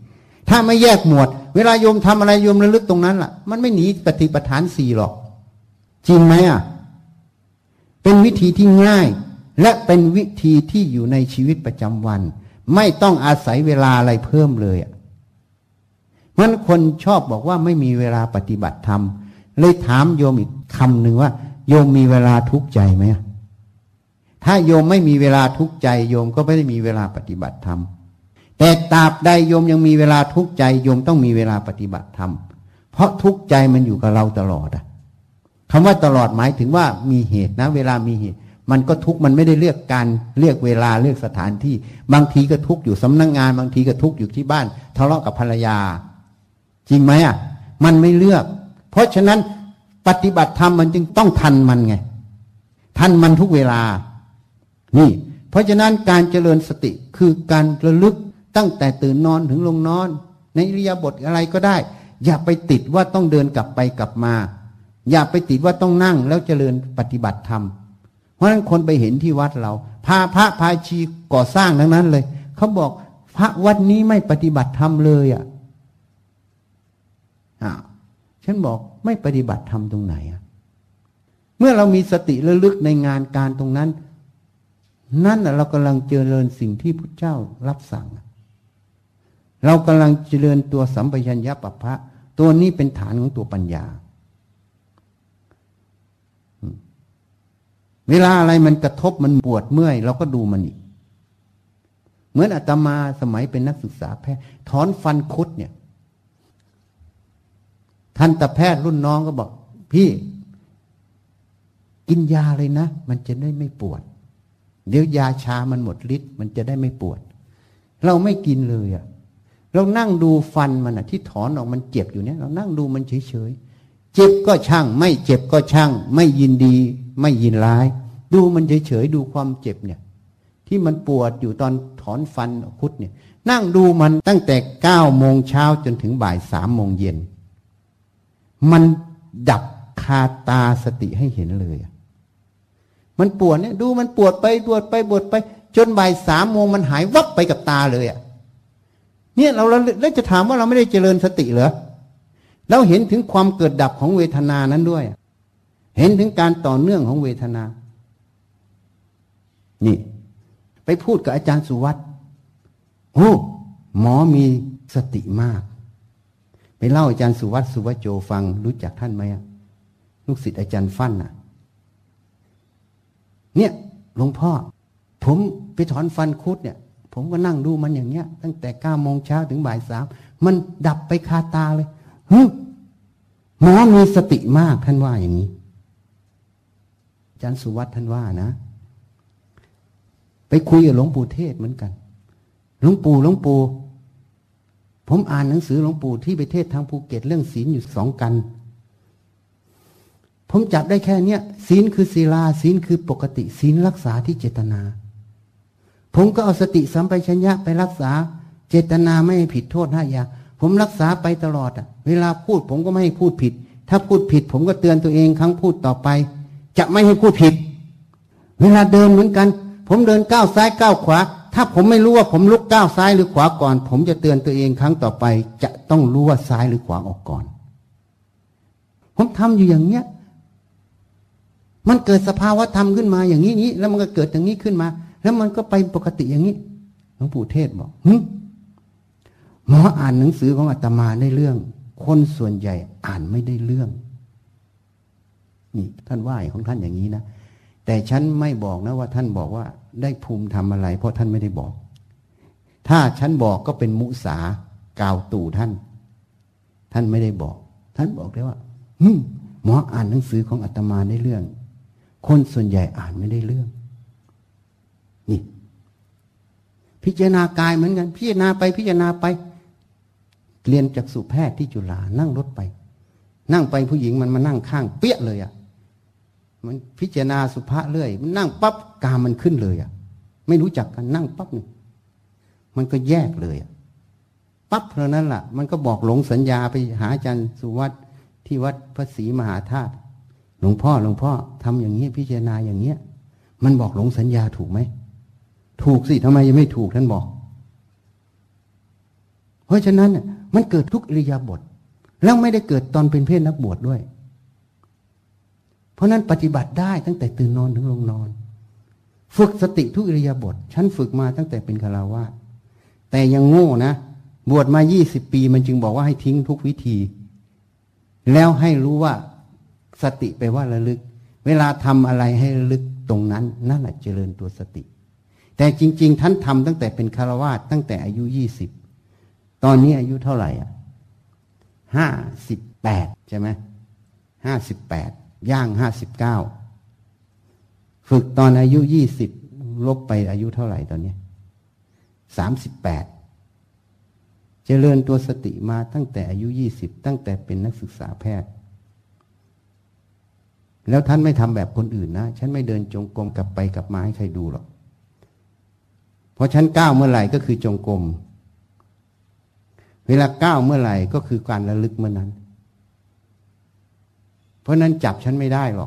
4ถ้าไม่แยกหมวดเวลาโยมทำอะไรโยมระลึกตรงนั้นล่ะมันไม่หนีสติปัฏฐาน4หรอกจริงไหมเป็นวิธีที่ง่ายและเป็นวิธีที่อยู่ในชีวิตประจำวันไม่ต้องอาศัยเวลาอะไรเพิ่มเลยมันคนชอบบอกว่าไม่มีเวลาปฏิบัติธรรมเลยถามโยมอีกคำหนึ่งว่าโยมมีเวลาทุกข์ใจไหมถ้าโยมไม่มีเวลาทุกข์ใจโยมก็ไม่ได้มีเวลาปฏิบัติธรรมแต่ตราบใดโยมยังมีเวลาทุกข์ใจโยมต้องมีเวลาปฏิบัติธรรมเพราะทุกข์ใจมันอยู่กับเราตลอดคำว่าตลอดหมายถึงว่ามีเหตุนะเวลามีเหตุมันก็ทุกข์มันไม่ได้เลือกการเลือกเวลาเลือกสถานที่บางทีก็ทุกข์อยู่สำนักงานบางทีก็ทุกข์อยู่ที่บ้านทะเลาะกับภรรยาจริงไหมมันไม่เลือกเพราะฉะนั้นปฏิบัติธรรมมันจึงต้องทันมันไงทันมันทุกเวลานี่เพราะฉะนั้นการเจริญสติคือการระลึกตั้งแต่ตื่นนอนถึงลงนอนในอิริยาบถอะไรก็ได้อย่าไปติดว่าต้องเดินกลับไปกลับมาอย่าไปติดว่าต้องนั่งแล้วเจริญปฏิบัติธรรมเพราะฉะนั้นคนไปเห็นที่วัดเราพาพระพาชีก่อสร้างทั้งนั้นเลยเขาบอกพระวัดนี้ไม่ปฏิบัติธรรมเลยฉันบอกไม่ปฏิบัติธรรมตรงไหนเมื่อเรามีสติระลึกในงานการตรงนั้นนั่นเรากำลังเจริญสิ่งที่พระเจ้ารับสั่งเรากำลังเจริญตัวสัมปชัญญะปัปพะตัวนี้เป็นฐานของตัวปัญญาเวลาอะไรมันกระทบมันปวดเมื่อยเราก็ดูมันอีกเหมือนอาตมาสมัยเป็นนักศึกษาแพทย์ถอนฟันคุดเนี่ยทันตแพทย์รุ่นน้องก็บอกพี่กินยาเลยนะมันจะได้ไม่ปวดเดี๋ยวยาชามันหมดฤทธิ์มันจะได้ไม่ปวดเราไม่กินเลยอ่ะเรานั่งดูฟันมันอ่ะที่ถอนออกมันเจ็บอยู่เนี่ยเรานั่งดูมันเฉยๆเจ็บก็ช่างไม่เจ็บก็ช่างไม่ยินดีไม่ยินร้ายดูมันเฉยๆดูความเจ็บเนี่ยที่มันปวดอยู่ตอนถอนฟันคุดเนี่ยนั่งดูมันตั้งแต่9 โมงเช้าจนถึงบ่าย3 โมงเย็นมันดับคาตาสติให้เห็นเลยมันปวดเนี่ยดูมันปวดไปปวดไปปวดไปจนบ่าย3 โมงมันหายวับไปกับตาเลยอ่ะเนี่ยเราจะถามว่าเราไม่ได้เจริญสติเหรอเราเห็นถึงความเกิดดับของเวทนานั้นด้วยเห็นถึงการต่อเนื่องของเวทนานี่ไปพูดกับอาจารย์สุวัตโอ้หมอมีสติมากไปเล่าอาจารย์สุวัตสุวัจโจฟังรู้จักท่านไหมลูกศิษย์อาจารย์ฟั่นน่ะเนี่ยหลวงพ่อผมไปถอนฟันคุดเนี่ยผมก็นั่งดูมันอย่างเงี้ยตั้งแต่9 โมงเช้าถึงบ่าย3มันดับไปคาตาเลยหมอมีสติมากท่านว่าอย่างนี้อาจารย์สุวัตท่านว่านะไปคุยกับหลวงปู่เทศเหมือนกันหลวงปู่ผมอ่านหนังสือหลวงปู่ที่ไปเทศทางภูเก็ตเรื่องศีลอยู่2 กันผมจับได้แค่เนี้ยศีลคือศีลาศีลคือปกติศีลรักษาที่เจตนาผมก็เอาสติสัมปชัญญะไปรักษาเจตนาไม่ให้ผิดโทษ5 อย่างผมรักษาไปตลอดเวลาพูดผมก็ไม่ให้พูดผิดถ้าพูดผิดผมก็เตือนตัวเองครั้งพูดต่อไปจะไม่ให้พูดผิดเวลาเดินเหมือนกันผมเดินก้าวซ้ายก้าวขวาถ้าผมไม่รู้ว่าผมลุกก้าวซ้ายหรือขวาก่อนผมจะเตือนตัวเองครั้งต่อไปจะต้องรู้ว่าซ้ายหรือขวาออกก่อนผมทำอยู่อย่างเนี้ยมันเกิดสภาวะธรรมขึ้นมาอย่างนี้แล้วมันก็เกิดอย่างนี้ขึ้นมาแล้วมันก็ไปปกติอย่างนี้หลวงปู่เทศบอกหมออ่านหนังสือของอาตมาได้เรื่องคนส่วนใหญ่อ่านไม่ได้เรื่องนี่ท่านว่าของท่านอย่างนี้นะแต่ฉันไม่บอกนะว่าท่านบอกว่าได้ภูมิธรรมอะไรเพราะท่านไม่ได้บอกถ้าฉันบอกก็เป็นมุสากาวตู่ท่านไม่ได้บอกท่านบอกได้ว่าหมออ่านหนังสือของอาตมาได้เรื่องคนส่วนใหญ่อ่านไม่ได้เรื่องนี่พิจารณากายเหมือนกันพิจารณาไปพิจารณาไปเรียนจักษุแพทย์ที่จุฬานั่งรถไปนั่งไปผู้หญิงมันมานั่งข้างเปี้ยเลยมันพิจารณาสุภาษเรื่อยมันนั่งปั๊บกามมันขึ้นเลยไม่รู้จักกันนั่งปั๊บนี่มันก็แยกเลยปั๊บเท่านั้นล่ะมันก็บอกหลงสัญญาไปหาอาจารย์สุวัตที่วัดพระศรีมหาธาตุหลวงพ่อทำอย่างนี้พิจารณาอย่างเนี้ยมันบอกหลงสัญญาถูกไหมถูกสิทำไมยังไม่ถูกท่านบอกเพราะฉะนั้นมันเกิดทุกอิริยาบถแล้วไม่ได้เกิดตอนเป็นเพศนักบวชด้วยเพราะนั้นปฏิบัติได้ตั้งแต่ตื่นนอนถึงลงนอนฝึกสติทุกอิริยาบถฉันฝึกมาตั้งแต่เป็นฆราวาสแต่ยังโง่นะบวชมา20 ปีมันจึงบอกว่าให้ทิ้งทุกวิธีแล้วให้รู้ว่าสติแปลว่าระลึกเวลาทำอะไรให้ระลึกตรงนั้นนั่นแหละเจริญตัวสติแต่จริงๆท่านทำตั้งแต่เป็นฆราวาสตั้งแต่อายุ20ตอนนี้อายุเท่าไหร่58ใช่ไหม58ย่าง59ฝึกตอนอายุ20ลบไปอายุเท่าไหร่ตอนนี้38เจริญตัวสติมาตั้งแต่อายุ20ตั้งแต่เป็นนักศึกษาแพทย์แล้วท่านไม่ทำแบบคนอื่นนะฉันไม่เดินจงกรมกลับไปกลับมาให้ใครดูหรอกเพราะฉันก้าวเมื่อไหร่ก็คือจงกรมเวลาก้าวเมื่อไหร่ก็คือการระลึกเมื่อนั้นเพราะนั้นจับฉันไม่ได้หรอก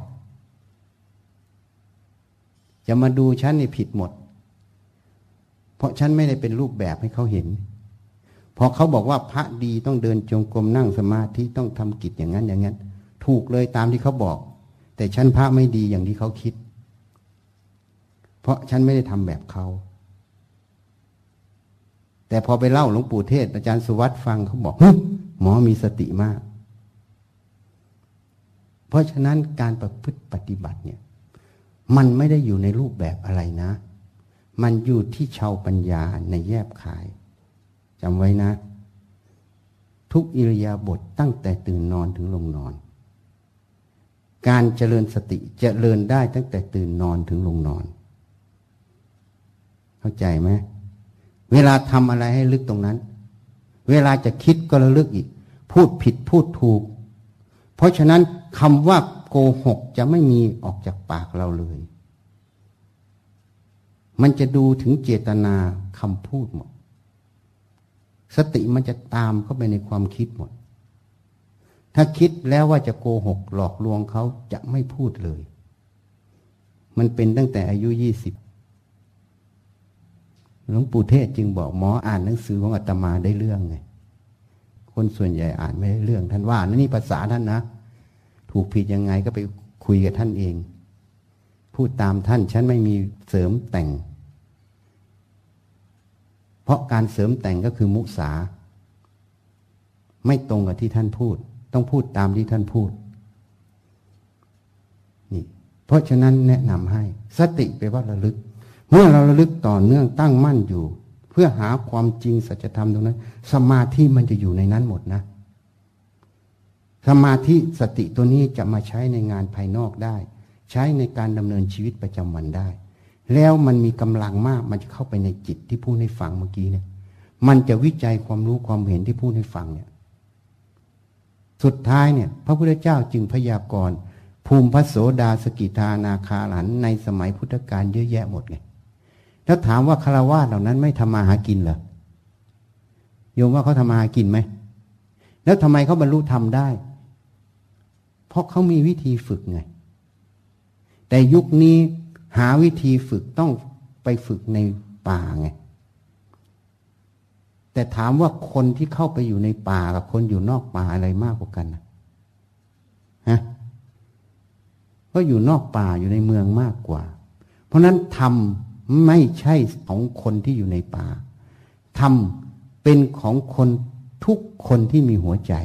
จะมาดูฉันนี่ผิดหมดเพราะฉันไม่ได้เป็นรูปแบบให้เขาเห็นพอเขาบอกว่าพระดีต้องเดินจงกรมนั่งสมาธิต้องทำกิจอย่างนั้นอย่างนั้นถูกเลยตามที่เขาบอกแต่ฉันพระไม่ดีอย่างที่เขาคิดเพราะฉันไม่ได้ทำแบบเขาแต่พอไปเล่าหลวงปู่เทศอาจารย์สุวัตฟังเขาบอกหมอมีสติมากเพราะฉะนั้นการประพฤติปฏิบัติเนี่ยมันไม่ได้อยู่ในรูปแบบอะไรนะมันอยู่ที่ชาวปัญญาในแยบขายจำไว้นะทุกอิริยาบถตั้งแต่ตื่นนอนถึงลงนอนการเจริญสติเจริญได้ตั้งแต่ตื่นนอนถึงลงนอนเข้าใจไหมเวลาทำอะไรให้ลึกตรงนั้นเวลาจะคิดก็ระลึกอีกพูดผิดพูดถูกเพราะฉะนั้นคำว่าโกหกจะไม่มีออกจากปากเราเลยมันจะดูถึงเจตนาคำพูดหมดสติมันจะตามเข้าไปในความคิดหมดถ้าคิดแล้วว่าจะโกหกหลอกลวงเขาจะไม่พูดเลยมันเป็นตั้งแต่อายุ20หลวงปู่เทศจึงบอกหมออ่านหนังสือของอาตมาได้เรื่องไงคนส่วนใหญ่อ่านไม่ได้เรื่องท่านว่านี่ภาษาท่านนะถูกผิดยังไงก็ไปคุยกับท่านเองพูดตามท่านฉันไม่มีเสริมแต่งเพราะการเสริมแต่งก็คือมุสาไม่ตรงกับที่ท่านพูดต้องพูดตามที่ท่านพูดนี่เพราะฉะนั้นแนะนำให้สติไปว่าระลึกเมื่อเราระลึกต่อเนื่องตั้งมั่นอยู่เพื่อหาความจริงสัจธรรมตรงนั้นสมาธิมันจะอยู่ในนั้นหมดนะสมาธิสติตัวนี้จะมาใช้ในงานภายนอกได้ใช้ในการดำเนินชีวิตประจำวันได้แล้วมันมีกำลังมากมันจะเข้าไปในจิตที่พูดให้ฟังเมื่อกี้เนี่ยมันจะวิจัยความรู้ความเห็นที่พูดให้ฟังเนี่ยสุดท้ายเนี่ยพระพุทธเจ้าจึงพยากรณ์ภูมิพระโสดาสกิทานาคาอรหันต์ในสมัยพุทธกาลเยอะแยะหมดไงแล้วถามว่าฆราวาสเหล่านั้นไม่ทำมาหากินเหรอโยมว่าเขาทำมาหากินไหมแล้วทำไมเขาบรรลุธรรมได้เพราะเขามีวิธีฝึกไงแต่ยุคนี้หาวิธีฝึกต้องไปฝึกในป่าไงแต่ถามว่าคนที่เข้าไปอยู่ในป่ากับคนอยู่นอกป่าอะไรมากกว่ากันนะฮะก็อยู่นอกป่าอยู่ในเมืองมากกว่าเพราะนั้นธรรมไม่ใช่ของคนที่อยู่ในป่าธรรมเป็นของคนทุกคนที่มีหัวใจ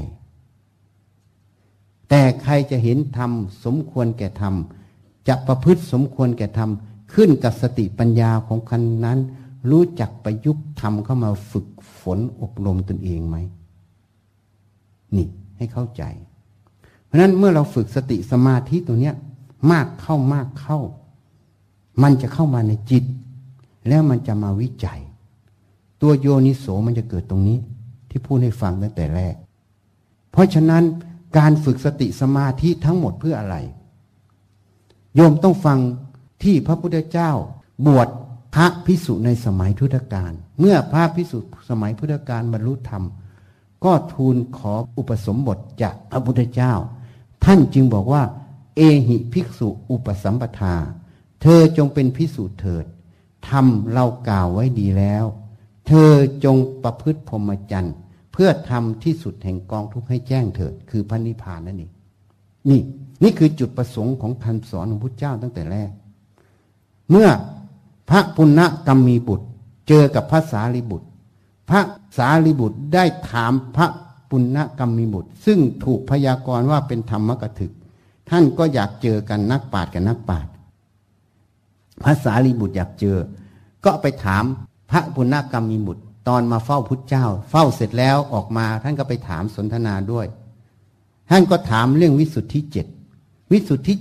แต่ใครจะเห็นธรรมสมควรแก่ธรรมจะประพฤติสมควรแก่ธรรมขึ้นกับสติปัญญาของคนนั้นรู้จักประยุกต์ธรรมเข้ามาฝึกฝนอบรมตนเองไหมนี่ให้เข้าใจเพราะฉะนั้นเมื่อเราฝึกสติสมาธิตัวเนี้ยมากเข้ามากเข้ามันจะเข้ามาในจิตแล้วมันจะมาวิจัยตัวโยนิโสมันจะเกิดตรงนี้ที่พูดให้ฟังตั้งแต่แรกเพราะฉะนั้นการฝึกสติสมาธิทั้งหมดเพื่ออะไรโยมต้องฟังที่พระพุทธเจ้าบวชพระภิกษุในสมัยพุทธกาลเมื่อพระภิกษุสมัยพุทธกาลบรรลุธรรมก็ทูลขออุปสมบทจากพระพุทธเจ้าท่านจึงบอกว่าเอหิภิกษุอุปสัมปทาเธอจงเป็นภิกษุเถิดธรรมเรากล่าวไว้ดีแล้วเธอจงประพฤติพรหมจรรย์เพื่อทำที่สุดแห่งกองทุกข์ให้แจ้งเถิดคือพระนิพพานนั่นเองนี่คือจุดประสงค์ของคำสอนของพุทธเจ้าตั้งแต่แรกเมื่อพระปุณณกัมมีบุตรเจอกับพระสารีบุตรพระสารีบุตรได้ถามพระปุณณกัมมีบุตรซึ่งถูกพยากรณ์ว่าเป็นธรรมกถึกท่านก็อยากเจอกันนักปราชญ์กับนักปราชญ์พระสารีบุตรอยากเจอก็ไปถามพระปุณณกัมมีบุตรตอนมาเฝ้าพุทธเจ้าเฝ้าเสร็จแล้วออกมาท่านก็ไปถามสนทนาด้วยท่านก็ถามเรื่องวิสุทธิ7วิสุทธิ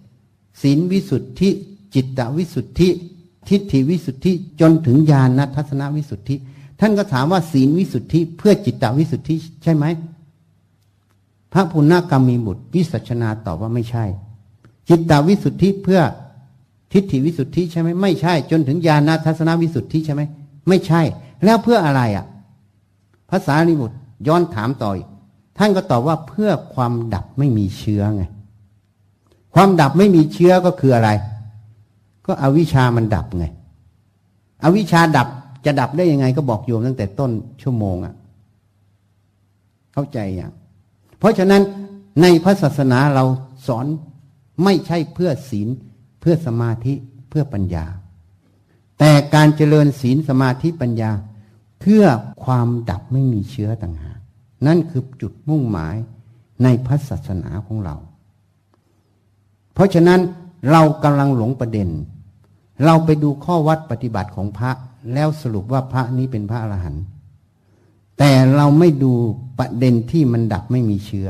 7ศีลวิสุทธิจิตตวิสุทธิทิฏฐิวิสุทธิจนถึงญาณทัศนวิสุทธิท่านก็ถามว่าศีลวิสุทธิเพื่อจิตตวิสุทธิใช่ไหมพระปุณณกัมมีบุตรวิสัชนาตอบว่าไม่ใช่จิตตวิสุทธิเพื่อทิฏฐิวิสุทธิใช่ไหมไม่ใช่จนถึงญาณทัศนวิสุทธิใช่ไหมไม่ใช่แล้วเพื่ออะไรอ่ะพระสารีบุตรย้อนถามต่ออีกท่านก็ตอบว่าเพื่อความดับไม่มีเชื้อไงความดับไม่มีเชื้อก็คืออะไรก็อวิชชามันดับไงอวิชชาดับจะดับได้ยังไงก็บอกโยมตั้งแต่ต้นชั่วโมงอ่ะเข้าใจอย่างเพราะฉะนั้นในพระศาสนาเราสอนไม่ใช่เพื่อศีลเพื่อสมาธิเพื่อปัญญาแต่การเจริญศีลสมาธิปัญญาเพื่อความดับไม่มีเชื้อต่างหากนั่นคือจุดมุ่งหมายในพระศาสนาของเราเพราะฉะนั้นเรากำลังหลงประเด็นเราไปดูข้อวัดปฏิบัติของพระแล้วสรุปว่าพระนี้เป็นพระอรหันต์แต่เราไม่ดูประเด็นที่มันดับไม่มีเชื้อ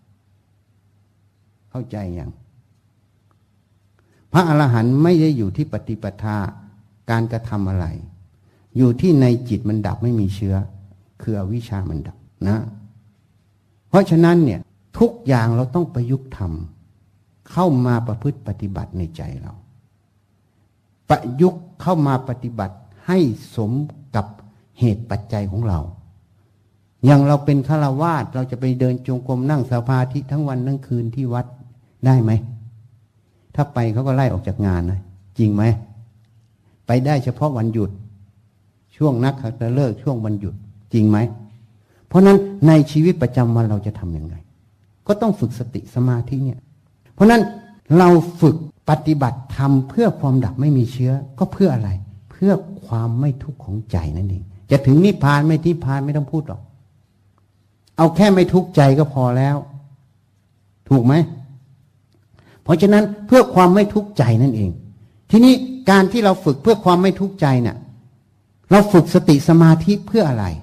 เข้าใจยังพระอรหันต์ไม่ได้อยู่ที่ปฏิปทาการกระทำอะไรอยู่ที่ในจิตมันดับไม่มีเชื้อคืออวิชชามันดับนะเพราะฉะนั้นเนี่ยทุกอย่างเราต้องประยุกต์ทำเข้ามาประพฤติปฏิบัติในใจเราประยุกต์เข้ามาปฏิบัติให้สมกับเหตุปัจจัยของเราอย่างเราเป็นฆราวาสเราจะไปเดินจงกรมนั่งสมาธิทั้งวันทั้งคืนที่วัดได้ไหมถ้าไปเขาก็ไล่ออกจากงานนะจริงไหมไปได้เฉพาะวันหยุดช่วงนักขัตฤกษ์ช่วงวันหยุดจริงไหมเพราะนั้นในชีวิตประจำวันเราจะทำยังไงก็ต้องฝึกสติสมาธิเนี่ยเพราะนั้นเราฝึกปฏิบัติธรรมเพื่อความดับไม่มีเชื้อก็เพื่ออะไรเพื่อความไม่ทุกข์ของใจนั่นเองจะถึงนิพพานไม่นิพพานไม่ต้องพูดหรอกเอาแค่ไม่ทุกข์ใจก็พอแล้วถูกไหมเพราะฉะนั้นเพื่อความไม่ทุกข์ใจนั่นเองทีนี้การที่เราฝึกเพื่อความไม่ทุกข์ใจเนี่ยเราฝึกสติสมาธิเพื่ออะไร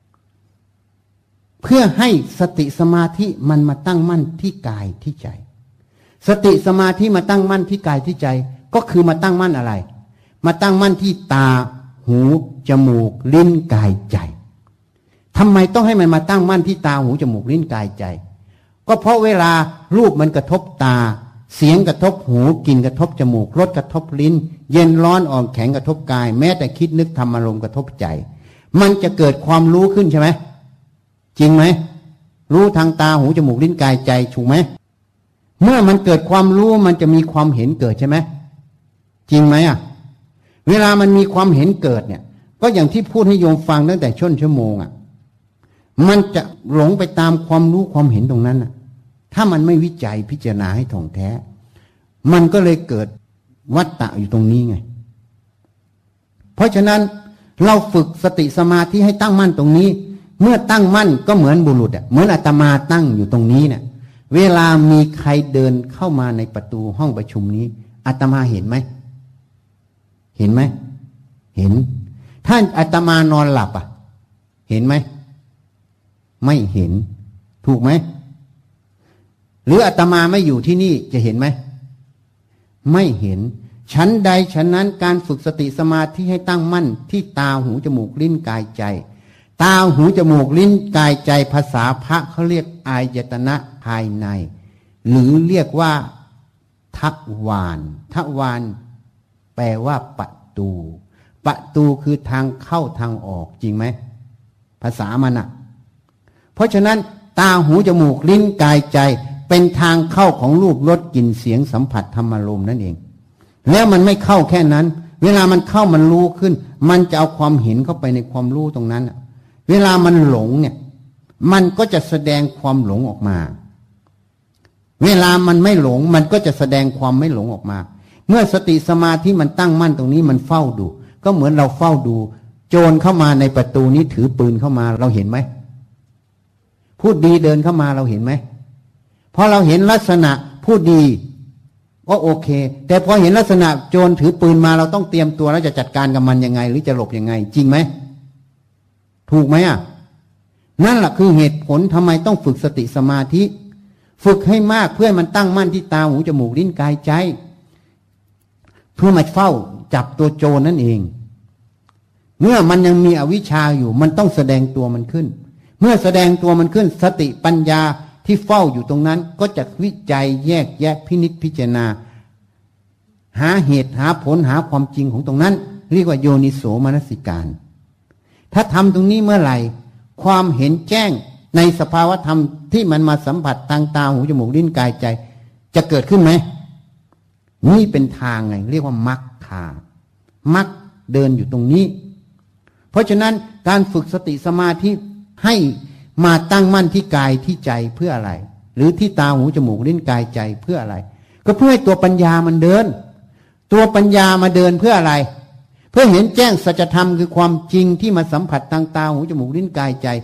เพื่อให้สติสมาธิมันมาตั้งมั่นที่กายที่ใจสติสมาธิมาตั้งมั่นที่กายที่ใจก็คือมาตั้งมั่นอะไรมาตั้งมั่นที่ตาหูจมูกลิ้นกายใจทำไมต้องให้มันมาตั้งมั่นที่ตาหูจมูกลิ้นกายใจก็เพราะเวลารูปมันกระทบตาเสียงกระทบหูกลิ่นกระทบจมูกรสกระทบลิ้นเย็นร้อนอ่อนแข็งกระทบกายแม้แต่คิดนึกทำอารมณ์กระทบใจมันจะเกิดความรู้ขึ้นใช่ไหมจริงไหมรู้ทางตาหูจมูกลิ้นกายใจถูกไหมเมื่อมันเกิดความรู้มันจะมีความเห็นเกิดใช่ไหมจริงไหมอ่ะเวลามันมีความเห็นเกิดเนี่ยก็อย่างที่พูดให้โยมฟังตั้งแต่ช่วงชั่วโมงอ่ะมันจะหลงไปตามความรู้ความเห็นตรงนั้นอ่ะถ้ามันไม่วิจัยพิจารณาให้ถ่องแท้มันก็เลยเกิดวัฏฏะอยู่ตรงนี้ไงเพราะฉะนั้นเราฝึกสติสมาธิให้ตั้งมั่นตรงนี้เมื่อตั้งมั่นก็เหมือนบุรุษอ่ะเหมือนอาตมาตั้งอยู่ตรงนี้เนี่ยเวลามีใครเดินเข้ามาในประตูห้องประชุมนี้อาตมาเห็นไหมเห็นไหมเห็นถ้าอาตมานอนหลับอ่ะเห็นไหมไม่เห็นถูกไหมหรืออาตมาไม่อยู่ที่นี่จะเห็นไหมไม่เห็นชั้นใดชั้นนั้นการฝึกสติสมาธิให้ตั้งมั่นที่ตาหูจมูกลิ้นกายใจตาหูจมูกลิ้นกายใจภาษาพระเขาเรียกอายตนะภายในหรือเรียกว่าทวารทวารแปลว่าประตูคือทางเข้าทางออกจริงไหมภาษามันอะเพราะฉะนั้นตาหูจมูกลิ้นกายใจเป็นทางเข้าของรูปรสกลิ่นเสียงสัมผัสธรรมารมณ์นั่นเองแล้วมันไม่เข้าแค่นั้นเวลามันเข้ามันรู้ขึ้นมันจะเอาความเห็นเข้าไปในความรู้ตรงนั้นเวลามันหลงเนี่ยมันก็จะแสดงความหลงออกมาเวลามันไม่หลงมันก็จะแสดงความไม่หลงออกมาเมื่อสติสมาธิมันตั้งมั่นตรงนี้มันเฝ้าดูก็เหมือนเราเฝ้าดูโจรเข้ามาในประตูนี้ถือปืนเข้ามาเราเห็นไหมพูดดีเดินเข้ามาเราเห็นไหมพอเราเห็นลักษณะพูดดีก็โอเคแต่พอเห็นลักษณะโจรถือปืนมาเราต้องเตรียมตัวแล้วจะจัดการกับมันยังไงหรือจะหลบยังไงจริงไหมถูกไหมอ่ะนั่นแหละคือเหตุผลทำไมต้องฝึกสติสมาธิฝึกให้มากเพื่อมันตั้งมั่นที่ตาหูจมูกลิ้นกายใจเพื่อมาเฝ้าจับตัวโจรนั่นเองเมื่อมันยังมีอวิชชาอยู่มันต้องแสดงตัวมันขึ้นเมื่อแสดงตัวมันขึ้นสติปัญญาที่เฝ้าอยู่ตรงนั้นก็จะวิจัยแยกแยะพินิจพิจารณาหาเหตุหาผลหาความจริงของตรงนั้นเรียกว่าโยนิโสมนสิการถ้าทำตรงนี้เมื่อไหร่ความเห็นแจ้งในสภาวธรรมที่มันมาสัมผัสทางตาหูจมูกลิ้นกายใจจะเกิดขึ้นไหมนี่เป็นทางไงเรียกว่ามรรคทางมรรคเดินอยู่ตรงนี้เพราะฉะนั้นการฝึกสติสมาธิให้มาตั้งมั่นที่กายที่ใจเพื่ออะไรหรือที่ตาหูจมูกลิ้นกายใจเพื่ออะไรก็เพื่อให้ตัวปัญญามันเดินตัวปัญญามาเดินเพื่ออะไรเพื่อเห็นแจ้งสัจธรรมคือความจริงที่มาสัมผัสทางตาหูจมูกลิ้นกายใจ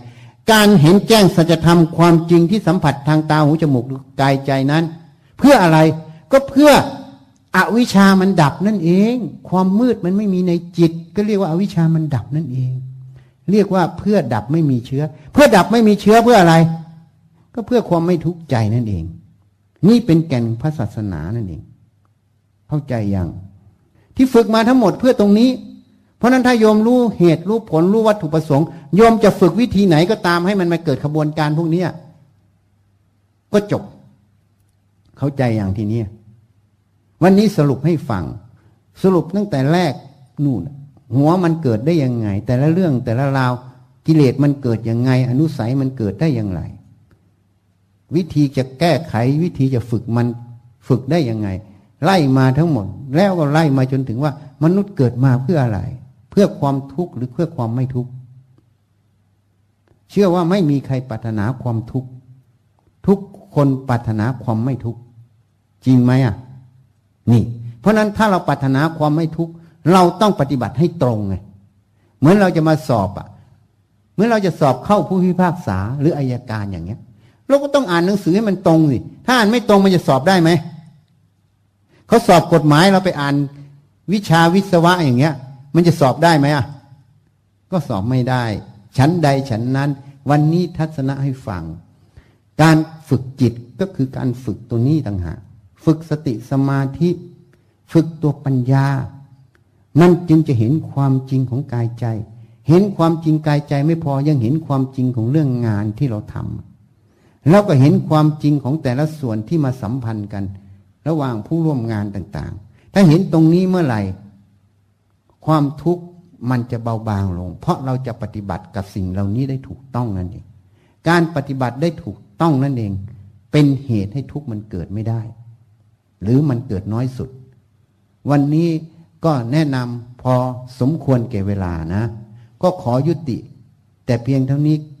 การเห็นแจ้งสัจธรรมความจริงที่สัมผัสทางตาหูจมูกกายใจนั้น เพื่ออะไรก็เพื่ออวิชชามันดับนั่นเองความมืดมันไม่มีในจิตก็เรียกว่าอวิชชามันดับนั่นเองเรียกว่าเพื่อดับไม่มีเชื้อเพื่อดับไม่มีเชื้อเพื่ออะไรก็เพื่อความไม่ทุกข์ใจนั่นเองนี่เป็นแก่นพระศาสนานั่นเองเข้าใจยังที่ฝึกมาทั้งหมดเพื่อตรงนี้เพราะนั้นถ้าโยมรู้เหตุรู้ผลรู้วัตถุประสงค์โยมจะฝึกวิธีไหนก็ตามให้มันมาเกิดขบวนการพวกนี้ก็จบเข้าใจอย่างทีนี้วันนี้สรุปให้ฟังสรุปตั้งแต่แรกนู่นหัวมันเกิดได้ยังไงแต่ละเรื่องแต่ละราวกิเลสมันเกิดยังไงอนุสัยมันเกิดได้อย่างไรวิธีจะแก้ไขวิธีจะฝึกมันฝึกได้ยังไงไล่มาทั้งหมดแล้วก็ไล่มาจนถึงว่ามนุษย์เกิดมาเพื่ออะไรเพื่อความทุกข์หรือเพื่อความไม่ทุกข์เชื่อว่าไม่มีใครปรารถนาความทุกข์ทุกคนปรารถนาความไม่ทุกข์จริงไหมนี่เพราะนั้นถ้าเราปรารถนาความไม่ทุกข์เราต้องปฏิบัติให้ตรงไงเหมือนเราจะมาสอบเมื่อเราจะสอบเข้าผู้พิพากษาหรืออัยการอย่างเงี้ยเราก็ต้องอ่านหนังสือให้มันตรงสิถ้าอ่านไม่ตรงมันจะสอบได้ไหมเขาสอบกฎหมายเราไปอ่านวิชาวิศวะอย่างเงี้ยมันจะสอบได้ไหมก็สอบไม่ได้ชั้นใดชั้นนั้นวันนี้ทัศนะให้ฟังการฝึกจิตก็คือการฝึกตัวนี้ต่างหากฝึกสติสมาธิฝึกตัวปัญญามันจึงจะเห็นความจริงของกายใจเห็นความจริงกายใจไม่พอยังเห็นความจริงของเรื่องงานที่เราทำแล้วก็เห็นความจริงของแต่ละส่วนที่มาสัมพันธ์กันระหว่างผู้ร่วมงานต่างๆถ้าเห็นตรงนี้เมื่อไหร่ความทุกข์มันจะเบาบางลงเพราะเราจะปฏิบัติกับสิ่งเหล่านี้ได้ถูกต้องนั่นเองการปฏิบัติได้ถูกต้องนั่นเองเป็นเหตุให้ทุกข์มันเกิดไม่ได้หรือมันเกิดน้อยสุดวันนี้ก็แนะนำพอสมควรแก่เวลานะก็ขอยุติแต่เพียงเท่านี้